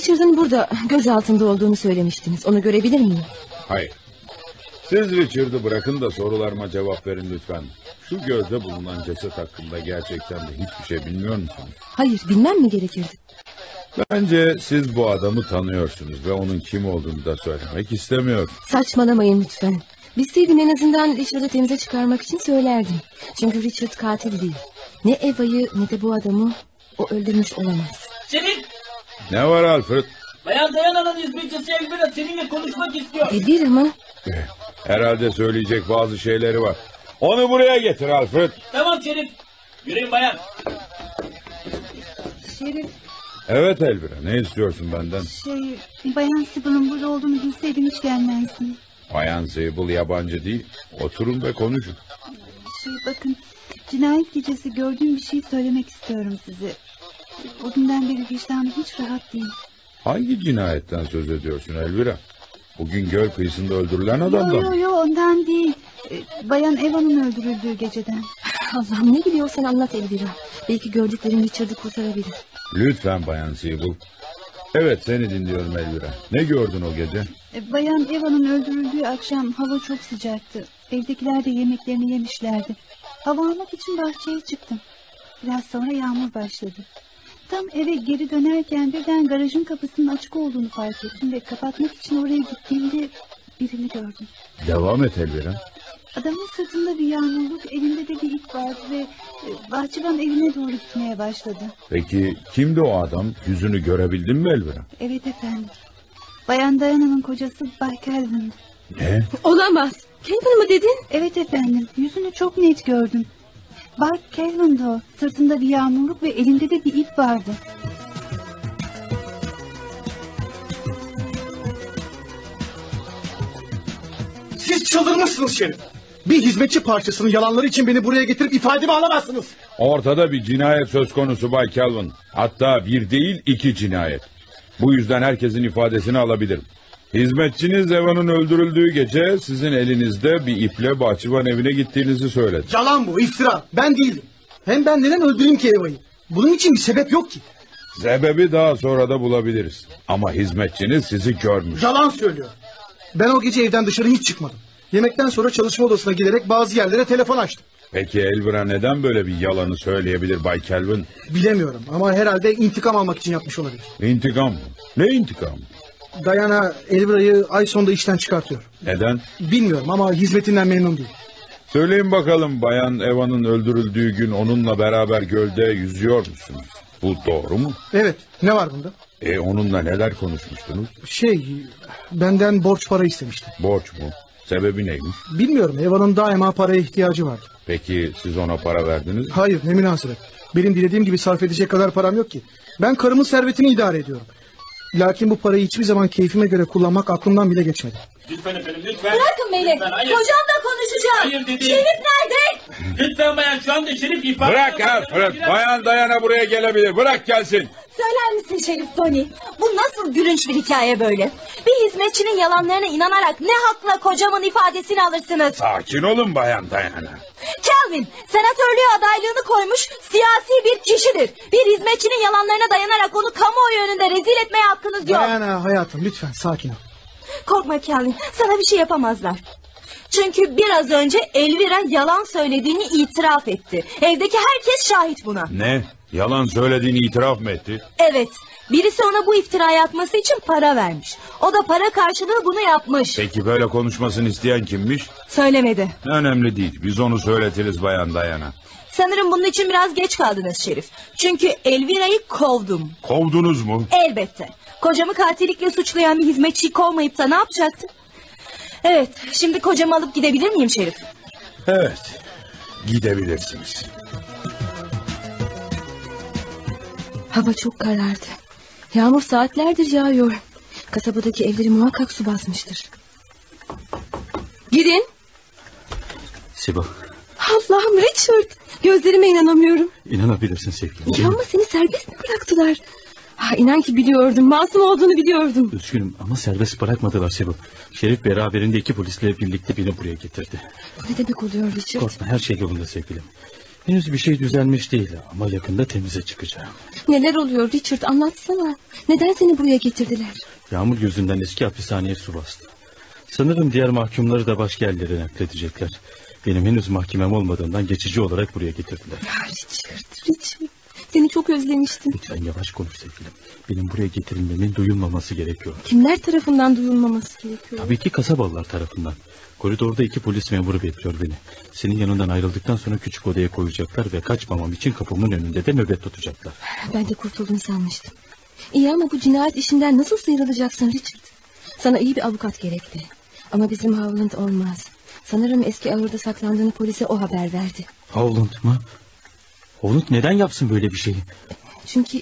Speaker 3: Richard'ın burada gözaltında olduğunu söylemiştiniz. Onu görebilir miyim?
Speaker 11: Hayır. Siz Richard'ı bırakın da sorularıma cevap verin lütfen. Şu gözde bulunan ceset hakkında gerçekten de hiçbir şey bilmiyor musunuz?
Speaker 3: Hayır, bilmem mi gerekirdi?
Speaker 11: Bence siz bu adamı tanıyorsunuz ve onun kim olduğunu da söylemek istemiyorum.
Speaker 3: Saçmalamayın lütfen. Bilseydim en azından Richard'ı temize çıkarmak için söylerdim. Çünkü Richard katil değil. Ne Eva'yı ne de bu adamı o öldürmüş olamaz.
Speaker 12: Şerif!
Speaker 11: Ne var Alfred?
Speaker 12: Bayan Dayana'nın hizmetçisi Elvira seninle konuşmak istiyor.
Speaker 3: Elvira mı?
Speaker 11: Herhalde söyleyecek bazı şeyleri var. Onu buraya getir Alfred.
Speaker 12: Tamam Şerif. Yürüyün bayan.
Speaker 10: Şerif,
Speaker 11: Evet Elvira, ne istiyorsun benden?
Speaker 10: şey, Bayan Sibyl'ın burada olduğunu bilseydim hiç gelmezdim.
Speaker 11: Bayan Sibyl yabancı değil. Oturun ve konuşun.
Speaker 10: Şey bakın, cinayet gecesi gördüğüm bir şey söylemek istiyorum size. Bugünden beri vicdanım hiç rahat değil.
Speaker 11: Hangi cinayetten söz ediyorsun Elvira? Bugün göl kıyısında öldürülen adamdan.
Speaker 10: Yo yo yo ondan değil. Ee, Bayan Eva'nın öldürüldüğü geceden.
Speaker 3: Allah'ım, ne biliyorsan anlat Elvira. Belki gördüklerim Richard'ı kurtarabilir.
Speaker 11: Lütfen Bayan Sibyl. Evet, seni dinliyorum Elvira. Ne gördün o gece?
Speaker 10: Ee, Bayan Eva'nın öldürüldüğü akşam hava çok sıcaktı. Evdekiler de yemeklerini yemişlerdi. Hava almak için bahçeye çıktım. Biraz sonra yağmur başladı. Tam eve geri dönerken birden garajın kapısının açık olduğunu fark ettim ve kapatmak için oraya gittiğimde birini gördüm.
Speaker 11: Devam et Elvira.
Speaker 10: Adamın sırtında bir yağmurluk, elinde de bir ip vardı ve e, bahçıvan evine doğru gitmeye başladı.
Speaker 11: Peki kimdi o adam? Yüzünü görebildin mi Elvira?
Speaker 10: Evet efendim. Bayan Dayana'nın kocası Bay Calvin.
Speaker 11: Ne?
Speaker 3: Olamaz. Calvin mı dedin?
Speaker 10: Evet efendim. Yüzünü çok net gördüm. Bay Calvin'di o. Sırtında bir yağmurluk ve elinde de bir ip vardı.
Speaker 9: Siz çıldırmışsınız Şerif. Bir hizmetçi parçasının yalanları için beni buraya getirip ifademi alamazsınız.
Speaker 11: Ortada bir cinayet söz konusu Bay Calvin. Hatta bir değil iki cinayet. Bu yüzden herkesin ifadesini alabilirim. Hizmetçiniz Eva'nın öldürüldüğü gece sizin elinizde bir iple bahçıvan evine gittiğinizi söyledi.
Speaker 9: Yalan bu, iftira. Ben değildim. Hem ben neden öldüreyim ki Eva'yı? Bunun için bir sebep yok ki.
Speaker 11: Sebebi daha sonra da bulabiliriz. Ama hizmetçiniz sizi görmüş.
Speaker 9: Yalan söylüyor. Ben o gece evden dışarı hiç çıkmadım. Yemekten sonra çalışma odasına giderek bazı yerlere telefon açtım.
Speaker 11: Peki Elvira neden böyle bir yalanı söyleyebilir Bay Calvin?
Speaker 9: Bilemiyorum ama herhalde intikam almak için yapmış olabilir.
Speaker 11: İntikam mı? Ne intikam?
Speaker 9: Dayana Elvira'yı ay sonunda işten çıkartıyor.
Speaker 11: Neden?
Speaker 9: Bilmiyorum ama hizmetinden memnun değil.
Speaker 11: Söyleyin bakalım, Bayan Eva'nın öldürüldüğü gün onunla beraber gölde yüzüyor musunuz? Bu doğru mu?
Speaker 9: Evet, ne var bunda?
Speaker 11: E onunla neler konuşmuştunuz?
Speaker 9: Şey, benden borç para istemişti.
Speaker 11: Borç mu? Sebebi neymiş?
Speaker 9: Bilmiyorum, Eva'nın daima paraya ihtiyacı vardı.
Speaker 11: Peki siz ona para verdiniz mi?
Speaker 9: Hayır, ne münasebet. Benim dilediğim gibi sarf edecek kadar param yok ki. Ben karımın servetini idare ediyorum. Lakin bu parayı hiçbir zaman keyfime göre kullanmak aklımdan bile geçmedi.
Speaker 12: Lütfen efendim, lütfen.
Speaker 3: Bırakın beni.
Speaker 12: Lütfen, hayır.
Speaker 3: Kocamla konuşacağım.
Speaker 12: Hayır dedim.
Speaker 3: Şerif nerede?
Speaker 12: Lütfen bayan, şu anda Şerif ifade...
Speaker 11: Bırak Alfred, Bayan Dayana buraya gelebilir. Bırak gelsin.
Speaker 4: Söyler misin Şerif Tony? Bu nasıl gülünç bir hikaye böyle? Bir hizmetçinin yalanlarına inanarak ne hakla kocamın ifadesini alırsınız?
Speaker 11: Sakin olun Bayan Dayana.
Speaker 4: Calvin, senatörlüğe adaylığını koymuş siyasi bir kişidir. Bir hizmetçinin yalanlarına dayanarak onu kamuoyu önünde rezil etmeye hakkınız yok.
Speaker 9: Dayana hayatım, lütfen sakin ol.
Speaker 4: Korkma Calvin, sana bir şey yapamazlar. Çünkü biraz önce Elvira yalan söylediğini itiraf etti. Evdeki herkes şahit buna.
Speaker 11: Ne? Yalan söylediğini itiraf mı etti?
Speaker 4: Evet. Birisi ona bu iftirayı atması için para vermiş. O da para karşılığı bunu yapmış.
Speaker 11: Peki böyle konuşmasını isteyen kimmiş?
Speaker 4: Söylemedi.
Speaker 11: Önemli değil. Biz onu söyletiriz Bayan Dayana.
Speaker 4: Sanırım bunun için biraz geç kaldınız Şerif. Çünkü Elvira'yı kovdum.
Speaker 11: Kovdunuz mu?
Speaker 4: Elbette. Kocamı katillikle suçlayan bir hizmetçiyi kovmayıp da ne yapacaktı? Evet, şimdi kocamı alıp gidebilir miyim Şerif?
Speaker 11: Evet, gidebilirsiniz.
Speaker 3: Hava çok karardı. Yağmur saatlerdir yağıyor. Kasabadaki evleri muhakkak su basmıştır. Gidin.
Speaker 6: Sibyl.
Speaker 3: Allah'ım Richard. Gözlerime inanamıyorum.
Speaker 6: İnanabilirsin sevgilim.
Speaker 3: Ya ama seni serbest mi bıraktılar? Ha, inan ki biliyordum. Masum olduğunu biliyordum.
Speaker 6: Üzgünüm ama serbest bırakmadılar Sibyl. Şerif beraberinde iki polisle birlikte beni buraya getirdi.
Speaker 3: Bu ne demek oluyor Richard?
Speaker 6: Korkma, her şey yolunda sevgilim. Henüz bir şey düzelmiş değil ama yakında temize çıkacağım.
Speaker 3: Neler oluyor Richard, anlatsana. Neden seni buraya getirdiler?
Speaker 6: Yağmur yüzünden eski hapishaneye su bastı. Sanırım diğer mahkumları da başka yerlere nakledecekler. Benim henüz mahkemem olmadığından geçici olarak buraya getirdiler.
Speaker 3: Ya Richard, Richard. Seni çok özlemiştim.
Speaker 6: Lütfen yavaş konuş sevgilim. Benim buraya getirilmemin duyulmaması gerekiyor.
Speaker 3: Kimler tarafından duyulmaması gerekiyor?
Speaker 6: Tabii ki kasabalılar tarafından. Koridorda iki polis memuru bekliyor beni. Senin yanından ayrıldıktan sonra küçük odaya koyacaklar ve kaçmamam için kapımın önünde de nöbet tutacaklar.
Speaker 3: Ben de kurtuldum sanmıştım. İyi ama bu cinayet işinden nasıl sıyrılacaksın Richard? Sana iyi bir avukat gerekli. Ama bizim Howland olmaz. Sanırım eski ahırda saklandığını polise o haber verdi.
Speaker 6: Howland mı? Howland neden yapsın böyle bir şeyi?
Speaker 3: Çünkü...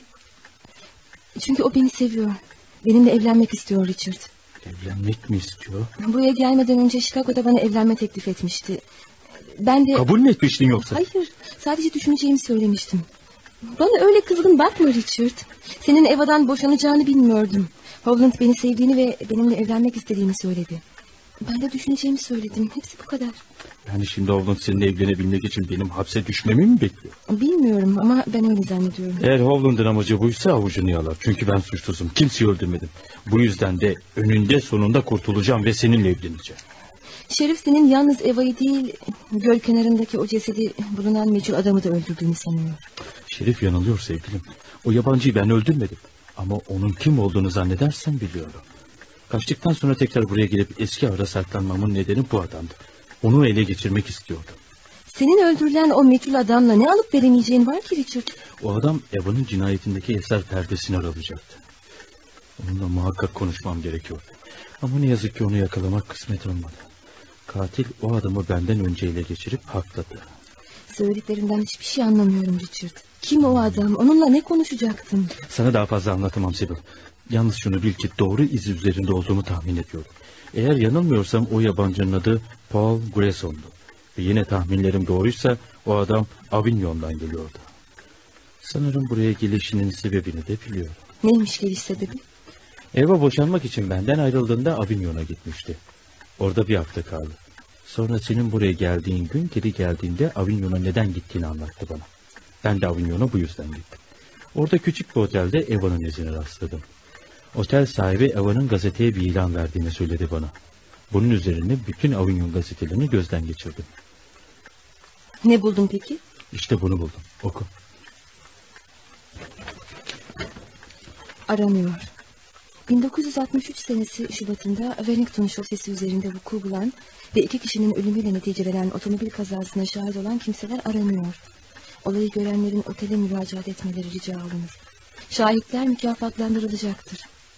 Speaker 3: Çünkü o beni seviyor. Benimle evlenmek istiyor Richard.
Speaker 6: Evlenmek mi istiyor?
Speaker 3: Buraya gelmeden önce Chicago'da bana evlenme teklif etmişti. Ben de...
Speaker 6: Kabul mü etmiştin yoksa?
Speaker 3: Hayır, sadece düşüneceğimi söylemiştim. Bana öyle kızgın bakma Richard. Senin Eva'dan boşanacağını bilmiyordum. Howland beni sevdiğini ve benimle evlenmek istediğini söyledi. Ben de düşüneceğimi söyledim. Hepsi bu kadar.
Speaker 6: Yani şimdi Howland seninle evlenebilmek için benim hapse düşmemi mi bekliyor?
Speaker 3: Bilmiyorum ama ben öyle zannediyorum.
Speaker 6: Eğer Howland'ın amacı buysa avucunu yalar. Çünkü ben suçsuzum. Kimseyi öldürmedim. Bu yüzden de önünde sonunda kurtulacağım ve seninle evleneceğim.
Speaker 3: Şerif senin yalnız Eva'yı değil, göl kenarındaki o cesedi bulunan meçhul adamı da öldürdüğünü sanıyor.
Speaker 6: Şerif yanılıyor sevgilim. O yabancıyı ben öldürmedim. Ama onun kim olduğunu zannedersen biliyorum. Kaçtıktan sonra tekrar buraya gelip eski ahıra saklanmamın nedeni bu adamdı. Onu ele geçirmek istiyordum.
Speaker 3: Senin öldürülen o meçhul adamla ne alıp veremeyeceğin var ki Richard?
Speaker 6: O adam Eva'nın cinayetindeki eser perdesini aralayacaktı. Onunla muhakkak konuşmam gerekiyordu. Ama ne yazık ki onu yakalamak kısmet olmadı. Katil o adamı benden önce ele geçirip hakladı.
Speaker 3: Söylediklerinden hiçbir şey anlamıyorum Richard. Kim o adam? Onunla ne konuşacaktın?
Speaker 6: Sana daha fazla anlatamam Sibyl. Yalnız şunu bil ki doğru iz üzerinde olduğumu tahmin ediyorum. Eğer yanılmıyorsam o yabancının adı Paul Grayson'du. Ve yine tahminlerim doğruysa o adam Avignon'dan geliyordu. Sanırım buraya gelişinin sebebini de biliyorum.
Speaker 3: Neymiş geliş sebebi?
Speaker 6: Eva boşanmak için benden ayrıldığında Avignon'a gitmişti. Orada bir hafta kaldı. Sonra senin buraya geldiğin gün geri geldiğinde Avignon'a neden gittiğini anlattı bana. Ben de Avignon'a bu yüzden gittim. Orada küçük bir otelde Eva'nın izine rastladım. Otel sahibi Eva'nın gazeteye bir ilan verdiğini söyledi bana. Bunun üzerine bütün Avignon gazetelerini gözden geçirdim.
Speaker 3: Ne buldun peki?
Speaker 6: İşte bunu buldum. Oku.
Speaker 3: Aranıyor. bin dokuz yüz altmış üç senesi Şubat'ında Wellington şosesi üzerinde vuku bulan ve iki kişinin ölümüyle neticelenen otomobil kazasına şahit olan kimseler aranıyor. Olayı görenlerin otele müracaat etmeleri rica olunur. Şahitler mükafatlandırılacaktır.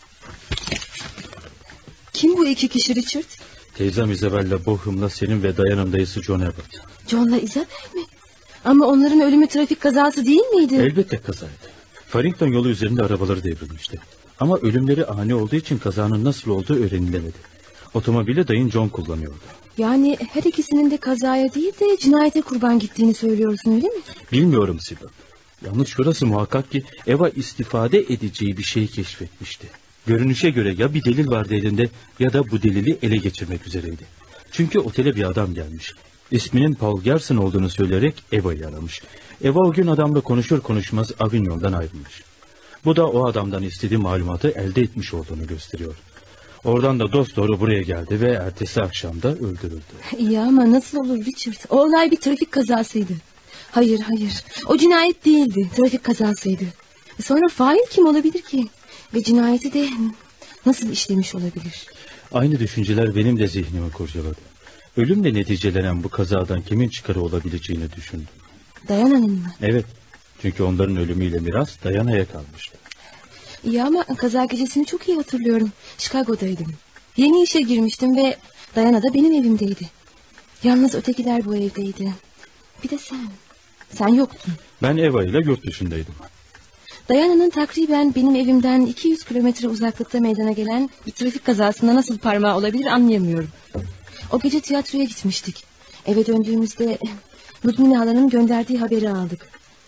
Speaker 3: Kim bu iki kişi Richard?
Speaker 6: Teyzem Isabella Bochum'la senin ve Diana'nın dayısı John Abbott.
Speaker 3: John'la Isabel mi? Ama onların ölümü trafik kazası değil miydi?
Speaker 6: Elbette kazaydı. Farrington yolu üzerinde arabaları devrilmişti. Ama ölümleri ani olduğu için kazanın nasıl olduğu öğrenilemedi. Otomobili dayın John kullanıyordu.
Speaker 3: Yani her ikisinin de kazaya değil de cinayete kurban gittiğini söylüyorsun öyle mi?
Speaker 6: Bilmiyorum Sibyl. Yalnız şurası muhakkak ki Eva istifade edeceği bir şeyi keşfetmişti. Görünüşe göre ya bir delil vardı elinde ya da bu delili ele geçirmek üzereydi. Çünkü otele bir adam gelmiş. İsminin Paul Gerson olduğunu söyleyerek Eva'yı aramış. Eva o gün adamla konuşur konuşmaz Avignon'dan ayrılmış. Bu da o adamdan istediği malumatı elde etmiş olduğunu gösteriyor. Oradan da dosdoğru buraya geldi ve ertesi akşamda öldürüldü.
Speaker 3: İyi ama nasıl olur Richard? O olay bir trafik kazasıydı. Hayır hayır, o cinayet değildi, trafik kazasıydı. Sonra fail kim olabilir ki? Ve cinayeti de nasıl işlemiş olabilir?
Speaker 6: Aynı düşünceler benim de zihnimi kurcaladı. Ölümle neticelenen bu kazadan kimin çıkarı olabileceğini düşündüm.
Speaker 3: Diana'nın mı?
Speaker 6: Evet, çünkü onların ölümüyle miras Diana'ya kalmıştı.
Speaker 3: İyi ama kaza gecesini çok iyi hatırlıyorum. Chicago'daydım. Yeni işe girmiştim ve Diana da benim evimdeydi. Yalnız ötekiler bu evdeydi. Bir de sen. Sen yoktun.
Speaker 6: Ben Eva ile yurt dışındaydım.
Speaker 3: Diana'nın takriben benim evimden iki yüz kilometre uzaklıkta meydana gelen bir trafik kazasında nasıl parmağı olabilir anlayamıyorum. O gece tiyatroya gitmiştik. Eve döndüğümüzde Ludmila halanın gönderdiği haberi aldık.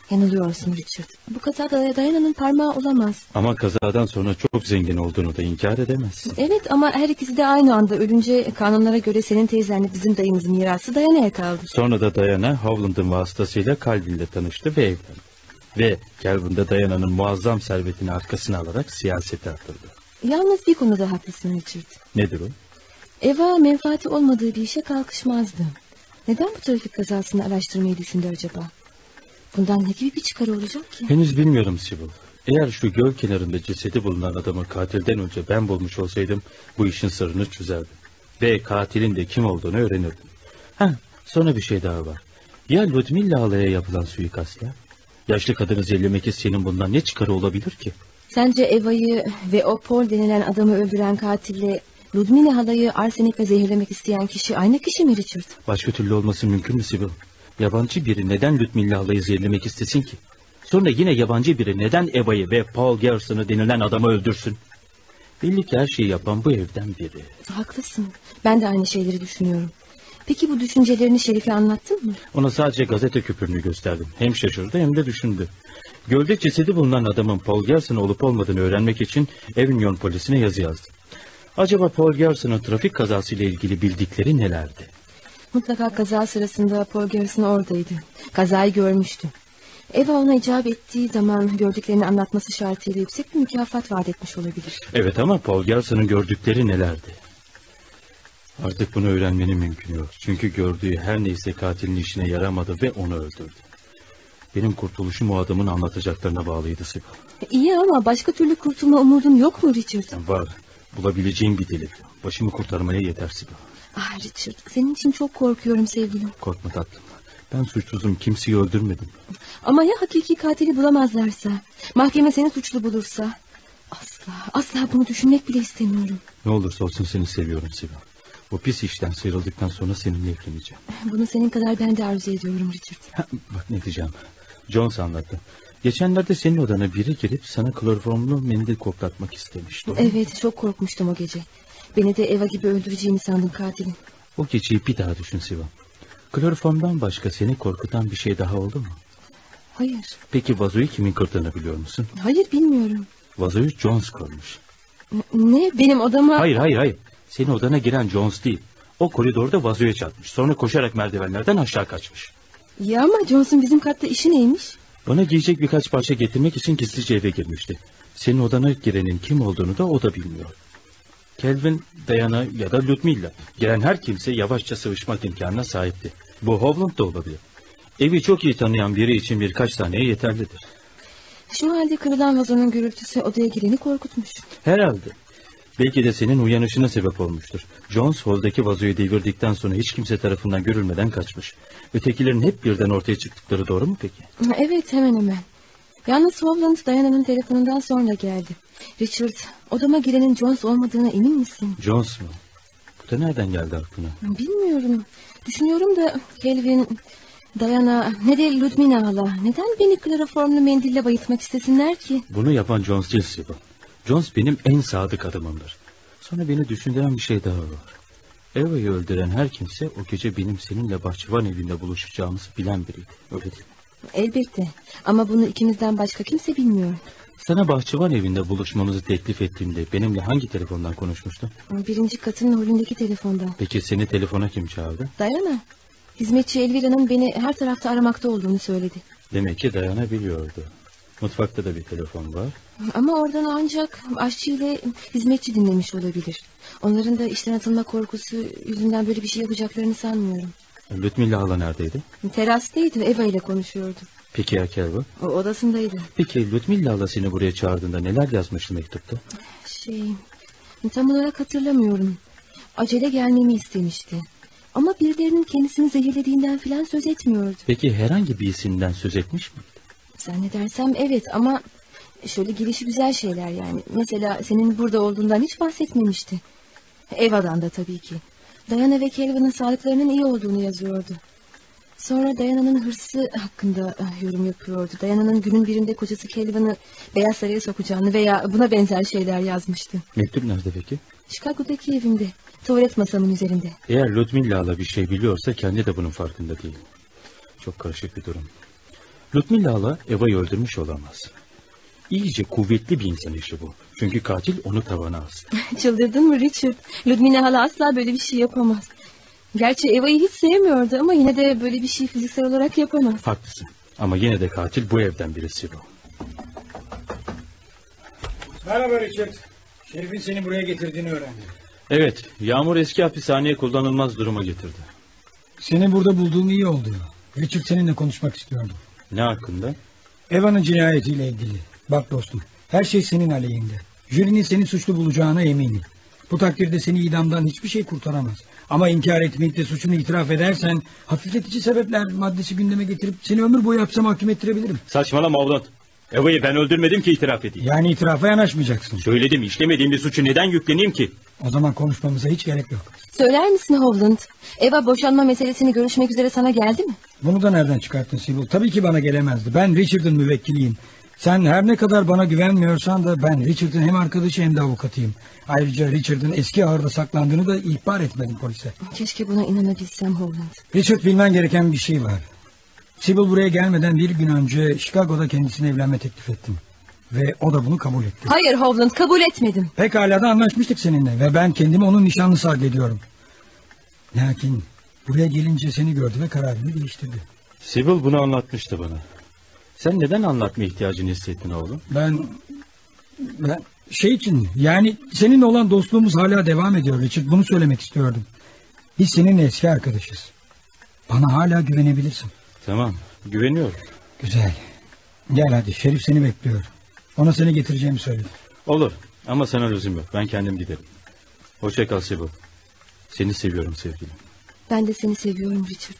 Speaker 3: Yanılıyorsun Richard. Bu kazada Diana'nın parmağı olamaz.
Speaker 6: Ama kazadan sonra çok zengin olduğunu da inkar edemezsin.
Speaker 3: Evet ama her ikisi de aynı anda ölünce kanunlara göre senin teyzenle bizim dayımızın mirası Diana'ya kaldı.
Speaker 6: Sonra da Diana Howland'ın vasıtasıyla Calvin ile tanıştı ve evlendi. Ve Calvin de Diana'nın muazzam servetini arkasına alarak siyasete atıldı.
Speaker 3: Yalnız bir konuda haklısın Richard.
Speaker 6: Nedir o?
Speaker 3: Eva menfaati olmadığı bir işe kalkışmazdı. Neden bu trafik kazasını araştırmayı düşündü acaba? Bundan ne gibi bir çıkarı olacak ki?
Speaker 6: Henüz bilmiyorum Sybil. Eğer şu göl kenarında cesedi bulunan adamı katilden önce ben bulmuş olsaydım bu işin sırrını çözerdim. Ve katilin de kim olduğunu öğrenirdim. Ha, sonra bir şey daha var. Ya Ludmilla halaya yapılan suikastla? Yaşlı kadını zehirlemek isteyenin bundan ne çıkarı olabilir ki?
Speaker 3: Sence Eva'yı ve o Paul denilen adamı öldüren katille Ludmilla halayı arsenikle zehirlemek isteyen kişi aynı kişi mi Richard?
Speaker 6: Başka türlü olması mümkün mü Sybil? Yabancı biri neden Ludmilla halayı zehirlemek istesin ki? Sonra yine yabancı biri neden Eva'yı ve Paul Garrison'ı denilen adamı öldürsün? Belli ki her şeyi yapan bu evden biri.
Speaker 3: Haklısın. Ben de aynı şeyleri düşünüyorum. Peki bu düşüncelerini Şerif'e anlattın mı?
Speaker 6: Ona sadece gazete küpürünü gösterdim. Hem şaşırdı hem de düşündü. Gölde cesedi bulunan adamın Paul Garrison olup olmadığını öğrenmek için Avignon polisine yazı yazdı. Acaba Paul Garrison'ın trafik kazasıyla ilgili bildikleri nelerdi?
Speaker 3: Mutlaka kaza sırasında Paul Garrison oradaydı. Kazayı görmüştü. Eva ona icap ettiği zaman gördüklerini anlatması şartıyla yüksek bir mükafat vaat etmiş olabilir.
Speaker 6: Evet ama Paul Garrison'ın gördükleri nelerdi? Artık bunu öğrenmenin mümkün yok. Çünkü gördüğü her neyse katilin işine yaramadı ve onu öldürdü. Benim kurtuluşum o adamın anlatacaklarına bağlıydı Sybil.
Speaker 3: İyi ama başka türlü kurtulma umudun yok mu Richard?
Speaker 6: Var. Bulabileceğim bir delik. Başımı kurtarmaya yeter Sybil.
Speaker 3: Ah Richard, senin için çok korkuyorum sevgilim.
Speaker 6: Korkma tatlım. Ben suçsuzum, kimseyi öldürmedim.
Speaker 3: Ama ya hakiki katili bulamazlarsa? Mahkeme seni suçlu bulursa? Asla, asla bunu düşünmek bile istemiyorum.
Speaker 6: Ne olursa olsun seni seviyorum Sybil. Bu pis işten sıyrıldıktan sonra seninle evleneceğim.
Speaker 3: Bunu senin kadar ben de arzu ediyorum Richard.
Speaker 6: Ha, bak ne diyeceğim. Jones anlattı. Geçenlerde senin odana biri girip sana kloroformlu mendil koklatmak istemişti.
Speaker 3: Evet, çok korkmuştum o gece. Beni de Eva gibi öldüreceğini sandım katilin.
Speaker 6: O geceyi bir daha düşün Sybil. Kloroformdan başka seni korkutan bir şey daha oldu mu?
Speaker 3: Hayır.
Speaker 6: Peki vazoyu kimin kırdığını biliyor musun?
Speaker 3: Hayır, bilmiyorum.
Speaker 6: Vazoyu Jones kırmış.
Speaker 3: Ne? Benim odama...
Speaker 6: Hayır hayır hayır. Senin odana giren Jones değil. O koridorda vazoya çarpmış. Sonra koşarak merdivenlerden aşağı kaçmış.
Speaker 3: Ya ama Jones'un bizim katta işi neymiş?
Speaker 6: Bana giyecek birkaç parça getirmek için gizlice eve girmişti. Senin odana girenin kim olduğunu da o da bilmiyor. Calvin, Diana ya da Ludmilla. Giren her kimse yavaşça sıvışmak imkanına sahipti. Bu Howland da olabilir. Evi çok iyi tanıyan biri için birkaç taneye yeterlidir.
Speaker 3: Şu halde kırılan vazonun gürültüsü odaya gireni korkutmuş.
Speaker 6: Herhalde. Belki de senin uyanışına sebep olmuştur. Jones holdaki vazoyu devirdikten sonra hiç kimse tarafından görülmeden kaçmış. Ötekilerin hep birden ortaya çıktıkları doğru mu peki?
Speaker 3: Evet, hemen hemen. Yalnız Howland Diana'nın telefonundan sonra geldi. Richard, odama girenin Jones olmadığına emin misin?
Speaker 6: Jones mu? Bu da nereden geldi aklına?
Speaker 3: Bilmiyorum. Düşünüyorum da Calvin, Diana ne de Ludmilla hala neden beni kloroformlu mendille bayıltmak istesinler ki?
Speaker 6: Bunu yapan Jones değil Sybil. Jones benim en sadık adamımdır. Sonra beni düşündüren bir şey daha var. Eva'yı öldüren her kimse o gece benim seninle bahçıvan evinde buluşacağımızı bilen biriydi. Öyle değil mi?
Speaker 3: Elbette. Ama bunu ikimizden başka kimse bilmiyor.
Speaker 6: Sana bahçıvan evinde buluşmamızı teklif ettiğimde benimle hangi telefondan konuşmuştun?
Speaker 3: Birinci katın holündeki telefondan.
Speaker 6: Peki seni telefona kim çağırdı?
Speaker 3: Diana. Hizmetçi Elvira'nın beni her tarafta aramakta olduğunu söyledi.
Speaker 6: Demek ki Diana biliyordu. Mutfakta da bir telefon var.
Speaker 3: Ama oradan ancak aşçı ile hizmetçi dinlemiş olabilir. Onların da işten atılma korkusu yüzünden böyle bir şey yapacaklarını sanmıyorum.
Speaker 6: Ludmilla hala neredeydi?
Speaker 3: Terastaydı, Eva ile konuşuyordu.
Speaker 6: Peki ya Calvin?
Speaker 3: O odasındaydı.
Speaker 6: Peki Ludmilla hala seni buraya çağırdığında neler yazmıştı mektupta?
Speaker 3: Şey, tam olarak hatırlamıyorum. Acele gelmemi istemişti. Ama birilerinin kendisini zehirlediğinden filan söz etmiyordu.
Speaker 6: Peki herhangi bir isimden söz etmiş mi?
Speaker 3: Zannedersem evet ama şöyle gelişi güzel şeyler yani. Mesela senin burada olduğundan hiç bahsetmemişti. Eva'dan da tabii ki. Diana ve Calvin'in sağlıklarının iyi olduğunu yazıyordu. Sonra Diana'nın hırsı hakkında yorum yapıyordu. Diana'nın günün birinde kocası Calvin'i Beyaz Saray'a sokacağını veya buna benzer şeyler yazmıştı.
Speaker 6: Mektup nerede peki?
Speaker 3: Chicago'daki evimde. Tuvalet masamın üzerinde.
Speaker 6: Eğer Ludmilla hala bir şey biliyorsa kendi de bunun farkında değil. Çok karışık bir durum. Ludmilla hala Eva'yı öldürmüş olamaz. İyice kuvvetli bir insan işi bu. Çünkü katil onu tavana astı.
Speaker 3: Çıldırdın mı Richard? Ludmilla hala asla böyle bir şey yapamaz. Gerçi Eva'yı hiç sevmiyordu ama yine de böyle bir şey fiziksel olarak yapamaz.
Speaker 6: Haklısın. Ama yine de katil bu evden birisi bu.
Speaker 2: Merhaba Richard. Şerif'in seni buraya getirdiğini öğrendim.
Speaker 6: Evet, Yağmur eski hapishaneye kullanılmaz duruma getirdi.
Speaker 2: Seni burada bulduğum iyi oldu. Richard seninle konuşmak istiyordum.
Speaker 6: Ne hakkında?
Speaker 2: Eva'nın cinayetiyle ilgili. Bak dostum, her şey senin aleyhinde. Jürinin seni suçlu bulacağına eminim. Bu takdirde seni idamdan hiçbir şey kurtaramaz. Ama inkar etmeyip de suçunu itiraf edersen hafifletici sebepler maddesi gündeme getirip seni ömür boyu hapse mahkum ettirebilirim.
Speaker 6: Saçmalama oğlum. Eva'yı ben öldürmedim ki itiraf edeyim.
Speaker 2: Yani itirafa yanaşmayacaksın.
Speaker 6: Söyledim, işlemediğim bir suçu neden yükleneyim ki?
Speaker 2: O zaman konuşmamıza hiç gerek yok.
Speaker 3: Söyler misin Hovland? Eva boşanma meselesini görüşmek üzere sana geldi mi?
Speaker 2: Bunu da nereden çıkarttın Sibyl? Tabii ki bana gelemezdi. Ben Richard'ın müvekkiliyim. Sen her ne kadar bana güvenmiyorsan da ben Richard'ın hem arkadaşı hem de avukatıyım. Ayrıca Richard'ın eski ahırda saklandığını da ihbar etmedim polise.
Speaker 3: Keşke buna inanabilsem Hovland.
Speaker 2: Richard, bilmen gereken bir şey var. Sibyl buraya gelmeden bir gün önce Chicago'da kendisine evlenme teklif ettim. Ve o da bunu kabul etti.
Speaker 3: Hayır Hovland, kabul etmedim.
Speaker 2: Pekala da anlaşmıştık seninle ve ben kendimi onun nişanlısı addediyorum. Lakin buraya gelince seni gördü ve kararını değiştirdi.
Speaker 6: Sibyl bunu anlatmıştı bana. Sen neden anlatma ihtiyacını hissettin oğlum?
Speaker 2: Ben... Ben... Şey için, yani seninle olan dostluğumuz hala devam ediyor Richard. Bunu söylemek istiyordum. Biz seninle eski arkadaşız. Bana hala güvenebilirsin.
Speaker 6: Tamam, güveniyorum.
Speaker 2: Güzel. Gel hadi, Şerif seni bekliyor. Ona seni getireceğimi söyledi.
Speaker 6: Olur ama sana lüzum yok. Ben kendim giderim. Hoşça kal Sibyl. Seni seviyorum sevgilim.
Speaker 3: Ben de seni seviyorum Richard.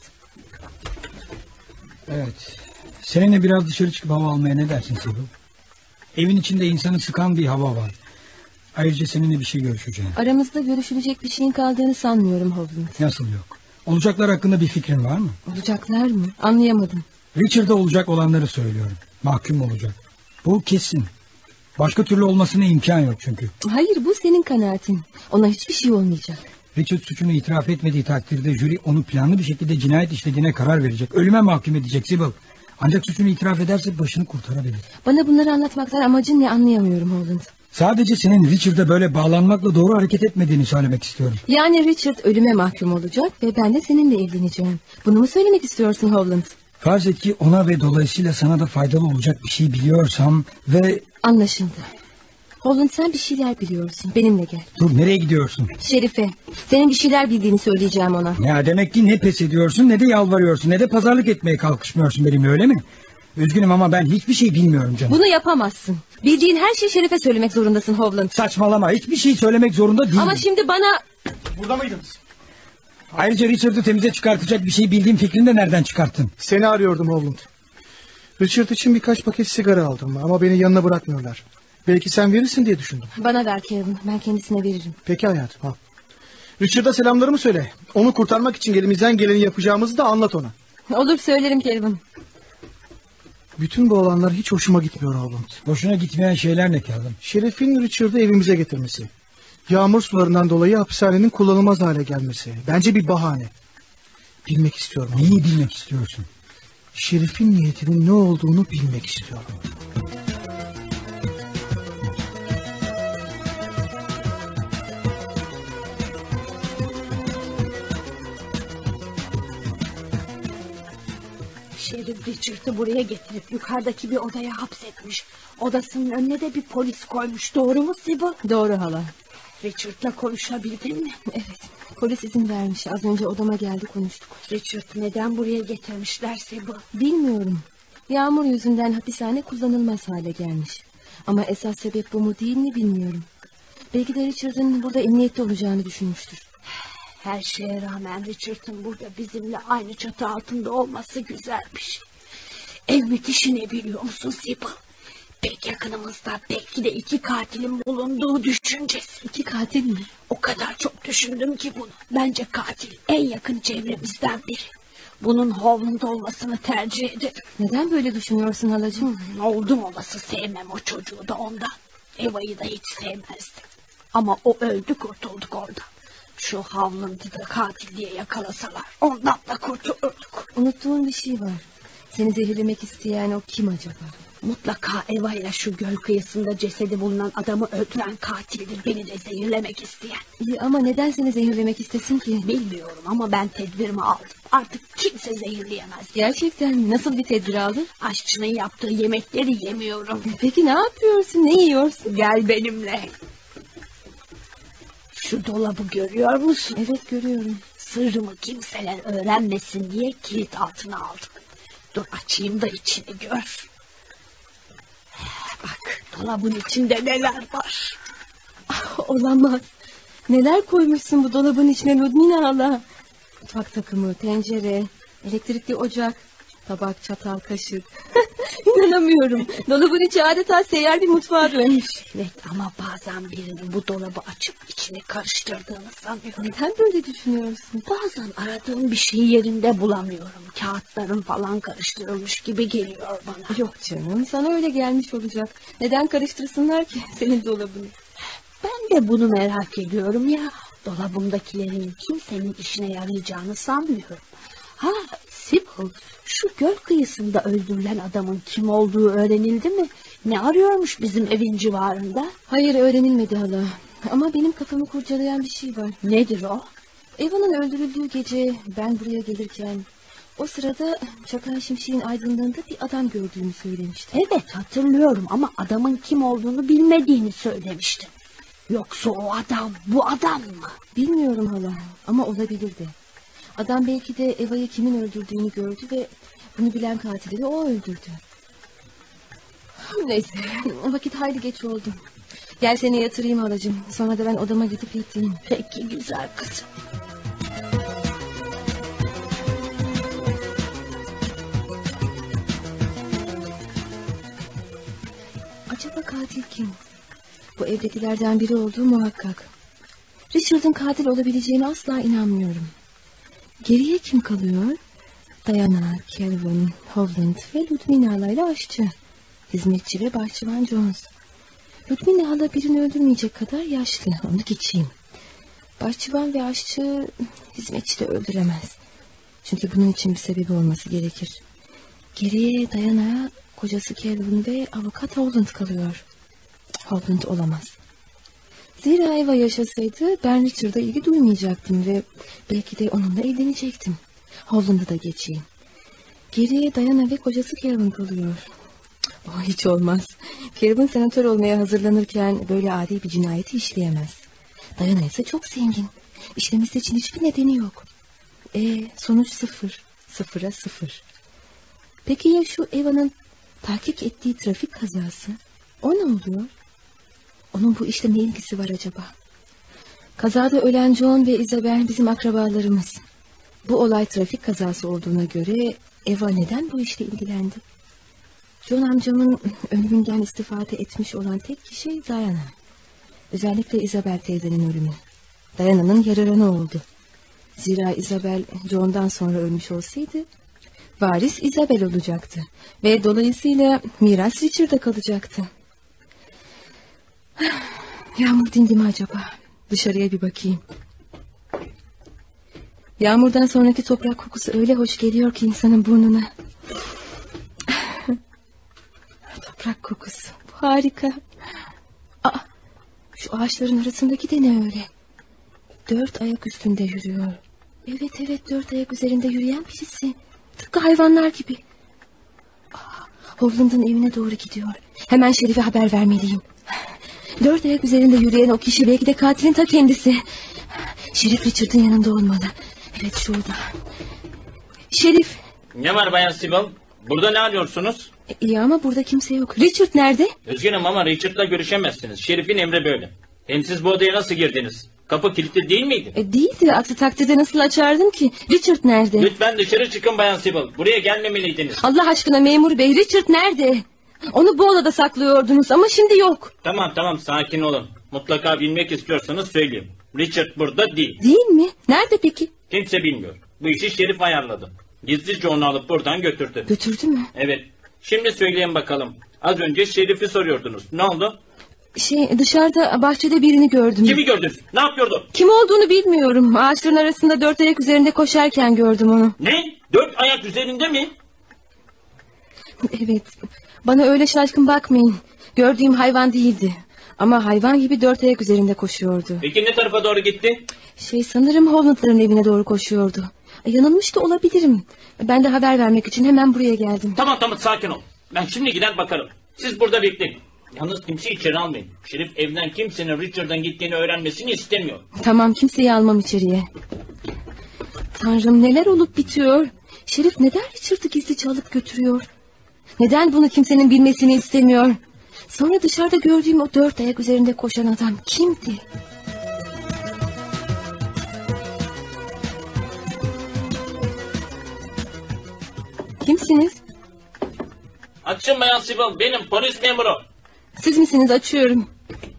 Speaker 2: Evet. Seninle biraz dışarı çıkıp hava almaya ne dersin Sibyl? Evin içinde insanı sıkan bir hava var. Ayrıca seninle bir şey görüşeceğim.
Speaker 3: Aramızda görüşülecek bir şeyin kaldığını sanmıyorum Hovland.
Speaker 2: Nasıl yok? Olacaklar hakkında bir fikrin var mı?
Speaker 3: Olacaklar mı? Anlayamadım.
Speaker 2: Richard'a olacak olanları söylüyorum. Mahkum olacak. Bu kesin. Başka türlü olmasına imkan yok çünkü.
Speaker 3: Hayır, bu senin kanaatin. Ona hiçbir şey olmayacak.
Speaker 2: Richard suçunu itiraf etmediği takdirde jüri onu planlı bir şekilde cinayet işlediğine karar verecek. Ölüme mahkum edecek Sibyl. Ancak suçunu itiraf ederse başını kurtarabilir.
Speaker 3: Bana bunları anlatmaktan amacın ne, anlayamıyorum Hovland.
Speaker 2: Sadece senin Richard'a böyle bağlanmakla doğru hareket etmediğini söylemek istiyorum.
Speaker 3: Yani Richard ölüme mahkum olacak ve ben de seninle evleneceğim. Bunu mu söylemek istiyorsun Hovland?
Speaker 2: Farz et ki ona ve dolayısıyla sana da faydalı olacak bir şey biliyorsam ve...
Speaker 3: Anlaşıldı. Hovland, sen bir şeyler biliyorsun. Benimle gel.
Speaker 2: Dur, nereye gidiyorsun?
Speaker 3: Şerife. Senin bir şeyler bildiğini söyleyeceğim ona.
Speaker 2: Ya demek ki ne pes ediyorsun ne de yalvarıyorsun ne de pazarlık etmeye kalkışmıyorsun benimle, öyle mi? Üzgünüm ama ben hiçbir şey bilmiyorum canım.
Speaker 3: Bunu yapamazsın. Bildiğin her şeyi Şerife söylemek zorundasın Hovland.
Speaker 2: Saçmalama, hiçbir şey söylemek zorunda değilim.
Speaker 3: Ama şimdi bana...
Speaker 9: Burada mıydınız?
Speaker 2: Ayrıca Richard'ı temize çıkartacak bir şey bildiğim fikrini de nereden çıkarttın?
Speaker 9: Seni arıyordum Hovland. Richard için birkaç paket sigara aldım ama beni yanına bırakmıyorlar. Belki sen verirsin diye düşündüm.
Speaker 3: Bana ver Kevin, ben kendisine veririm.
Speaker 9: Peki hayatım, al. Richard'a selamlarımı söyle. Onu kurtarmak için elimizden geleni yapacağımızı da anlat ona.
Speaker 3: Olur, söylerim Kevin.
Speaker 9: Bütün bu olanlar hiç hoşuma gitmiyor Hovland.
Speaker 2: Hoşuna gitmeyen şeyler ne Kevin?
Speaker 9: Şerif'in Richard'ı evimize getirmesi. Yağmur sularından dolayı hapishanenin kullanılmaz hale gelmesi. Bence bir bahane. Bilmek istiyorum.
Speaker 2: Neyi bilmek istiyorsun?
Speaker 9: Şerif'in niyetinin ne olduğunu bilmek istiyorum.
Speaker 8: Şerif Richard'ı buraya getirip yukarıdaki bir odaya hapsetmiş. Odasının önüne de bir polis koymuş. Doğru mu Sibyl?
Speaker 3: Doğru hala.
Speaker 8: Richard'la konuşabildin mi?
Speaker 3: Evet. Polis izin vermiş. Az önce odama geldi, konuştuk.
Speaker 8: Richard neden buraya getirmişler Sibyl?
Speaker 3: Bilmiyorum. Yağmur yüzünden hapishane kullanılmaz hale gelmiş. Ama esas sebep bu mu değil mi bilmiyorum. Belki de Richard'ın burada emniyette olacağını düşünmüştür.
Speaker 8: Her şeye rağmen Richard'ın burada bizimle aynı çatı altında olması güzel bir şey. En müthişi ne biliyor musun Sibyl? Pek yakınımızda belki de iki katilin bulunduğu düşüncesi.
Speaker 3: İki katil mi?
Speaker 8: O kadar çok düşündüm ki bunu. Bence katil en yakın çevremizden biri. Bunun Hovland olmasını tercih ederim.
Speaker 3: Neden böyle düşünüyorsun halacığım?
Speaker 8: Hmm, oldum olası sevmem o çocuğu da ondan. Eva'yı da hiç sevmezdim. Ama o öldü, kurtulduk orada. Şu Hovland'ı da katil diye yakalasalar ondan da kurtulduk.
Speaker 3: Unuttuğun bir şey var. Seni zehirlemek isteyen o kim acaba?
Speaker 8: Mutlaka Eva ile şu göl kıyısında cesedi bulunan adamı öldüren katildir, beni de zehirlemek isteyen.
Speaker 3: İyi ama neden seni zehirlemek istesin ki?
Speaker 8: Bilmiyorum ama ben tedbirimi aldım. Artık kimse zehirleyemez.
Speaker 3: Gerçekten nasıl bir tedbir aldın?
Speaker 8: Aşçının yaptığı yemekleri yemiyorum.
Speaker 3: Peki ne yapıyorsun, ne yiyorsun?
Speaker 8: Gel benimle. Şu dolabı görüyor musun?
Speaker 3: Evet görüyorum.
Speaker 8: Sırrımı kimseler öğrenmesin diye kilit altına aldım. Dur açayım da içini gör. Bak dolabın içinde neler var.
Speaker 3: Ah, olamaz. Neler koymuşsun bu dolabın içine Ludmila hala? Mutfak takımı, tencere, elektrikli ocak, tabak, çatal, kaşık. İnanamıyorum. Dolabın içi adeta seyyar bir mutfağa dönmüş.
Speaker 8: Evet ama bazen birinin bu dolabı açıp içini karıştırdığını sanıyorum.
Speaker 3: Neden böyle düşünüyorsun?
Speaker 8: Bazen aradığım bir şeyi yerinde bulamıyorum. Kağıtların falan karıştırılmış gibi geliyor bana.
Speaker 3: Yok canım, sana öyle gelmiş olacak. Neden karıştırsınlar ki senin dolabını?
Speaker 8: Ben de bunu merak ediyorum ya. Dolabımdakilerin kimsenin işine yarayacağını sanmıyorum. Ha Sibyl, şu göl kıyısında öldürülen adamın kim olduğu öğrenildi mi? Ne arıyormuş bizim evin civarında?
Speaker 3: Hayır öğrenilmedi hala. Ama benim kafamı kurcalayan bir şey var.
Speaker 8: Nedir o?
Speaker 3: Eva'nın öldürüldüğü gece ben buraya gelirken o sırada çakan şimşeğin aydınlığında bir adam gördüğümü söylemişti.
Speaker 8: Evet hatırlıyorum ama adamın kim olduğunu bilmediğini söylemiştin. Yoksa o adam bu adam mı?
Speaker 3: Bilmiyorum hala ama olabilirdi. Adam belki de Eva'yı kimin öldürdüğünü gördü ve bunu bilen katili de o öldürdü. Neyse vakit hayli geç oldu. Gel seni yatırayım halacığım. Sonra da ben odama gidip yatayım.
Speaker 8: Peki güzel kızım.
Speaker 3: Acaba katil kim? Bu evdekilerden biri olduğu muhakkak. Richard'ın katil olabileceğine asla inanmıyorum. Geriye kim kalıyor? Diana, Kelvin, Hovland ve Ludmila ile aşçı. Hizmetçi ve bahçıvan Jones. Ludmila hala birini öldürmeyecek kadar yaşlı. Onu geçeyim. Bahçıvan ve aşçı hizmetçi de öldüremez. Çünkü bunun için bir sebebi olması gerekir. Geriye Diana, kocası Kelvin ve avukat Hovland kalıyor. Hovland olamaz. Zira Eva yaşasaydı ben Richard'a ilgi duymayacaktım ve belki de onunla evlenecektim. Hovland'ı da geçeyim. Geriye Diana ve kocası Kelvin kalıyor. Oh, hiç olmaz. Kelvin senatör olmaya hazırlanırken böyle adi bir cinayeti işleyemez. Diana ise çok zengin. İşlemesi için hiçbir nedeni yok. E, sonuç sıfır. Sıfıra sıfır. Peki ya şu Eva'nın tahkik ettiği trafik kazası? O ne oluyor? Onun bu işle ne ilgisi var acaba? Kazada ölen John ve Isabel bizim akrabalarımız. Bu olay trafik kazası olduğuna göre Eva neden bu işle ilgilendi? John amcamın ölümünden istifade etmiş olan tek kişi Diana. Özellikle Isabel teyzenin ölümü. Diana'nın yararına oldu. Zira Isabel John'dan sonra ölmüş olsaydı varis Isabel olacaktı. Ve dolayısıyla miras Richard'a kalacaktı. Yağmur dindi mi acaba? Dışarıya bir bakayım. Yağmurdan sonraki toprak kokusu öyle hoş geliyor ki insanın burnuna. Toprak kokusu. Bu harika. Aa, şu ağaçların arasındaki de ne öyle? Dört ayak üstünde yürüyor. Evet evet dört ayak üzerinde yürüyen birisi. Tıpkı hayvanlar gibi. Aa, Hovland'ın evine doğru gidiyor. Hemen Şerif'e haber vermeliyim. Dört ayak üzerinde yürüyen o kişi belki de katilin ta kendisi. Şerif Richard'ın yanında olmalı. Evet şurada. Şerif.
Speaker 12: Ne var Bayan Sibyl? Burada ne arıyorsunuz?
Speaker 3: E, iyi ama burada kimse yok. Richard nerede?
Speaker 12: Üzgünüm ama Richard'la görüşemezsiniz. Şerif'in emri böyle. Hem siz bu odaya nasıl girdiniz? Kapı kilitli değil miydi?
Speaker 3: E, değildi. Aksi takdirde nasıl açardım ki? Richard nerede?
Speaker 12: Lütfen dışarı çıkın Bayan Sibyl. Buraya gelmemeliydiniz.
Speaker 3: Allah aşkına memur bey, Richard nerede? Onu bu odada saklıyordunuz ama şimdi yok.
Speaker 12: Tamam tamam sakin olun. Mutlaka bilmek istiyorsanız söyleyeyim. Richard burada değil.
Speaker 3: Değil mi? Nerede peki?
Speaker 12: Kimse bilmiyor. Bu işi Şerif ayarladı. Gizlice onu alıp buradan götürdü.
Speaker 3: Götürdü mü?
Speaker 12: Evet. Şimdi söyleyin bakalım. Az önce Şerif'i soruyordunuz. Ne oldu?
Speaker 3: Şey dışarıda bahçede birini gördüm.
Speaker 12: Kimi gördünüz? Ne yapıyordu?
Speaker 3: Kim olduğunu bilmiyorum. Ağaçların arasında dört ayak üzerinde koşarken gördüm onu.
Speaker 12: Ne? Dört ayak üzerinde mi?
Speaker 3: Evet. Bana öyle şaşkın bakmayın. Gördüğüm hayvan değildi. Ama hayvan gibi dört ayak üzerinde koşuyordu.
Speaker 12: Peki ne tarafa doğru gitti?
Speaker 3: Şey sanırım Holland'ların evine doğru koşuyordu. Yanılmış da olabilirim. Ben de haber vermek için hemen buraya geldim.
Speaker 12: Tamam tamam sakin ol. Ben şimdi gider bakarım. Siz burada bekleyin. Yalnız kimseyi içeri almayın. Şerif evden kimsenin Richard'dan gittiğini öğrenmesini istemiyor.
Speaker 3: Tamam, kimseyi almam içeriye. Tanrım, neler olup bitiyor? Şerif neden Richard'ı gizlice alıp götürüyor? Neden bunu kimsenin bilmesini istemiyor? Sonra dışarıda gördüğüm o dört ayak üzerinde koşan adam kimdi? Kimsiniz?
Speaker 12: Açın Bayan Sibel, benim polis memuru.
Speaker 3: Siz misiniz? Açıyorum.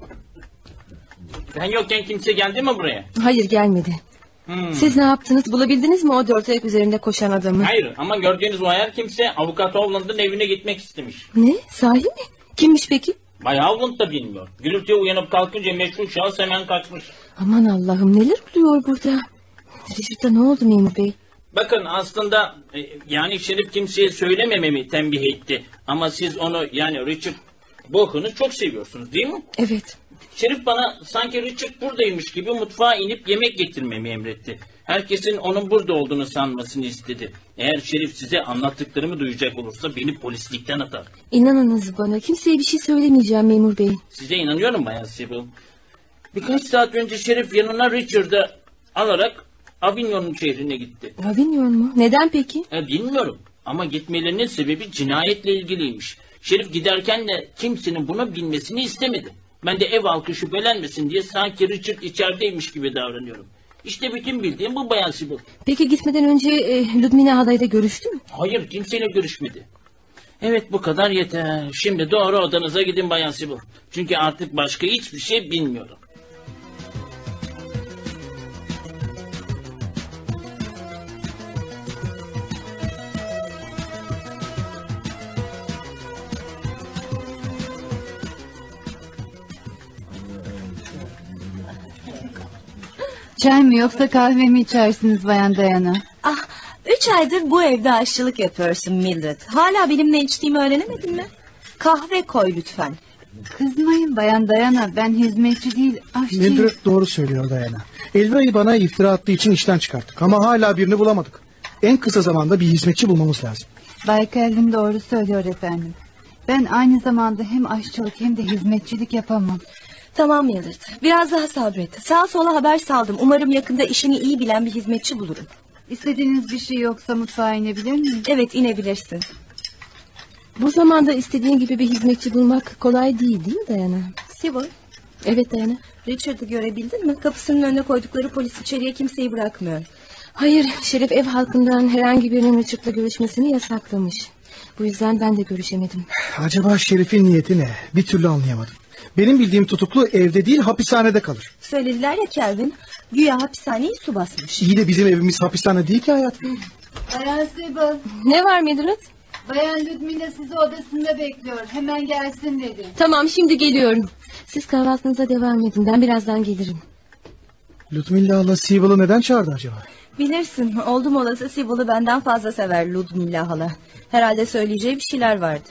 Speaker 12: Ben yokken kimse geldi mi buraya?
Speaker 3: Hayır, gelmedi.
Speaker 12: Hmm.
Speaker 3: Siz ne yaptınız? Bulabildiniz mi o dört ayak üzerinde koşan adamı?
Speaker 12: Hayır ama gördüğünüz o her kimse avukat Hovland'ın evine gitmek istemiş.
Speaker 3: Ne? Sahi mi? Kimmiş peki?
Speaker 12: Bay Hovland da bilmiyor. Gürültüye uyanıp kalkınca meşhur şahıs hemen kaçmış.
Speaker 3: Aman Allah'ım, neler oluyor burada? Richard'da ne oldu memur bey?
Speaker 12: Bakın aslında e, yani Şerif kimseye söylemememi tembih etti. Ama siz onu yani Richard Bohan'ı çok seviyorsunuz değil mi?
Speaker 3: Evet.
Speaker 12: Şerif bana sanki Richard buradaymış gibi mutfağa inip yemek getirmemi emretti. Herkesin onun burada olduğunu sanmasını istedi. Eğer Şerif size anlattıklarımı duyacak olursa beni polislikten atar.
Speaker 3: İnanınız bana, kimseye bir şey söylemeyeceğim memur bey.
Speaker 12: Size inanıyorum Bayan Sibel. Birkaç saat önce Şerif yanına Richard'ı alarak Avignon'un şehrine gitti.
Speaker 3: Avignon mu? Neden peki?
Speaker 12: E, bilmiyorum ama gitmelerinin sebebi cinayetle ilgiliymiş. Şerif giderken de kimsenin bunu bilmesini istemedi. Ben de ev halkı şüphelenmesin diye sanki Richard içerideymiş gibi davranıyorum. İşte bütün bildiğim bu Bayan Sibel.
Speaker 3: Peki gitmeden önce e, Ludmila halayda görüştü mü?
Speaker 12: Hayır, kimseyle görüşmedi. Evet, bu kadar yeter. Şimdi doğru odanıza gidin Bayan Sibel. Çünkü artık başka hiçbir şey bilmiyorum.
Speaker 10: Çay mı yoksa kahve mi içersiniz Bayan Dayana?
Speaker 4: Ah, üç aydır bu evde aşçılık yapıyorsun Mildred. Hala benim ne içtiğimi öğrenemedin mi? Kahve koy lütfen.
Speaker 10: Kızmayın Bayan Dayana, ben hizmetçi değil aşçıyım.
Speaker 9: Mildred doğru söylüyor Dayana. Elvira'yı bana iftira attığı için işten çıkarttık ama hala birini bulamadık. En kısa zamanda bir hizmetçi bulmamız lazım.
Speaker 10: Bay Kelvin doğru söylüyor efendim. Ben aynı zamanda hem aşçılık hem de hizmetçilik yapamam.
Speaker 4: Tamam Mildred, biraz daha sabret. Sağa sola haber saldım. Umarım yakında işini iyi bilen bir hizmetçi bulurum.
Speaker 10: İstediğiniz bir şey yoksa mutfağa inebilir miyim?
Speaker 4: Evet, inebilirsin.
Speaker 3: Bu zamanda istediğin gibi bir hizmetçi bulmak kolay değil değil mi Dayana?
Speaker 4: Sibel.
Speaker 3: Evet Dayana.
Speaker 4: Richard'ı görebildin mi? Kapısının önüne koydukları polis içeriye kimseyi bırakmıyor.
Speaker 3: Hayır, Şerif ev halkından herhangi birinin Richard'la görüşmesini yasaklamış. Bu yüzden ben de görüşemedim.
Speaker 9: Acaba Şerif'in niyeti ne? Bir türlü anlayamadım. Benim bildiğim tutuklu evde değil hapishanede kalır.
Speaker 4: Söylediler ya Kelvin, güya hapishaneyi su basmış.
Speaker 9: İyi de bizim evimiz hapishane değil ki hayatım.
Speaker 5: Bayan Sibel.
Speaker 3: Ne var Mildred?
Speaker 5: Bayan Ludmila sizi odasında bekliyor. Hemen gelsin dedi.
Speaker 3: Tamam, şimdi geliyorum. Siz kahvaltınıza devam edin, ben birazdan gelirim.
Speaker 9: Ludmila hala Sibel'ı neden çağırdı acaba?
Speaker 4: Bilirsin, oldum olası Sibel'ı benden fazla sever Ludmila hala. Herhalde söyleyeceği bir şeyler vardır.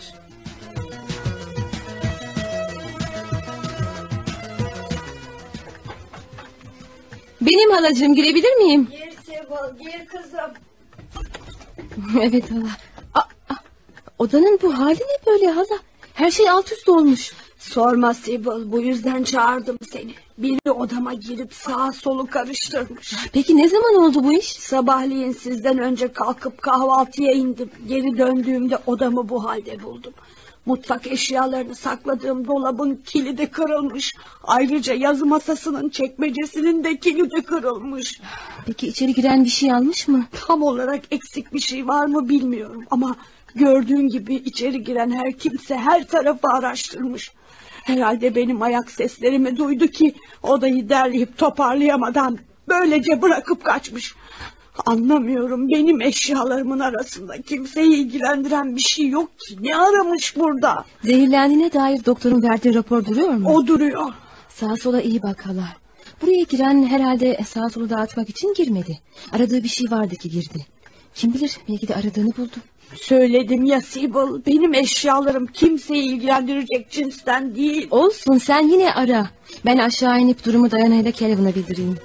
Speaker 3: Benim halacığım, girebilir miyim?
Speaker 5: Gir Sibel, gir kızım.
Speaker 3: Evet hala. Aa, odanın bu hali ne böyle hala? Her şey alt üst olmuş.
Speaker 8: Sorma Sibel, bu yüzden çağırdım seni. Biri odama girip sağa solu karıştırmış.
Speaker 3: Peki ne zaman oldu bu iş?
Speaker 8: Sabahleyin sizden önce kalkıp kahvaltıya indim. Geri döndüğümde odamı bu halde buldum. Mutfak eşyalarını sakladığım dolabın kilidi kırılmış. Ayrıca yazı masasının çekmecesinin de kilidi kırılmış.
Speaker 3: Peki içeri giren bir şey almış mı?
Speaker 8: Tam olarak eksik bir şey var mı bilmiyorum ama gördüğün gibi içeri giren her kimse her tarafı araştırmış. Herhalde benim ayak seslerimi duydu ki odayı derleyip toparlayamadan böylece bırakıp kaçmış. Anlamıyorum, benim eşyalarımın arasında kimseyi ilgilendiren bir şey yok ki. Ne aramış burada?
Speaker 3: Zehirlendiğine dair doktorun verdiği rapor duruyor mu?
Speaker 8: O duruyor.
Speaker 3: Sağa sola iyi bak hala. Buraya giren herhalde sağa sola dağıtmak için girmedi. Aradığı bir şey vardı ki girdi. Kim bilir, belki de aradığını buldu.
Speaker 8: Söyledim ya Sibyl, benim eşyalarım kimseyi ilgilendirecek cinsten değil.
Speaker 3: Olsun, sen yine ara. Ben aşağı inip durumu Diana'yla Calvin'a bildireyim.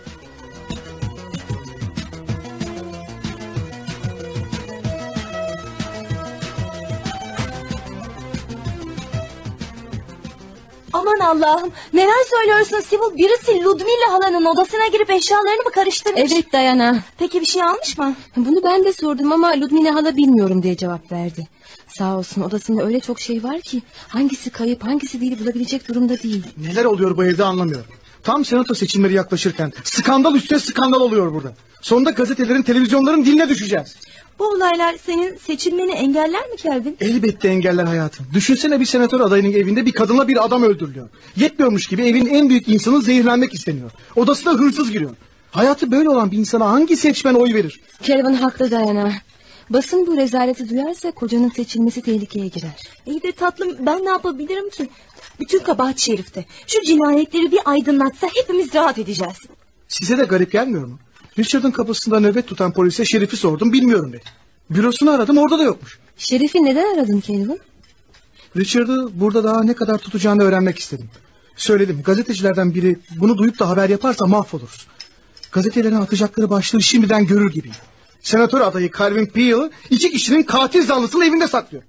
Speaker 4: Aman Allah'ım, neler söylüyorsun Sibyl? Birisi Ludmilla halanın odasına girip eşyalarını mı karıştırmış?
Speaker 3: Evet Diana.
Speaker 4: Peki bir şey almış mı?
Speaker 3: Bunu ben de sordum ama Ludmilla hala bilmiyorum diye cevap verdi. Sağ olsun, odasında öyle çok şey var ki hangisi kayıp hangisi değil bulabilecek durumda değil.
Speaker 9: Neler oluyor bu evde anlamıyorum. Tam senato seçimleri yaklaşırken skandal üstüne skandal oluyor burada. Sonunda gazetelerin, televizyonların diline düşeceğiz.
Speaker 4: Bu olaylar senin seçilmeni engeller mi Calvin?
Speaker 9: Elbette engeller hayatım. Düşünsene, bir senatör adayının evinde bir kadınla bir adam öldürülüyor. Yetmiyormuş gibi evin en büyük insanı zehirlenmek isteniyor. Odasına hırsız giriyor. Hayatı böyle olan bir insana hangi seçmen oy verir?
Speaker 3: Calvin haklı Diana. Basın bu rezaleti duyarsa kocanın seçilmesi tehlikeye girer.
Speaker 4: İyi de tatlım, ben ne yapabilirim ki? Bütün kabahat Şerif'te. Şu cinayetleri bir aydınlatsa hepimiz rahat edeceğiz.
Speaker 9: Size de garip gelmiyor mu? Richard'ın kapısında nöbet tutan polise Şerif'i sordum, bilmiyorum dedi. Bürosunu aradım, orada da yokmuş.
Speaker 3: Şerif'i neden aradın Calvin?
Speaker 9: Richard'ı burada daha ne kadar tutacağını öğrenmek istedim. Söyledim, gazetecilerden biri bunu duyup da haber yaparsa mahvoluruz. Gazetelerine atacakları başlığı şimdiden görür gibiyim. Senatör adayı Calvin Peel'ı iki kişinin katil zanlısını evinde saklıyor.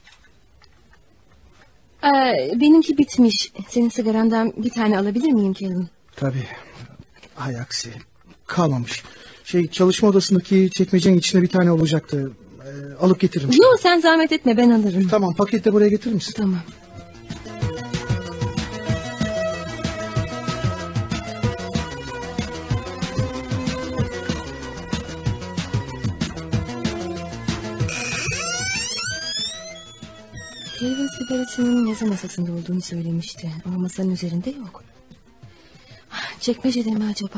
Speaker 3: Ee, benimki bitmiş. Senin sigarandan bir tane alabilir miyim Calvin?
Speaker 9: Tabii. Hay aksi. Kalmamış. Şey, çalışma odasındaki çekmecenin içinde bir tane olacaktı. Ee, alıp getiririm.
Speaker 3: Yok, sen zahmet etme, ben alırım.
Speaker 9: Tamam, pakette buraya getirir misin?
Speaker 3: Tamam. Calvin sigaretinin yazı masasında olduğunu söylemişti. Ama masanın üzerinde yok. Çekmecede mi acaba?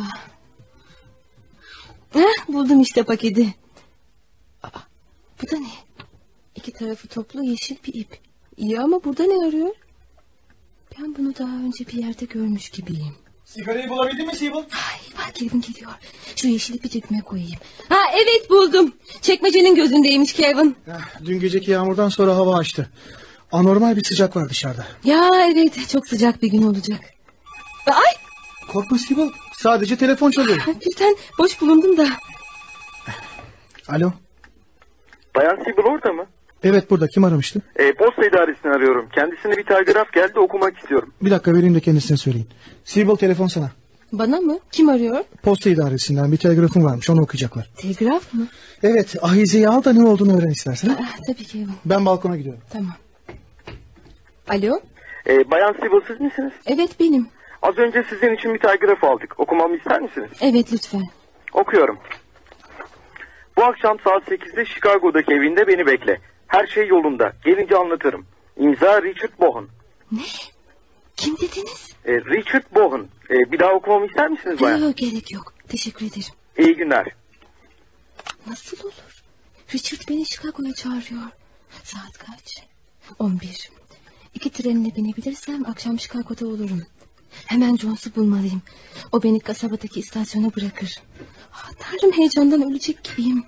Speaker 3: Heh, buldum işte paketi. Aa, bu da ne? İki tarafı toplu yeşil bir ip. İyi ama burada ne arıyor? Ben bunu daha önce bir yerde görmüş gibiyim.
Speaker 9: Sigarayı bulabildin mi Sibyl?
Speaker 3: Ay bak, Calvin geliyor. Şu yeşil ipi cebime koyayım. Ha evet, buldum. Çekmecenin gözündeymiş Calvin.
Speaker 9: Heh, dün geceki yağmurdan sonra hava açtı. Anormal bir sıcak var dışarıda.
Speaker 3: Ya evet, çok sıcak bir gün olacak. Ay!
Speaker 9: Korkma Sibyl, sadece telefon çalıyor.
Speaker 3: Birden boş bulundum da.
Speaker 9: Alo.
Speaker 14: Bayan Sibyl orada mı?
Speaker 9: Evet, burada. Kim aramıştı?
Speaker 14: E, posta idaresini arıyorum. Kendisine bir telgraf geldi, okumak istiyorum.
Speaker 9: Bir dakika vereyim de kendisine söyleyin. Sibyl, telefon sana.
Speaker 3: Bana mı? Kim arıyor?
Speaker 9: Posta idaresinden bir telgrafım varmış, onu okuyacaklar.
Speaker 3: Telgraf mı?
Speaker 9: Evet, ahizeyi al da ne olduğunu öğren istersen.
Speaker 3: Aa, tabii ki.
Speaker 9: Ben balkona gidiyorum.
Speaker 3: Tamam. Alo?
Speaker 14: E, Bayan Sibyl, siz misiniz?
Speaker 3: Evet, benim.
Speaker 14: Az önce sizin için bir telgraf aldık. Okumamı ister misiniz?
Speaker 3: Evet, lütfen.
Speaker 14: Okuyorum. Bu akşam saat sekizde Chicago'daki evinde beni bekle. Her şey yolunda. Gelince anlatırım. İmza Richard Bohan.
Speaker 3: Ne? Kim dediniz?
Speaker 14: E, Richard Bohan. E, bir daha okumamı ister misiniz bayan?
Speaker 3: Yok, gerek yok. Teşekkür ederim.
Speaker 14: İyi günler.
Speaker 3: Nasıl olur? Richard beni Chicago'ya çağırıyor. Saat kaç? On bir. İki trenine binebilirsem akşam Chicago'da olurum. Hemen Jones'u bulmalıyım. O beni kasabadaki istasyona bırakır. Ah, Tanrım, heyecandan ölecek gibiyim.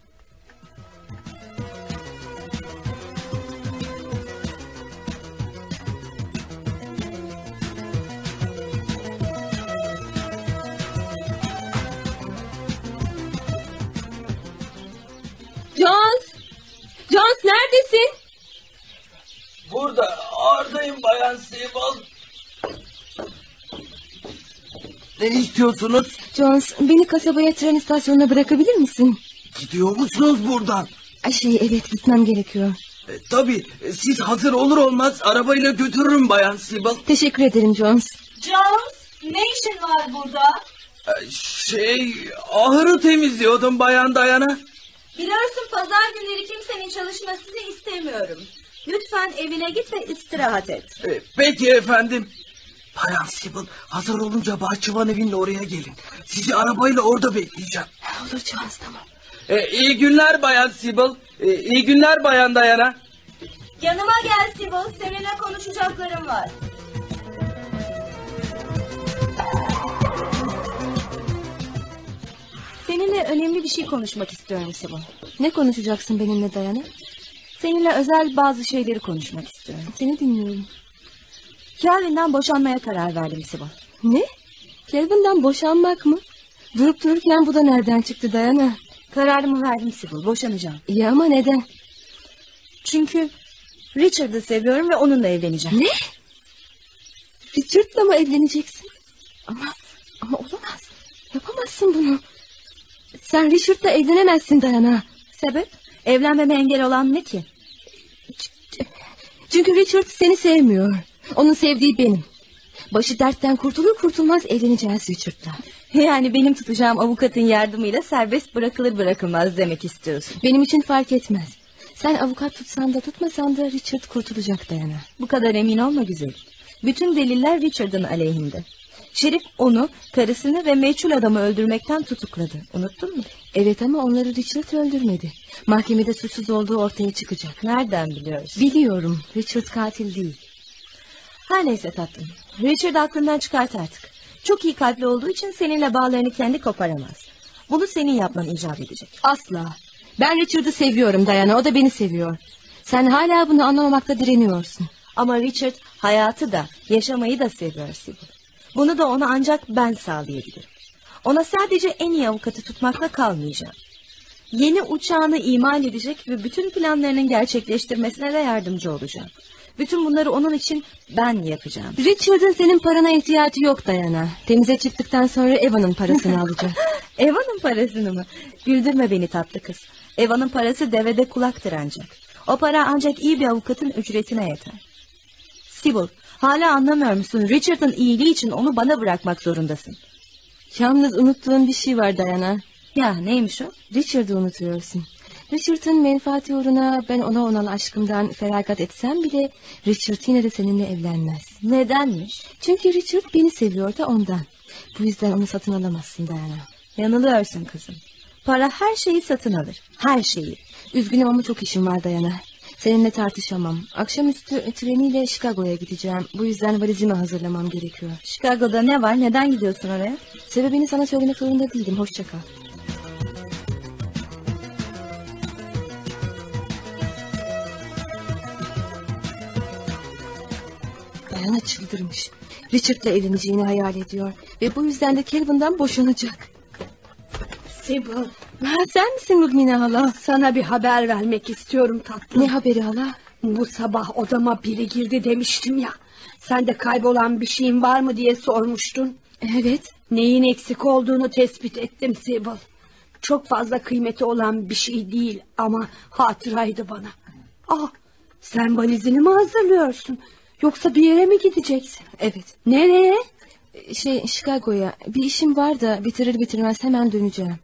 Speaker 3: Jones! Jones, neredesin?
Speaker 13: Burada, oradayım Bayan Sibyl. Ne istiyorsunuz?
Speaker 3: Jones, beni kasabaya tren istasyonuna bırakabilir misin?
Speaker 13: Gidiyor musunuz buradan?
Speaker 3: Ay şey, evet, gitmem gerekiyor.
Speaker 13: E, tabii, siz hazır olur olmaz arabayla götürürüm Bayan Sibyl.
Speaker 3: Teşekkür ederim Jones.
Speaker 4: Jones, ne işin var burada?
Speaker 13: E, şey, ahırı temizliyordum Bayan Diana.
Speaker 4: Biliyorsun, pazar günleri kimsenin çalışmasını istemiyorum. Lütfen evine git ve istirahat et.
Speaker 13: E, peki efendim. Bayan Sibyl, hazır olunca bahçıvan evinin oraya gelin. Sizi arabayla orada bekleyeceğim.
Speaker 3: Olur Jones, tamam.
Speaker 13: E, iyi günler Bayan Sibyl. E, iyi günler Bayan Diana.
Speaker 4: Yanıma gel Sibyl, seninle konuşacaklarım var. Seninle önemli bir şey konuşmak istiyorum Sibyl.
Speaker 3: Ne konuşacaksın benimle Dayana?
Speaker 4: Seninle özel bazı şeyleri konuşmak istiyorum.
Speaker 3: Seni dinliyorum.
Speaker 4: Kelvin'den boşanmaya karar verdim Sibyl.
Speaker 3: Ne? Kelvin'den boşanmak mı? Durup dururken bu da nereden çıktı Dayana?
Speaker 4: Kararımı verdim Sibyl, boşanacağım.
Speaker 3: İyi ama neden?
Speaker 4: Çünkü Richard'ı seviyorum ve onunla evleneceğim.
Speaker 3: Ne? Richard'la mı evleneceksin? Ama ama olamaz. Yapamazsın bunu. Sen Richard'la evlenemezsin Dayana.
Speaker 4: Sebep? Evlenmeme engel olan ne ki?
Speaker 3: Çünkü Richard seni sevmiyor. Onun sevdiği benim. Başı dertten kurtulur kurtulmaz evleneceğiz Richard'la.
Speaker 4: Yani benim tutacağım avukatın yardımıyla serbest bırakılır bırakılmaz demek istiyorsun.
Speaker 3: Benim için fark etmez. Sen avukat tutsan da tutmasan da Richard kurtulacak Dayana.
Speaker 4: Bu kadar emin olma güzel. Bütün deliller Richard'ın aleyhinde. Şerif onu, karısını ve meçhul adamı öldürmekten tutukladı. Unuttun mu?
Speaker 3: Evet ama onları Richard öldürmedi. Mahkemede suçsuz olduğu ortaya çıkacak.
Speaker 4: Nereden biliyorsun?
Speaker 3: Biliyorum. Richard katil değil.
Speaker 4: Her neyse tatlım. Richard aklından çıkart artık. Çok iyi kalpli olduğu için seninle bağlarını kendi koparamaz. Bunu senin yapman icap edecek.
Speaker 3: Asla. Ben Richard'ı seviyorum Dayana. O da beni seviyor. Sen hala bunu anlamamakta direniyorsun.
Speaker 4: Ama Richard hayatı da yaşamayı da seviyor Sibyl. Bunu da ona ancak ben sağlayabilirim. Ona sadece en iyi avukatı tutmakla kalmayacağım. Yeni uçağını imal edecek ve bütün planlarının gerçekleştirmesine de yardımcı olacağım. Bütün bunları onun için ben yapacağım.
Speaker 3: Richard'ın senin parana ihtiyacı yok Dayana. Temize çıktıktan sonra Eva'nın parasını alacak.
Speaker 4: Eva'nın parasını mı? Güldürme beni tatlı kız. Eva'nın parası devede kulaktır ancak. O para ancak iyi bir avukatın ücretine yeter. Sibyl, hala anlamıyor musun? Richard'ın iyiliği için onu bana bırakmak zorundasın.
Speaker 3: Yalnız unuttuğun bir şey var Dayana.
Speaker 4: Ya neymiş o?
Speaker 3: Richard'ı unutuyorsun. Richard'ın menfaati uğruna ben ona olan aşkımdan feragat etsem bile Richard yine de seninle evlenmez.
Speaker 4: Nedenmiş?
Speaker 3: Çünkü Richard beni seviyor da ondan. Bu yüzden onu satın alamazsın Dayana.
Speaker 4: Yanılıyorsun kızım. Para her şeyi satın alır. Her şeyi.
Speaker 3: Üzgünüm ama çok işim var Dayana. Seninle tartışamam. Akşamüstü treniyle Chicago'ya gideceğim. Bu yüzden valizimi hazırlamam gerekiyor.
Speaker 4: Chicago'da ne var? Neden gidiyorsun oraya?
Speaker 3: Sebebini sana söylemek zorunda değilim. Hoşça kal. Dayana çıldırmış. Richard'la evleneceğini hayal ediyor. Ve bu yüzden de Kelvin'den boşanacak.
Speaker 8: Sibyl.
Speaker 3: Ha, sen misin Ludmila hala?
Speaker 8: Sana bir haber vermek istiyorum tatlım.
Speaker 3: Ne haberi hala?
Speaker 8: Bu sabah odama biri girdi demiştim ya. Sen de kaybolan bir şeyin var mı diye sormuştun.
Speaker 3: Evet.
Speaker 8: Neyin eksik olduğunu tespit ettim Sibyl. Çok fazla kıymeti olan bir şey değil ama hatıraydı bana. Ah, sen valizini mi hazırlıyorsun? Yoksa bir yere mi gideceksin?
Speaker 3: Evet.
Speaker 8: Nereye?
Speaker 3: Şey, Chicago'ya. Bir işim var da bitirir bitirmez hemen döneceğim.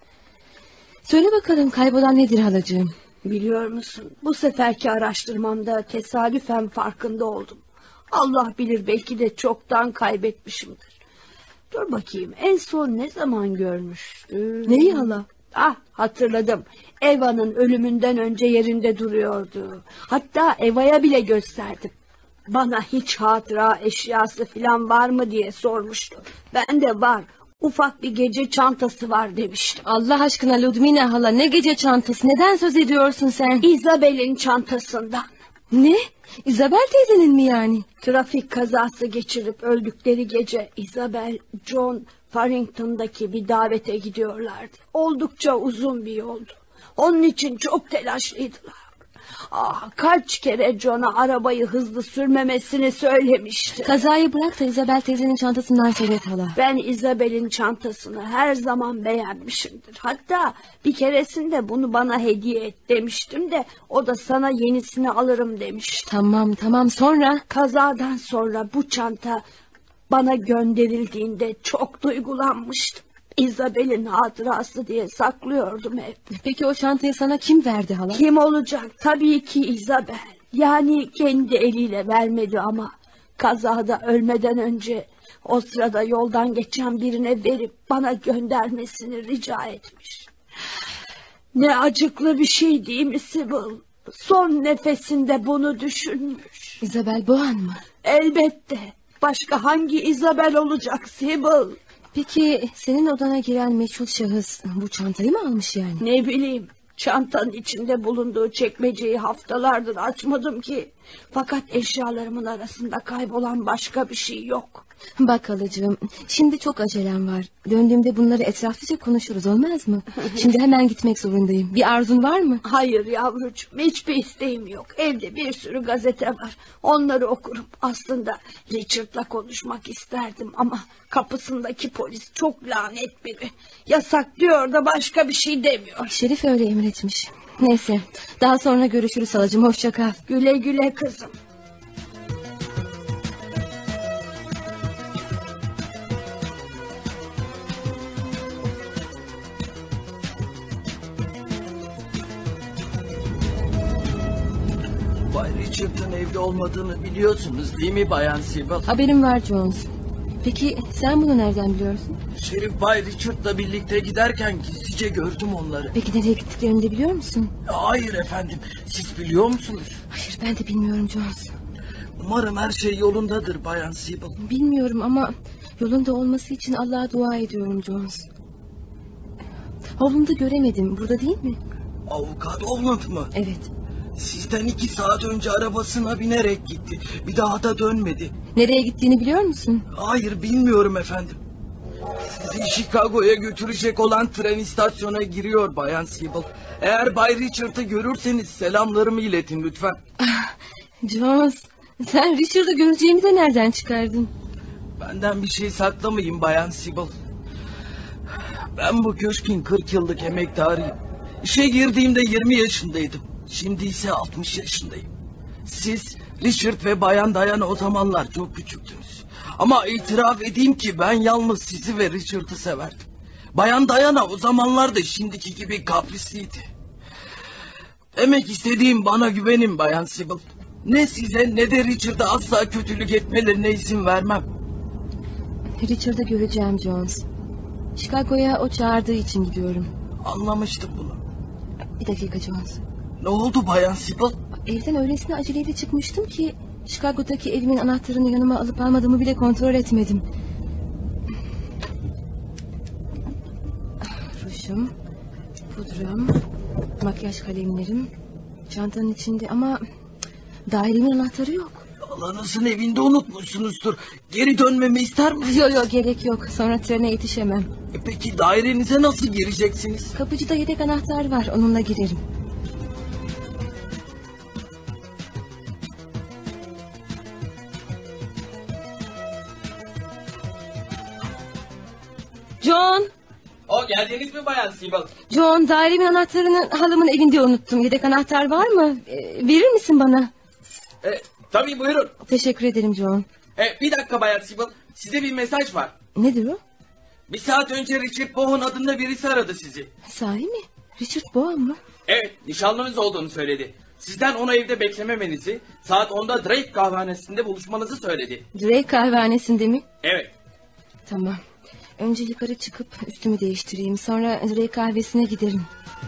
Speaker 3: Söyle bakalım kaybolan nedir halacığım?
Speaker 8: Biliyor musun? Bu seferki araştırmamda tesadüfen farkında oldum. Allah bilir belki de çoktan kaybetmişimdir. Dur bakayım en son ne zaman görmüştüm?
Speaker 3: Neyi hala?
Speaker 8: Ah hatırladım. Eva'nın ölümünden önce yerinde duruyordu. Hatta Eva'ya bile gösterdim. Bana hiç hatıra eşyası falan var mı diye sormuştu. Ben de var. Ufak bir gece çantası var demiştim.
Speaker 3: Allah aşkına Ludmila hala ne gece çantası? Neden söz ediyorsun sen?
Speaker 8: Isabel'in çantasından.
Speaker 3: Ne? Isabel teyzenin mi yani?
Speaker 8: Trafik kazası geçirip öldükleri gece Isabel, John Farrington'daki bir davete gidiyorlardı. Oldukça uzun bir yoldu. Onun için çok telaşlıydılar. Ah, kaç kere John'a arabayı hızlı sürmemesini söylemişti.
Speaker 3: Kazayı bırak da Isabel teyzenin çantasından söyle hala.
Speaker 8: Ben Isabel'in çantasını her zaman beğenmişimdir. Hatta bir keresinde bunu bana hediye et demiştim de o da sana yenisini alırım demişti.
Speaker 3: Tamam tamam sonra?
Speaker 8: Kazadan sonra bu çanta bana gönderildiğinde çok duygulanmıştım. Isabel'in hatırası diye saklıyordum hep.
Speaker 3: Peki o çantayı sana kim verdi hala?
Speaker 8: Kim olacak? Tabii ki Isabel. Yani kendi eliyle vermedi ama kazada ölmeden önce o sırada yoldan geçen birine verip bana göndermesini rica etmiş. Ne acıklı bir şey değil mi Sibyl? Son nefesinde bunu düşünmüş.
Speaker 3: Isabel Boğan mı?
Speaker 8: Elbette. Başka hangi Isabel olacak Sibyl?
Speaker 3: Peki senin odana giren meçhul şahıs bu çantayı mı almış yani?
Speaker 8: Ne bileyim. Çantanın içinde bulunduğu çekmeceyi haftalardır açmadım ki. Fakat eşyalarımın arasında kaybolan başka bir şey yok.
Speaker 3: Bak halacığım, şimdi çok acelem var. Döndüğümde bunları etraflıca konuşuruz, olmaz mı? Şimdi hemen gitmek zorundayım. Bir arzun var mı?
Speaker 8: Hayır yavrucuğum, hiçbir isteğim yok. Evde bir sürü gazete var. Onları okurum. Aslında Richard'la konuşmak isterdim ama kapısındaki polis çok lanet biri. Yasak diyor da başka bir şey demiyor.
Speaker 3: Şerif öyle emretmiş. Neyse, daha sonra görüşürüz halacığım, hoşça kal.
Speaker 8: Güle güle kızım.
Speaker 13: Bay Richard'ın evde olmadığını biliyorsunuz değil mi Bayan Sibyl?
Speaker 3: Haberim var Jones. Peki sen bunu nereden biliyorsun?
Speaker 13: Şerif Bay Richard'la birlikte giderken gizlice gördüm onları.
Speaker 3: Peki nereye gittiklerini de biliyor musun?
Speaker 13: Hayır efendim, siz biliyor musunuz?
Speaker 3: Hayır, ben de bilmiyorum Jones.
Speaker 13: Umarım her şey yolundadır Bayan Sibyl.
Speaker 3: Bilmiyorum ama yolunda olması için Allah'a dua ediyorum Jones. Holland'ı göremedim, burada değil mi?
Speaker 13: Avukat Holland mı?
Speaker 3: Evet.
Speaker 13: Sizden iki saat önce arabasına binerek gitti. Bir daha da dönmedi.
Speaker 3: Nereye gittiğini biliyor musun?
Speaker 13: Hayır, bilmiyorum efendim. Sizi Chicago'ya götürecek olan tren istasyona giriyor Bayan Sibyl. Eğer Bay Richard'ı görürseniz selamlarımı iletin lütfen.
Speaker 3: Ah, Jones, sen Richard'ı göreceğimi de nereden çıkardın?
Speaker 13: Benden bir şey saklamayın Bayan Sibyl. Ben bu köşkün kırk yıllık emektarıyım. İşe girdiğimde yirmi yaşındaydım. Şimdi ise altmış yaşındayım. Siz, Richard ve Bayan Diana o zamanlar çok küçüktünüz. Ama itiraf edeyim ki ben yalnız sizi ve Richard'ı severdim. Bayan Diana o zamanlar da şimdiki gibi kaprisliydi. Demek istediğim, bana güvenin Bayan Sibyl. Ne size ne de Richard'a asla kötülük etmelerine izin vermem.
Speaker 3: Richard'ı göreceğim Jones. Chicago'ya o çağırdığı için gidiyorum.
Speaker 13: Anlamıştım bunu.
Speaker 3: Bir dakika Jones.
Speaker 13: Ne oldu Bayan Sibyl?
Speaker 3: Evden öylesine aceleyle çıkmıştım ki Chicago'daki evimin anahtarını yanıma alıp almadığımı bile kontrol etmedim. Rujum, pudram, makyaj kalemlerim çantanın içinde ama dairemin anahtarı yok.
Speaker 13: Halanızın evinde unutmuşsunuzdur. Geri dönmemi ister misiniz?
Speaker 3: Yok yok, gerek yok. Sonra trene yetişemem.
Speaker 13: E peki dairenize nasıl gireceksiniz?
Speaker 3: Kapıcıda yedek anahtar var. Onunla girerim. John!
Speaker 13: O geldiniz mi Bayan Sibyl?
Speaker 3: John, dairemin anahtarını halamın evinde unuttum. Yedek anahtar var mı? Ee, verir misin bana?
Speaker 13: E, tabii buyurun.
Speaker 3: Teşekkür ederim John.
Speaker 13: E, bir dakika Bayan Sibyl. Size bir mesaj var.
Speaker 3: Nedir o?
Speaker 13: Bir saat önce Richard Bowen adında birisi aradı sizi.
Speaker 3: Sahi mi? Richard Bowen mı?
Speaker 13: Evet, nişanlınız olduğunu söyledi. Sizden onu evde beklememenizi, saat onda Drake kahvehanesinde buluşmanızı söyledi.
Speaker 3: Drake kahvehanesinde mi?
Speaker 13: Evet.
Speaker 3: Tamam. Önce yukarı çıkıp üstümü değiştireyim. Sonra Drake kahvesine giderim.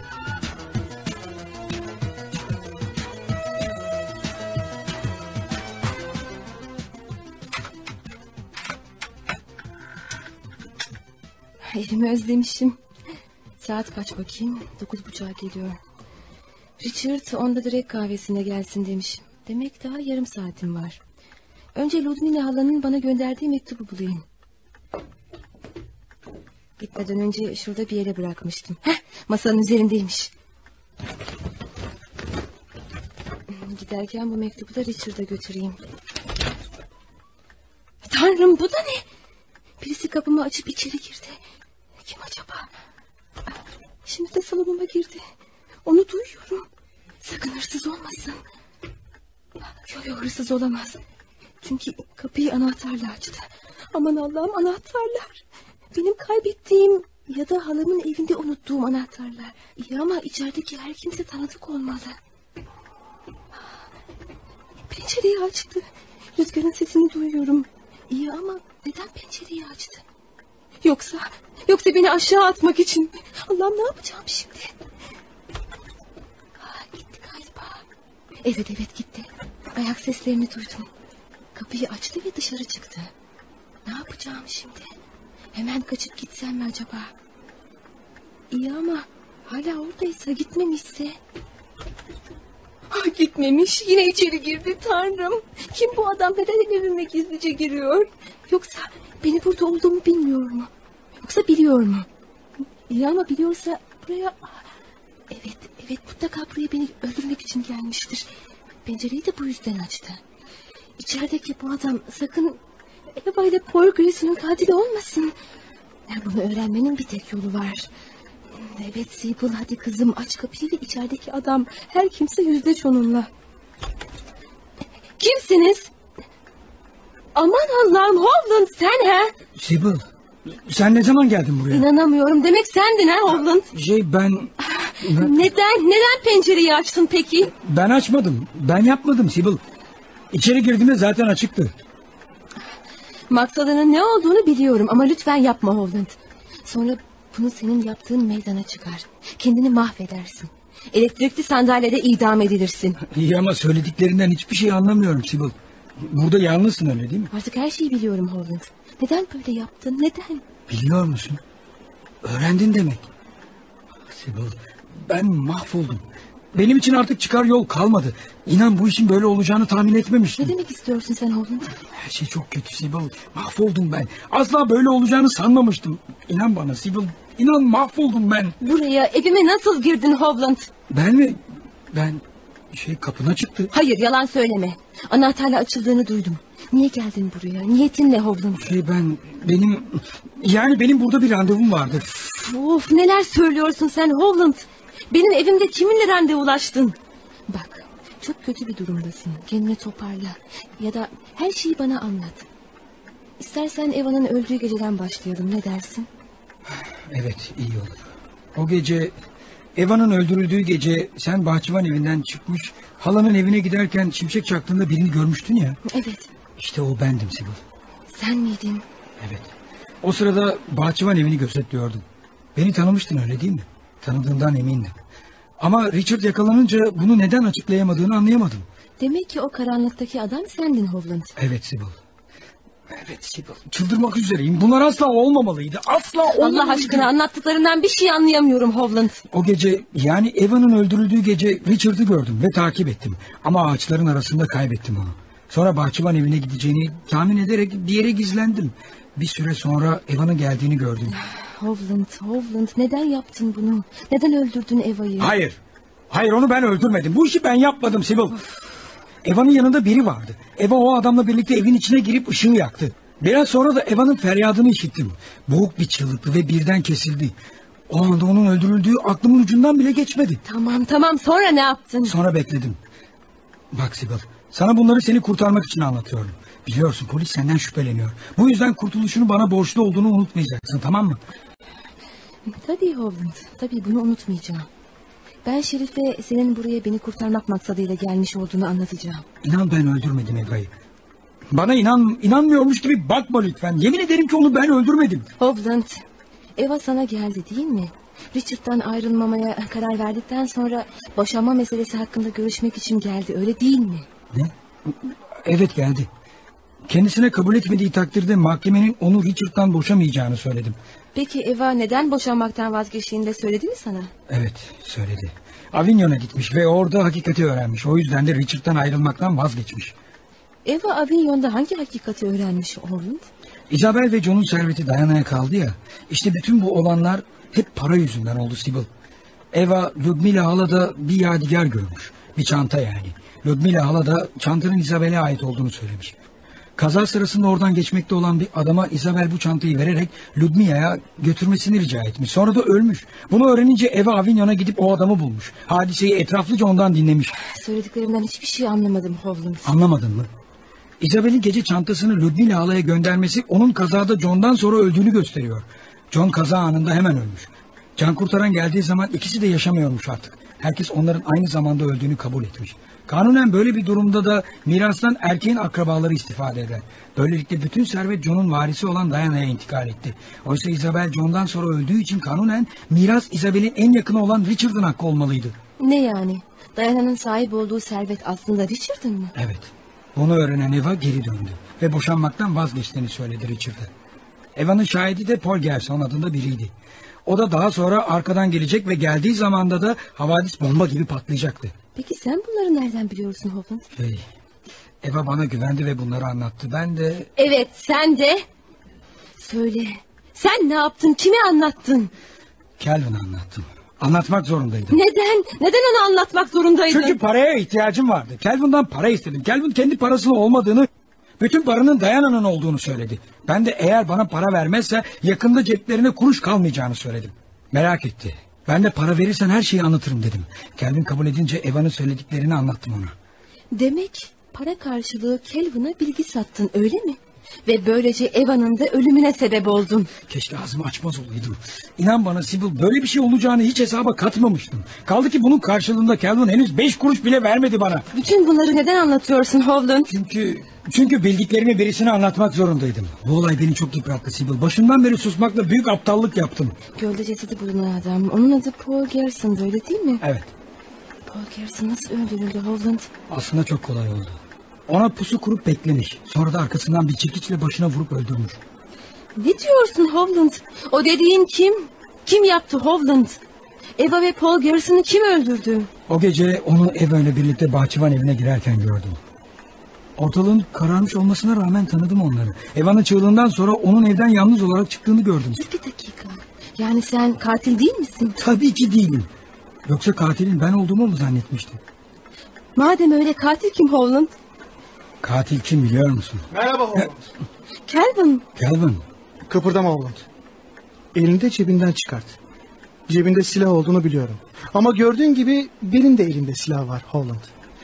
Speaker 3: Elimi özlemişim. Saat kaç bakayım? Dokuz buçuğa geliyor. Richard onda Drake kahvesine gelsin demiş. Demek daha yarım saatim var. Önce Ludmilla halanın bana gönderdiği mektubu bulayım. Gitmeden önce şurada bir yere bırakmıştım. Heh, masanın üzerindeymiş. Giderken bu mektubu da Richard'a götüreyim. Tanrım, bu da ne? Birisi kapımı açıp içeri girdi. Kim acaba? Şimdi de salonuma girdi. Onu duyuyorum. Sakın hırsız olmasın. Yok yok, hırsız olamaz. Çünkü kapıyı anahtarla açtı. Aman Allah'ım, anahtarlar. Benim kaybettiğim ya da halamın evinde unuttuğum anahtarlar. İyi ama içerideki her kimse tanıdık olmalı. Pencereyi açtı. Rüzgarın sesini duyuyorum. İyi ama neden pencereyi açtı? Yoksa, yoksa beni aşağı atmak için mi? Allah'ım, ne yapacağım şimdi? Aa, gitti galiba. Evet evet gitti. Ayak seslerini duydum. Kapıyı açtı ve dışarı çıktı. Ne yapacağım şimdi? Hemen kaçıp gitsem mi acaba? İyi ama hala oradaysa, gitmemişse. Ah, gitmemiş, yine içeri girdi. Tanrım, kim bu adam, neden evime gizlice giriyor? Yoksa beni burada olduğumu bilmiyor mu? Yoksa biliyor mu? İyi ama biliyorsa buraya... Evet, evet, mutlaka buraya beni öldürmek için gelmiştir. Pencereyi de bu yüzden açtı. İçerideki bu adam sakın Eva ile Paul Grayson'un katili olmasın. Bunu öğrenmenin bir tek yolu var. Evet Sibyl, hadi kızım, aç kapıyı ve içerideki adam, her kimse yüzleş onunla. Kimsiniz? Aman Allah'ım, Hovland sen ha?
Speaker 2: Sibyl, sen ne zaman geldin buraya?
Speaker 3: İnanamıyorum, demek sendin ha Hovland.
Speaker 2: Şey ben... ben...
Speaker 3: Neden, neden pencereyi açtın peki?
Speaker 2: Ben açmadım, ben yapmadım Sibyl. İçeri girdiğimde zaten açıktı.
Speaker 3: Maksadının ne olduğunu biliyorum ama lütfen yapma Hovland. Sonra bunu senin yaptığın meydana çıkar. Kendini mahvedersin. Elektrikli sandalyede idam edilirsin.
Speaker 2: İyi ama söylediklerinden hiçbir şey anlamıyorum Sibyl. Burada yalnızsın, öyle değil mi?
Speaker 3: Artık her şeyi biliyorum Hovland. Neden böyle yaptın, neden?
Speaker 2: Biliyor musun? Öğrendin demek. Sibyl, ben mahvoldum. Benim için artık çıkar yol kalmadı. İnan bu işin böyle olacağını tahmin etmemiştim.
Speaker 3: Ne demek istiyorsun sen Hovland?
Speaker 2: Her şey çok kötü Sibyl. Mahvoldum ben. Asla böyle olacağını sanmamıştım. İnan bana Sibyl. İnan mahvoldum ben.
Speaker 3: Buraya, evime nasıl girdin Hovland?
Speaker 2: Ben mi? Ben şey kapına çıktı.
Speaker 3: Hayır, yalan söyleme. Anahtarla açıldığını duydum. Niye geldin buraya? Niyetin ne Hovland?
Speaker 2: Şey ben benim yani benim burada bir randevum vardı.
Speaker 3: Of, neler söylüyorsun sen Hovland? Benim evimde kiminle randevulaştın? Bak, çok kötü bir durumdasın. Kendini toparla. Ya da her şeyi bana anlat. İstersen Eva'nın öldüğü geceden başlayalım. Ne dersin?
Speaker 2: Evet, iyi olur. O gece, Eva'nın öldürüldüğü gece sen bahçıvan evinden çıkmış, halanın evine giderken şimşek çaktığında birini görmüştün ya.
Speaker 3: Evet.
Speaker 2: İşte o bendim Sibyl.
Speaker 3: Sen miydin?
Speaker 2: Evet. O sırada bahçıvan evini gözetliyordum. Beni tanımıştın, öyle değil mi? Tanıdığından emindim. Ama Richard yakalanınca bunu neden açıklayamadığını anlayamadım.
Speaker 3: Demek ki o karanlıktaki adam sendin Hovland.
Speaker 2: Evet Sibyl. Evet Sibyl. Çıldırmak üzereyim. Bunlar asla olmamalıydı. Asla olmamalıydı.
Speaker 3: Allah aşkına, anlattıklarından bir şey anlayamıyorum Hovland.
Speaker 2: O gece, yani Eva'nın öldürüldüğü gece Richard'ı gördüm ve takip ettim. Ama ağaçların arasında kaybettim onu. Sonra bahçıvan evine gideceğini tahmin ederek bir yere gizlendim. Bir süre sonra Eva'nın geldiğini gördüm.
Speaker 3: Hovland, Hovland, neden yaptın bunu? Neden öldürdün Eva'yı?
Speaker 2: Hayır. Hayır, onu ben öldürmedim. Bu işi ben yapmadım Sibyl. Eva'nın yanında biri vardı. Eva o adamla birlikte evin içine girip ışığı yaktı. Biraz sonra da Eva'nın feryadını işittim. Boğuk bir çığlıktı ve birden kesildi. O anda onun öldürüldüğü aklımın ucundan bile geçmedi.
Speaker 3: Tamam tamam, sonra ne yaptın?
Speaker 2: Sonra bekledim. Bak Sibyl, sana bunları seni kurtarmak için anlatıyorum. Biliyorsun polis senden şüpheleniyor. Bu yüzden kurtuluşunu bana borçlu olduğunu unutmayacaksın, tamam mı?
Speaker 3: Tabii Hovland, tabii bunu unutmayacağım. Ben Şerif'e senin buraya beni kurtarmak maksadıyla gelmiş olduğunu anlatacağım.
Speaker 2: İnan ben öldürmedim Eva'yı. Bana inan, inanmıyormuş gibi bakma lütfen. Yemin ederim ki onu ben öldürmedim.
Speaker 3: Hovland, Eva sana geldi değil mi? Richard'dan ayrılmamaya karar verdikten sonra boşanma meselesi hakkında görüşmek için geldi, öyle değil mi?
Speaker 2: Ne? Evet, geldi. Kendisine kabul etmediği takdirde mahkemenin onu Richard'dan boşamayacağını söyledim.
Speaker 3: Peki Eva neden boşanmaktan vazgeçtiğini de söyledi mi sana?
Speaker 2: Evet, söyledi. Avignon'a gitmiş ve orada hakikati öğrenmiş. O yüzden de Richard'dan ayrılmaktan vazgeçmiş.
Speaker 3: Eva Avignon'da hangi hakikati öğrenmiş Hovland?
Speaker 2: Isabel ve John'un serveti Diana'ya kaldı ya. İşte bütün bu olanlar hep para yüzünden oldu Sibyl. Eva, Ludmila hala da bir yadigar görmüş. Bir çanta yani. Ludmila hala da çantanın Isabel'e ait olduğunu söylemiş. Kaza sırasında oradan geçmekte olan bir adama Isabel bu çantayı vererek Ludmila'ya götürmesini rica etmiş. Sonra da ölmüş. Bunu öğrenince Eva Avignon'a gidip o adamı bulmuş. Hadiseyi etraflıca ondan dinlemiş.
Speaker 3: Söylediklerimden hiçbir şey anlamadım Hovland.
Speaker 2: Anlamadın mı? Isabel'in gece çantasını Ludmila halaya göndermesi onun kazada John'dan sonra öldüğünü gösteriyor. John kaza anında hemen ölmüş. Can kurtaran geldiği zaman ikisi de yaşamıyormuş artık. Herkes onların aynı zamanda öldüğünü kabul etmiş. Kanunen böyle bir durumda da mirastan erkeğin akrabaları istifade eder. Böylelikle bütün servet John'un varisi olan Diana'ya intikal etti. Oysa Isabel John'dan sonra öldüğü için kanunen miras Isabel'in en yakını olan Richard'ın hakkı olmalıydı.
Speaker 3: Ne yani? Diana'nın sahip olduğu servet aslında Richard'ın mı?
Speaker 2: Evet. Bunu öğrenen Eva geri döndü ve boşanmaktan vazgeçtiğini söyledi Richard'a. Eva'nın şahidi de Paul Gerson adında biriydi. O da daha sonra arkadan gelecek ve geldiği zamanda da havadis bomba gibi patlayacaktı.
Speaker 3: Peki sen bunları nereden biliyorsun Hovland?
Speaker 2: Şey, Eva bana güvendi ve bunları anlattı. Ben de...
Speaker 3: Evet, sen de. Söyle, sen ne yaptın, kime anlattın?
Speaker 2: Calvin'e anlattım. Anlatmak zorundaydım.
Speaker 3: Neden? Neden onu anlatmak zorundaydın?
Speaker 2: Çünkü paraya ihtiyacım vardı. Calvin'dan para istedim. Calvin kendi parasının olmadığını, bütün paranın Diana'nın olduğunu söyledi. Ben de eğer bana para vermezse yakında ceplerine kuruş kalmayacağını söyledim. Merak etti. Ben de para verirsen her şeyi anlatırım dedim. Calvin kabul edince Eva'nın söylediklerini anlattım ona.
Speaker 3: Demek para karşılığı Calvin'a bilgi sattın, öyle mi? Ve böylece Eva'nın da ölümüne sebep oldun.
Speaker 2: Keşke ağzımı açmaz olaydım. İnan bana Sibyl, böyle bir şey olacağını hiç hesaba katmamıştım. Kaldı ki bunun karşılığında Calvin henüz beş kuruş bile vermedi bana.
Speaker 3: Bütün bunları neden anlatıyorsun Hovland?
Speaker 2: Çünkü çünkü bildiklerimi birisine anlatmak zorundaydım. Bu olay beni çok yıprattı Sibyl. Başından beri susmakla büyük aptallık yaptım.
Speaker 3: Gölde cesedi bulunan adam. Onun adı Paul Gerson'dı, öyle değil mi?
Speaker 2: Evet.
Speaker 3: Paul Gerson nasıl öldürüldü Hovland?
Speaker 2: Aslında çok kolay oldu. Ona pusu kurup beklemiş. Sonra da arkasından bir çekiçle başına vurup öldürmüş.
Speaker 3: Ne diyorsun Hovland? O dediğin kim? Kim yaptı Hovland? Eva ve Paul Gerson'ı kim öldürdü?
Speaker 2: O gece onu Eva ile birlikte bahçıvan evine girerken gördüm. Ortalığın kararmış olmasına rağmen tanıdım onları. Eva'nın çığlığından sonra onun evden yalnız olarak çıktığını gördüm.
Speaker 3: Bir dakika. Yani sen katil değil misin?
Speaker 2: Tabii ki değilim. Yoksa katilin ben olduğumu mu zannetmiştin?
Speaker 3: Madem öyle, katil kim Hovland?
Speaker 2: Katil kim biliyor musun?
Speaker 9: Merhaba Hovland.
Speaker 3: Calvin.
Speaker 2: Calvin.
Speaker 9: Kıpırdama Hovland. Elini de cebinden çıkart. Cebinde silah olduğunu biliyorum. Ama gördüğün gibi benim de elimde silah var Hovland.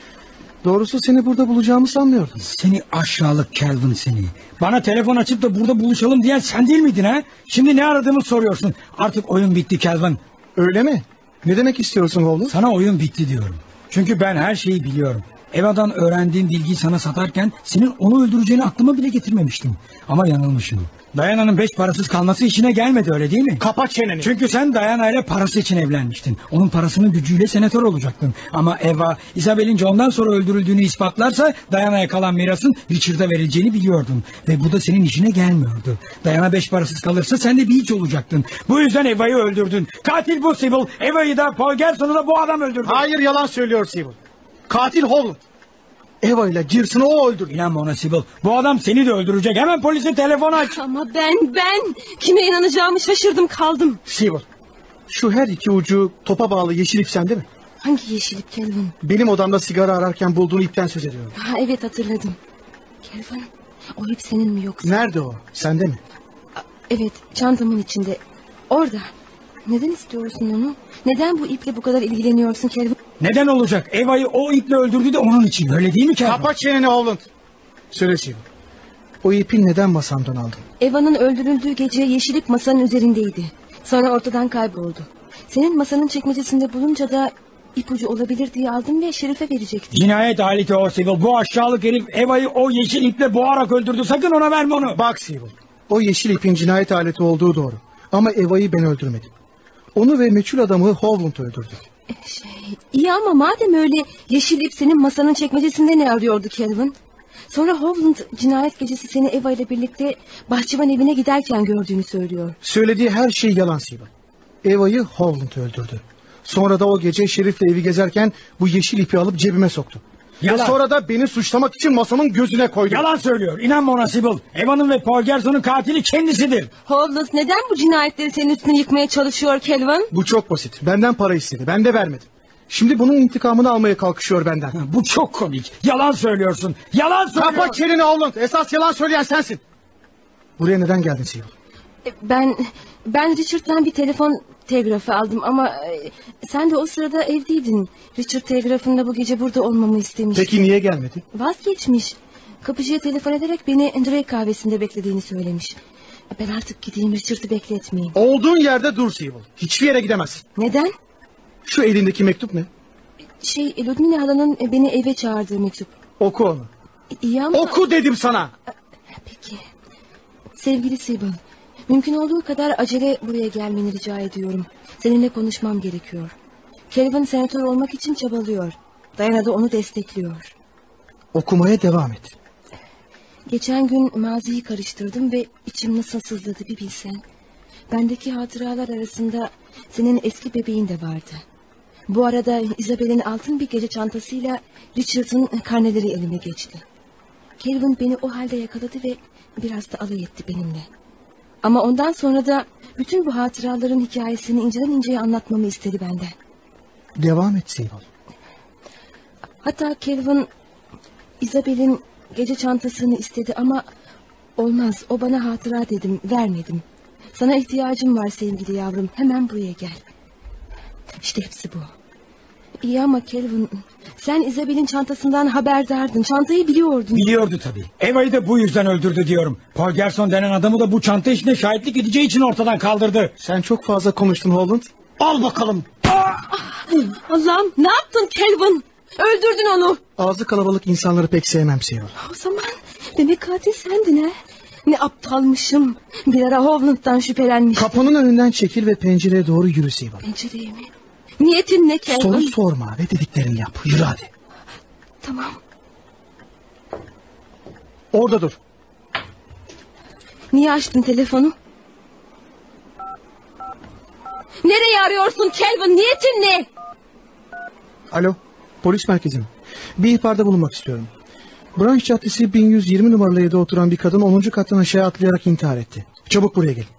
Speaker 9: Doğrusu seni burada bulacağımı sanmıyordum.
Speaker 2: Seni aşağılık Calvin seni. Bana telefon açıp da burada buluşalım diyen sen değil miydin ha? Şimdi ne aradığımı soruyorsun. Artık oyun bitti Calvin.
Speaker 9: Öyle mi? Ne demek istiyorsun Hovland?
Speaker 2: Sana oyun bitti diyorum. Çünkü ben her şeyi biliyorum. Eva'dan öğrendiğim bilgiyi sana satarken senin onu öldüreceğini aklıma bile getirmemiştim. Ama yanılmışım. Diana'nın beş parasız kalması işine gelmedi, öyle değil mi?
Speaker 9: Kapat çeneni.
Speaker 2: Çünkü sen Diana ile parası için evlenmiştin. Onun parasının gücüyle senatör olacaktın. Ama Eva, Isabel'in John'dan sonra öldürüldüğünü ispatlarsa Diana'ya kalan mirasın Richard'a verileceğini biliyordun. Ve bu da senin işine gelmiyordu. Diana beş parasız kalırsa sen de bir hiç olacaktın. Bu yüzden Eva'yı öldürdün. Katil bu Sibyl. Eva'yı da Paul Gerson'u da bu adam öldürdü.
Speaker 9: Hayır, yalan söylüyor Sibyl. Katil Hovland. Eva ile Gerson'u o öldürdü.
Speaker 2: İnanma ona Sibyl. Bu adam seni de öldürecek. Hemen polise telefon aç.
Speaker 3: Ama ben ben kime inanacağımı şaşırdım kaldım.
Speaker 9: Sibyl, şu her iki ucu topa bağlı yeşil ip sende mi?
Speaker 3: Hangi yeşil ip Calvin?
Speaker 9: Benim odamda sigara ararken bulduğun ipten söz ediyorum.
Speaker 3: Ha, evet hatırladım. Calvin, o ip senin mi yoksa?
Speaker 9: Nerede o? Sende mi?
Speaker 3: Evet, çantamın içinde. Orada. Neden istiyorsun onu? Neden bu iple bu kadar ilgileniyorsun Calvin?
Speaker 2: Neden olacak? Eva'yı o iple öldürdü de onun için. Öyle değil mi Calvin?
Speaker 9: Kapat çeneni Hovland. Söyle Sibyl. O ipi neden masamdan aldın?
Speaker 3: Eva'nın öldürüldüğü gece yeşil ip masanın üzerindeydi. Sonra ortadan kayboldu. Senin masanın çekmecesinde bulunca da ipucu olabilir diye aldım ve Şerif'e verecektim.
Speaker 2: Cinayet aleti o Sibyl. Bu aşağılık herif Eva'yı o yeşil iple boğarak öldürdü. Sakın ona verme onu.
Speaker 9: Bak Sibyl, o yeşil ipin cinayet aleti olduğu doğru. Ama Eva'yı ben öldürmedim. Onu ve meçhul adamı Hovland öldürdü.
Speaker 3: Şey, iyi ama madem öyle, yeşil ip senin masanın çekmecesinde ne arıyordu Calvin? Sonra Hovland cinayet gecesi seni Eva ile birlikte bahçıvan evine giderken gördüğünü söylüyor.
Speaker 9: Söylediği her şey yalan Sibyl. Eva'yı Hovland öldürdü. Sonra da o gece Şerif'le evi gezerken bu yeşil ipi alıp cebime soktu. Yalan. Ve sonra da beni suçlamak için masamın gözüne koydu.
Speaker 2: Yalan söylüyor. İnanma ona Sibyl. Eva'nın ve Paul Gerson'un katili kendisidir.
Speaker 3: Hovland neden bu cinayetleri senin üstüne yıkmaya çalışıyor Calvin?
Speaker 9: Bu çok basit. Benden para istedi. Ben de vermedim. Şimdi bunun intikamını almaya kalkışıyor benden.
Speaker 2: Ha, bu çok komik. Yalan söylüyorsun. Yalan söylüyorsun.
Speaker 9: Kapat çeneni Hovland. Esas yalan söyleyen sensin. Buraya neden geldin Sibyl?
Speaker 3: Ben ben Richard'dan bir telefon telgrafı aldım ama e, sen de o sırada evdeydin. Richard telgrafında bu gece burada olmamı istemiş.
Speaker 9: Peki niye gelmedi?
Speaker 3: Vazgeçmiş. Kapıcıya telefon ederek beni Drake kahvesinde beklediğini söylemiş. Ben artık gideyim, Richard'ı bekletmeyeyim.
Speaker 9: Olduğun yerde dur Sibyl. Hiçbir yere gidemezsin.
Speaker 3: Neden?
Speaker 9: Şu elindeki mektup ne?
Speaker 3: Şey, Ludmila halanın beni eve çağırdığı mektup.
Speaker 9: Oku onu.
Speaker 3: İyi ama...
Speaker 9: Oku dedim sana.
Speaker 3: Peki. Sevgili Sibyl, mümkün olduğu kadar acele buraya gelmeni rica ediyorum. Seninle konuşmam gerekiyor. Calvin senatör olmak için çabalıyor. Diana da onu destekliyor.
Speaker 9: Okumaya devam et.
Speaker 3: Geçen gün maziyi karıştırdım ve içim nasıl sızladı bir bilsen. Bendeki hatıralar arasında senin eski bebeğin de vardı. Bu arada Isabel'in altın bir gece çantasıyla Richard'ın karneleri elime geçti. Kelvin beni o halde yakaladı ve biraz da alay etti benimle. Ama ondan sonra da bütün bu hatıraların hikayesini inceden inceye anlatmamı istedi benden.
Speaker 9: Devam et Seymour.
Speaker 3: Hatta Kelvin Isabel'in gece çantasını istedi ama olmaz, o bana hatıra dedim, vermedim. Sana ihtiyacım var sevgili yavrum, hemen buraya gel. İşte hepsi bu. İyi ama Kelvin, sen Isabel'in çantasından haberdardın, çantayı biliyordun.
Speaker 2: Biliyordu tabii. Eva'yı da bu yüzden öldürdü diyorum. Paul Gerson denen adamı da bu çanta işine şahitlik edeceği için ortadan kaldırdı.
Speaker 9: Sen çok fazla konuştun Holland.
Speaker 2: Al bakalım.
Speaker 3: Allah'ım, ne yaptın Kelvin? Öldürdün onu.
Speaker 9: Ağzı kalabalık insanları pek sevmem Seymour.
Speaker 3: O zaman demek katil sendin ha? Ne aptalmışım. Bir ara Hovland'dan şüphelenmiştim.
Speaker 9: Kapının önünden çekil ve pencereye doğru yürü Seymour.
Speaker 3: Pencereye mi? Niyetin ne Kelvin?
Speaker 9: Soru sorma ve dediklerini yap. Yürü hadi.
Speaker 3: Tamam.
Speaker 9: Orada dur.
Speaker 3: Niye açtın telefonu? Nereye arıyorsun Kelvin? Niyetin ne?
Speaker 9: Alo, polis merkezi mi? Bir ihbarda bulunmak istiyorum. Branch Caddesi bin yüz yirmi numaralı evde oturan bir kadın onuncu kattan aşağı atlayarak intihar etti. Çabuk buraya gel.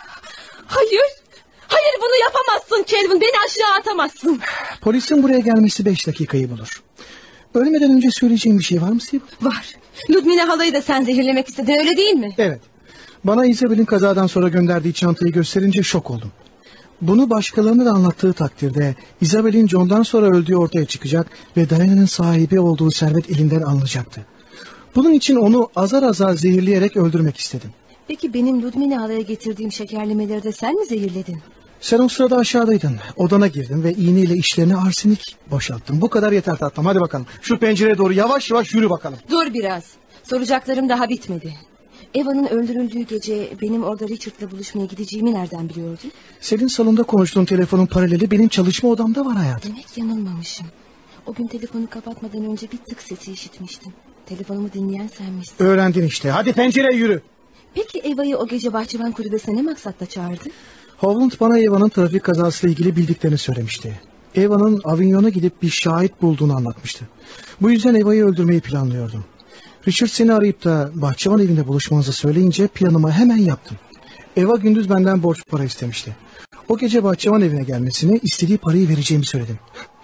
Speaker 3: Hayır. Hayır, bunu yapamazsın Kelvin. Beni aşağı atamazsın.
Speaker 9: Polisin buraya gelmesi beş dakikayı bulur. Ölmeden önce söyleyeceğim bir şey var mı Seymour?
Speaker 3: Var. Ludmila halayı da sen zehirlemek istedin, öyle değil mi?
Speaker 9: Evet. Bana Isabel'in kazadan sonra gönderdiği çantayı gösterince şok oldum. Bunu başkalarına da anlattığı takdirde Isabel'in John'dan sonra öldüğü ortaya çıkacak ve Diana'nın sahibi olduğu servet elinden alınacaktı. Bunun için onu azar azar zehirleyerek öldürmek istedim.
Speaker 3: Peki benim Ludmila halaya getirdiğim şekerlemeleri de sen mi zehirledin?
Speaker 9: Sen o sırada aşağıdaydın. Odana girdim ve iğneyle işlerine arsenik boşalttım. Bu kadar yeter tatlım. Hadi bakalım. Şu pencereye doğru yavaş yavaş yürü bakalım.
Speaker 3: Dur biraz. Soracaklarım daha bitmedi. Eva'nın öldürüldüğü gece benim orada Richard'la buluşmaya gideceğimi nereden biliyordun?
Speaker 9: Senin salonda konuştuğun telefonun paraleli benim çalışma odamda var hayatım.
Speaker 3: Demek yanılmamışım. O gün telefonu kapatmadan önce bir tık sesi işitmiştim. Telefonumu dinleyen senmişsin.
Speaker 9: Öğrendin işte. Hadi pencereye yürü.
Speaker 3: Peki Eva'yı o gece bahçıvan kulübesine ne maksatla çağırdı?
Speaker 9: Hovland bana Eva'nın trafik kazasıyla ilgili bildiklerini söylemişti. Eva'nın Avignon'a gidip bir şahit bulduğunu anlatmıştı. Bu yüzden Eva'yı öldürmeyi planlıyordum. Richard seni arayıp da bahçıvan evinde buluşmanızı söyleyince planımı hemen yaptım. Eva gündüz benden borç para istemişti. O gece bahçıvan evine gelmesini, istediği parayı vereceğimi söyledim.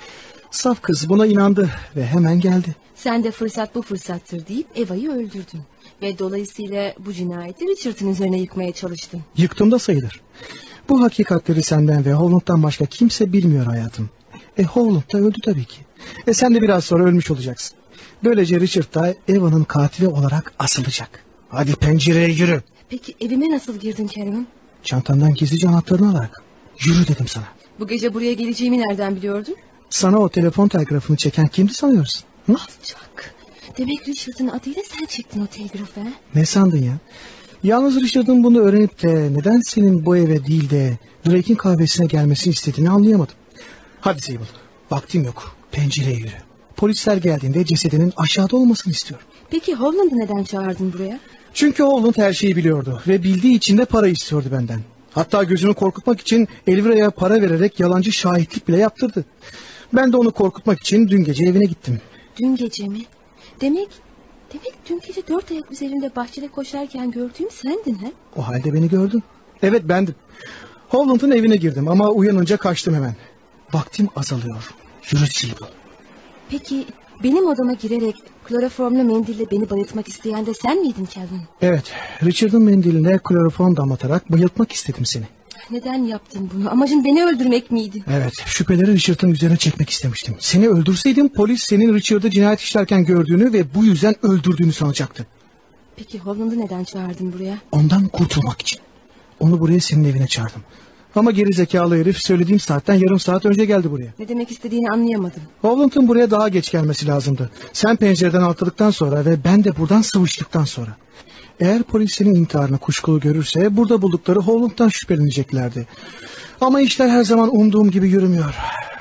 Speaker 9: Saf kız buna inandı ve hemen geldi.
Speaker 3: Sen de fırsat bu fırsattır deyip Eva'yı öldürdün. Ve dolayısıyla bu cinayeti Richard'ın üzerine yıkmaya çalıştın.
Speaker 9: Yıktım da sayılır. Bu hakikatleri senden ve Hovland'dan başka kimse bilmiyor hayatım. E Hovland da öldü tabii ki. E sen de biraz sonra ölmüş olacaksın. Böylece Richard da Eva'nın katili olarak asılacak. Hadi pencereye yürü.
Speaker 3: Peki evime nasıl girdin Kelvin?
Speaker 9: Çantandan gizlice anahtarını alarak. Yürü dedim sana.
Speaker 3: Bu gece buraya geleceğimi nereden biliyordun?
Speaker 9: Sana o telefon telgrafını çeken kimdi sanıyorsun? Hı?
Speaker 3: Alçak. Demek Richard'ın adıyla sen çektin o telgrafı ha?
Speaker 9: Ne sandın ya? Yalnız Richard'ın bunu öğrenip de neden senin bu eve değil de Drake'in kahvesine gelmesini istediğini anlayamadım. Hadi Seymour, vaktim yok. Pencereye yürü. Polisler geldiğinde cesedinin aşağıda olmasını istiyorum.
Speaker 3: Peki Hovland'ı neden çağırdın buraya?
Speaker 9: Çünkü Hovland her şeyi biliyordu ve bildiği için de para istiyordu benden. Hatta gözünü korkutmak için Elvira'ya para vererek yalancı şahitlik bile yaptırdı. Ben de onu korkutmak için dün gece evine gittim.
Speaker 3: Dün gece mi? Demek, demek dün gece dört ayak üzerinde bahçede koşarken gördüğüm sendin ha?
Speaker 9: O halde beni gördün. Evet bendim. Hovland'ın evine girdim ama uyanınca kaçtım hemen. Vaktim azalıyor. Yürü Seymour.
Speaker 3: Peki benim odama girerek kloroformlu mendille beni bayıltmak isteyen de sen miydin Kelvin?
Speaker 9: Evet, Richard'ın mendiline kloroform damlatarak bayıltmak istedim seni.
Speaker 3: Neden yaptın bunu? Amacın beni öldürmek miydi?
Speaker 9: Evet, şüpheleri Richard'ın üzerine çekmek istemiştim. Seni öldürseydim polis senin Richard'ı cinayet işlerken gördüğünü ve bu yüzden öldürdüğünü sanacaktı.
Speaker 3: Peki Hovland'ı neden çağırdın buraya?
Speaker 9: Ondan kurtulmak için. Onu buraya senin evine çağırdım. Ama geri zekalı herif söylediğim saatten yarım saat önce geldi buraya.
Speaker 3: Ne demek istediğini anlayamadım.
Speaker 9: Hovland'ın buraya daha geç gelmesi lazımdı. Sen pencereden atladıktan sonra ve ben de buradan sıvıştıktan sonra. Eğer polis senin intiharını kuşkulu görürse burada buldukları Hovland'dan şüpheleneceklerdi. Ama işler her zaman umduğum gibi yürümüyor.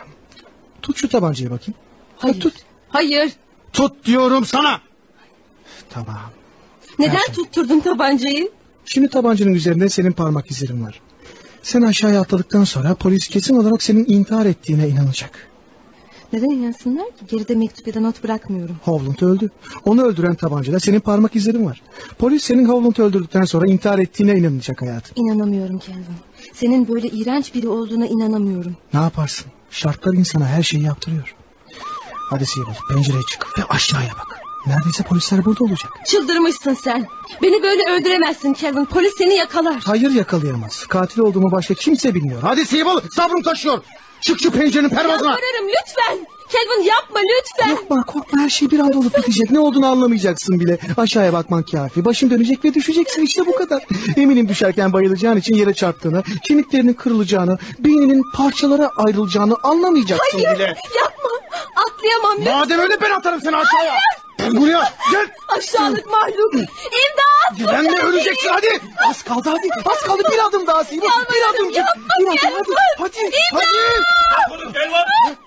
Speaker 9: Tut şu tabancayı bakayım.
Speaker 3: Hayır.
Speaker 9: Tut.
Speaker 3: Hayır.
Speaker 9: Tut diyorum sana. Tamam.
Speaker 3: Neden
Speaker 9: Her şey.
Speaker 3: tutturdun tabancayı?
Speaker 9: Şimdi tabancanın üzerinde senin parmak izlerin var. Sen aşağıya atladıktan sonra polis kesin olarak senin intihar ettiğine inanacak.
Speaker 3: Neden inansınlar ki? Geride mektup ya da not bırakmıyorum.
Speaker 9: Hovland öldü. Onu öldüren tabancada senin parmak izlerin var. Polis senin Hovland'ı öldürdükten sonra intihar ettiğine inanacak hayatım.
Speaker 3: İnanamıyorum Kelvin. Senin böyle iğrenç biri olduğuna inanamıyorum.
Speaker 9: Ne yaparsın? Şartlar insana her şeyi yaptırıyor. Hadi Sibel, pencereye çık ve aşağıya bak. Neredeyse polisler burada olacak.
Speaker 3: Çıldırmışsın sen. Beni böyle öldüremezsin Kelvin. Polis seni yakalar.
Speaker 9: Hayır, yakalayamaz. Katil olduğumu başka kimse bilmiyor. Hadi Sibel, sabrım taşıyor. Çık şu pencerenin pervazına.
Speaker 3: Yalvarırım lütfen. Kelvin yapma lütfen.
Speaker 9: Korkma korkma, her şey bir anda olup bitecek. Ne olduğunu anlamayacaksın bile. Aşağıya bakman kafi. Başın dönecek ve düşeceksin, işte bu kadar. Eminim düşerken bayılacağın için yere çarptığını, kemiklerinin kırılacağını, beyninin parçalara ayrılacağını anlamayacaksın
Speaker 3: Hayır,
Speaker 9: bile.
Speaker 3: yapma. Atlayamam lütfen.
Speaker 9: Madem öyle ben atarım seni aşağıya.
Speaker 3: Hayır.
Speaker 9: Buraya gel.
Speaker 3: Aşağılık mahluk. İmdat.
Speaker 9: Güvenle öleceksin hadi. Az kaldı hadi. Az kaldı, bir adım daha Sibel. Bir adımcık. Bir adım hadi. Hadi. Hadi.
Speaker 12: Hadi.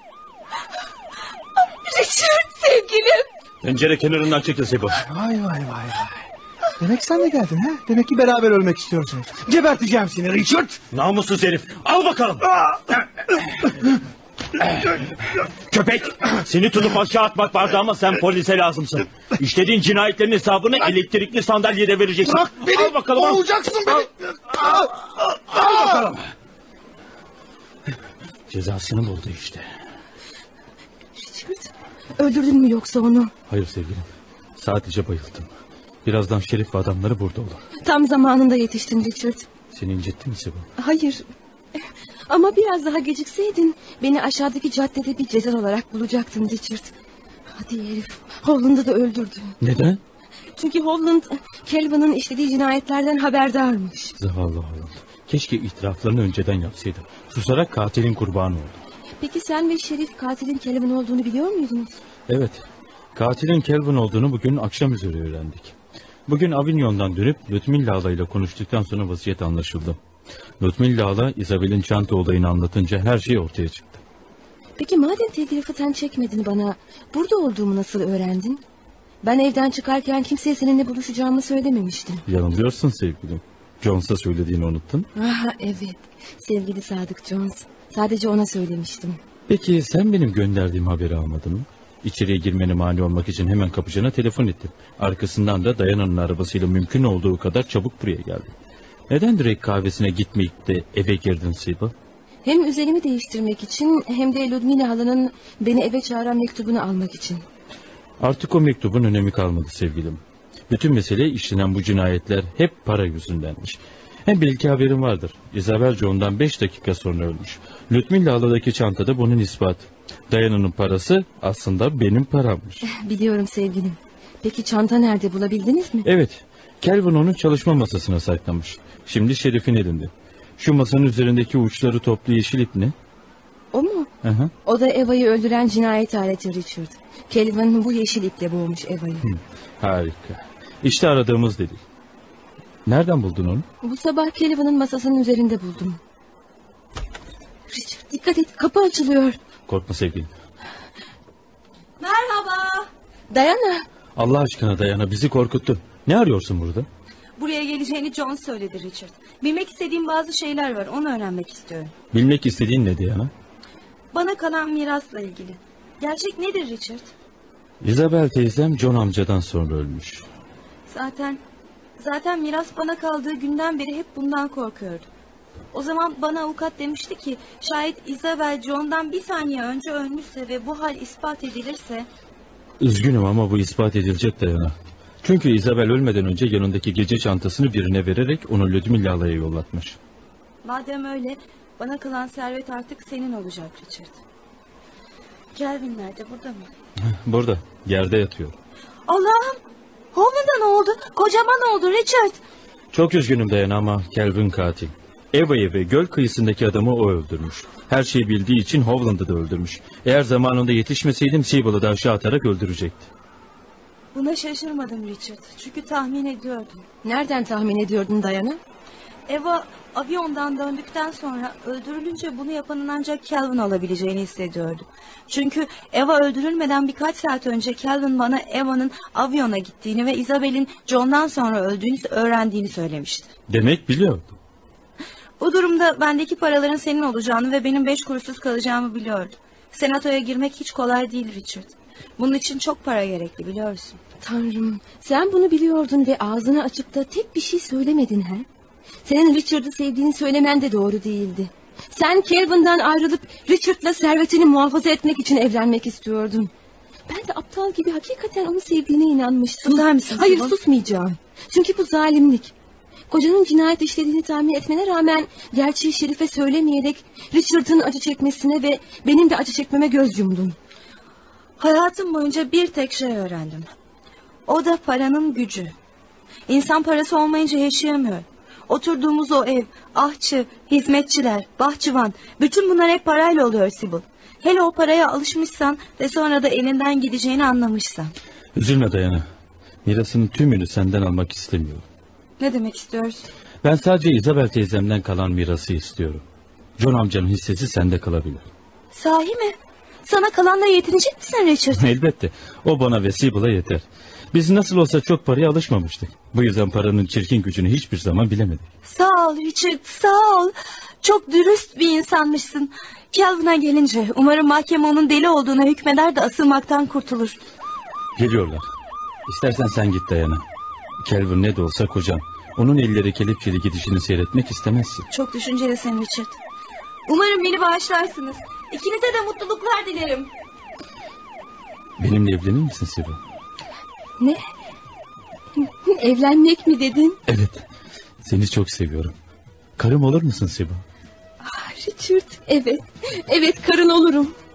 Speaker 3: Richard sevgilim.
Speaker 6: Pencere kenarından çekil Sibel.
Speaker 9: Vay vay vay vay. Demek sen de geldin ha? Demek ki beraber ölmek istiyorsunuz. Geberteceğim seni Richard.
Speaker 6: Namussuz herif. Al bakalım. Köpek, seni tutup aşağı atmak vardı ama sen polise lazımsın. İşlediğin cinayetlerin hesabını elektrikli sandalyede vereceksin.
Speaker 9: Bırak beni,
Speaker 6: al bakalım.
Speaker 9: boğacaksın beni.
Speaker 6: Al, al, al bakalım. Cezasını buldu işte.
Speaker 3: Richard, öldürdün mü yoksa onu?
Speaker 6: Hayır sevgilim, sadece bayıldım. Birazdan Şerif ve adamları burada olur.
Speaker 3: Tam zamanında yetiştin Richard.
Speaker 6: Seni incitti mi Sibel?
Speaker 3: Hayır. Ama biraz daha gecikseydin beni aşağıdaki caddede bir ceza olarak bulacaktın Richard. Hadi herif, Hovland'ı da öldürdü.
Speaker 6: Neden?
Speaker 3: Çünkü Hovland, Kelvin'in işlediği cinayetlerden haberdarmış.
Speaker 6: Zavallı Hovland. Keşke itiraflarını önceden yapsaydı. Susarak katilin kurbanı oldu.
Speaker 3: Peki sen ve Şerif katilin Kelvin olduğunu biliyor muydunuz?
Speaker 6: Evet. Katilin Kelvin olduğunu bugün akşam üzeri öğrendik. Bugün Avignon'dan dönüp Ludmilla ile konuştuktan sonra vaziyet anlaşıldı. Ludmilla Isabel'in çanta olayını anlatınca her şey ortaya çıktı.
Speaker 3: Peki madem telgrafı sen çekmedin bana, burada olduğumu nasıl öğrendin? Ben evden çıkarken kimseye seninle buluşacağımı söylememiştim.
Speaker 6: Yanılıyorsun sevgilim. Jones'a söylediğini unuttun.
Speaker 3: Ah evet, sevgili Sadık Jones. Sadece ona söylemiştim.
Speaker 6: Peki sen benim gönderdiğim haberi almadın mı? İçeriye girmene mani olmak için hemen kapıcına telefon ettim. Arkasından da Dayana'nın arabasıyla mümkün olduğu kadar çabuk buraya geldim. Neden direkt kahvesine gitmeyip de eve girdin Sibel?
Speaker 3: Hem üzerimi değiştirmek için hem de Ludmilla halanın beni eve çağıran mektubunu almak için.
Speaker 6: Artık o mektubun önemi kalmadı sevgilim. Bütün mesele işlenen bu cinayetler hep para yüzündenmiş. Hem belki haberin vardır. Isabel John'dan beş dakika sonra ölmüş. Ludmilla haladaki çantada bunun ispatı. Dayana'nın parası aslında benim parammış.
Speaker 3: Biliyorum sevgilim. Peki çanta nerede, bulabildiniz mi?
Speaker 6: Evet. Kelvin onu çalışma masasına saklamış. Şimdi Şerif'in elinde. Şu masanın üzerindeki uçları toplu yeşil ip ne?
Speaker 3: O mu?
Speaker 6: Aha.
Speaker 3: O da Eva'yı öldüren cinayet aleti Richard. Kelvin bu yeşil iple boğmuş Eva'yı.
Speaker 6: Harika. İşte aradığımız delil. Nereden buldun onu?
Speaker 3: Bu sabah Kelvin'in masasının üzerinde buldum. Richard dikkat et, kapı açılıyor.
Speaker 6: Korkma sevgilim.
Speaker 4: Merhaba.
Speaker 3: Dayana.
Speaker 6: Allah aşkına Dayana, bizi korkuttun. Ne arıyorsun burada?
Speaker 4: Buraya geleceğini John söyledi Richard. Bilmek istediğim bazı şeyler var, onu öğrenmek istiyorum.
Speaker 6: Bilmek istediğin ne Dayana?
Speaker 4: Bana kalan mirasla ilgili. Gerçek nedir Richard?
Speaker 6: Isabel teyzem John amcadan sonra ölmüş.
Speaker 4: Zaten, zaten miras bana kaldığı günden beri hep bundan korkuyordum. O zaman bana avukat demişti ki şayet Isabel John'dan bir saniye önce ölmüşse ve bu hal ispat edilirse...
Speaker 6: Üzgünüm ama bu ispat edilecek Dayana. Çünkü Isabel ölmeden önce yanındaki gece çantasını birine vererek onu Ludmilla'ya yollatmış.
Speaker 4: Madem öyle, bana kalan servet artık senin olacak Richard. Kelvin nerede, burada mı?
Speaker 6: Burada, yerde yatıyor.
Speaker 4: Allah'ım! Hovland'a ne oldu? Kocama ne oldu Richard?
Speaker 6: Çok üzgünüm Dayana ama Kelvin katil. Eva'yı ve göl kıyısındaki adamı o öldürmüş. Her şeyi bildiği için Hovland'ı da öldürmüş. Eğer zamanında yetişmeseydim Sibel'ı da aşağı atarak öldürecekti.
Speaker 4: Buna şaşırmadım Richard. Çünkü tahmin ediyordum.
Speaker 3: Nereden tahmin ediyordun Dayana?
Speaker 4: Eva avyondan döndükten sonra öldürülünce bunu yapanın ancak Calvin olabileceğini hissediyordu. Çünkü Eva öldürülmeden birkaç saat önce Calvin bana Eva'nın avyona gittiğini ve Isabel'in John'dan sonra öldüğünü öğrendiğini söylemişti.
Speaker 6: Demek biliyordu.
Speaker 4: Bu durumda bendeki paraların senin olacağını ve benim beş kuruşsuz kalacağımı biliyordu. Senatoya girmek hiç kolay değil Richard. Bunun için çok para gerekli biliyorsun.
Speaker 3: Tanrım, sen bunu biliyordun ve ağzını açıp da tek bir şey söylemedin ha? Senin Richard'ı sevdiğini söylemen de doğru değildi. Sen Calvin'dan ayrılıp Richard'la servetini muhafaza etmek için evlenmek istiyordun. Ben de aptal gibi hakikaten onu sevdiğine inanmıştım.
Speaker 4: Susar mısın?
Speaker 3: Hayır,
Speaker 4: Sibel?
Speaker 3: susmayacağım. Çünkü bu zalimlik. Kocanın cinayet işlediğini tahmin etmene rağmen gerçeği Şerif'e söylemeyerek Richard'ın acı çekmesine ve benim de acı çekmeme göz yumdun.
Speaker 4: Hayatım boyunca bir tek şey öğrendim. O da paranın gücü. İnsan parası olmayınca yaşayamıyor. Oturduğumuz o ev, ahçı, hizmetçiler, bahçıvan, bütün bunlar hep parayla oluyor Sibel. Hele o paraya alışmışsan ve sonra da elinden gideceğini anlamışsan.
Speaker 6: Üzülme Dayana. Mirasının tümünü senden almak istemiyorum.
Speaker 4: Ne demek istiyorsun?
Speaker 6: Ben sadece Isabel teyzemden kalan mirası istiyorum. John amcanın hissesi sende kalabilir.
Speaker 4: Sahi mi? Sana kalanla yetinecek misin Richard?
Speaker 6: Elbette. O bana ve Sibel'a yeter. Biz nasıl olsa çok paraya alışmamıştık. Bu yüzden paranın çirkin gücünü hiçbir zaman bilemedik.
Speaker 4: Sağ ol Richard, sağ ol. Çok dürüst bir insanmışsın. Calvin'a gelince umarım mahkeme onun deli olduğuna hükmeder de asılmaktan kurtulur.
Speaker 6: Geliyorlar. İstersen sen git Dayana. Calvin ne de olsa kocan. Onun elleri kelepçeli gidişini seyretmek istemezsin.
Speaker 4: Çok düşüncelisin Richard. Umarım beni bağışlarsınız. İkinize de mutluluklar dilerim.
Speaker 6: Benimle evlenir misin Sibel?
Speaker 3: Ne? Evlenmek mi dedin?
Speaker 6: Evet. Seni çok seviyorum. Karım olur musun Sibel?
Speaker 3: Ah, Richard, evet. Evet, karın olurum.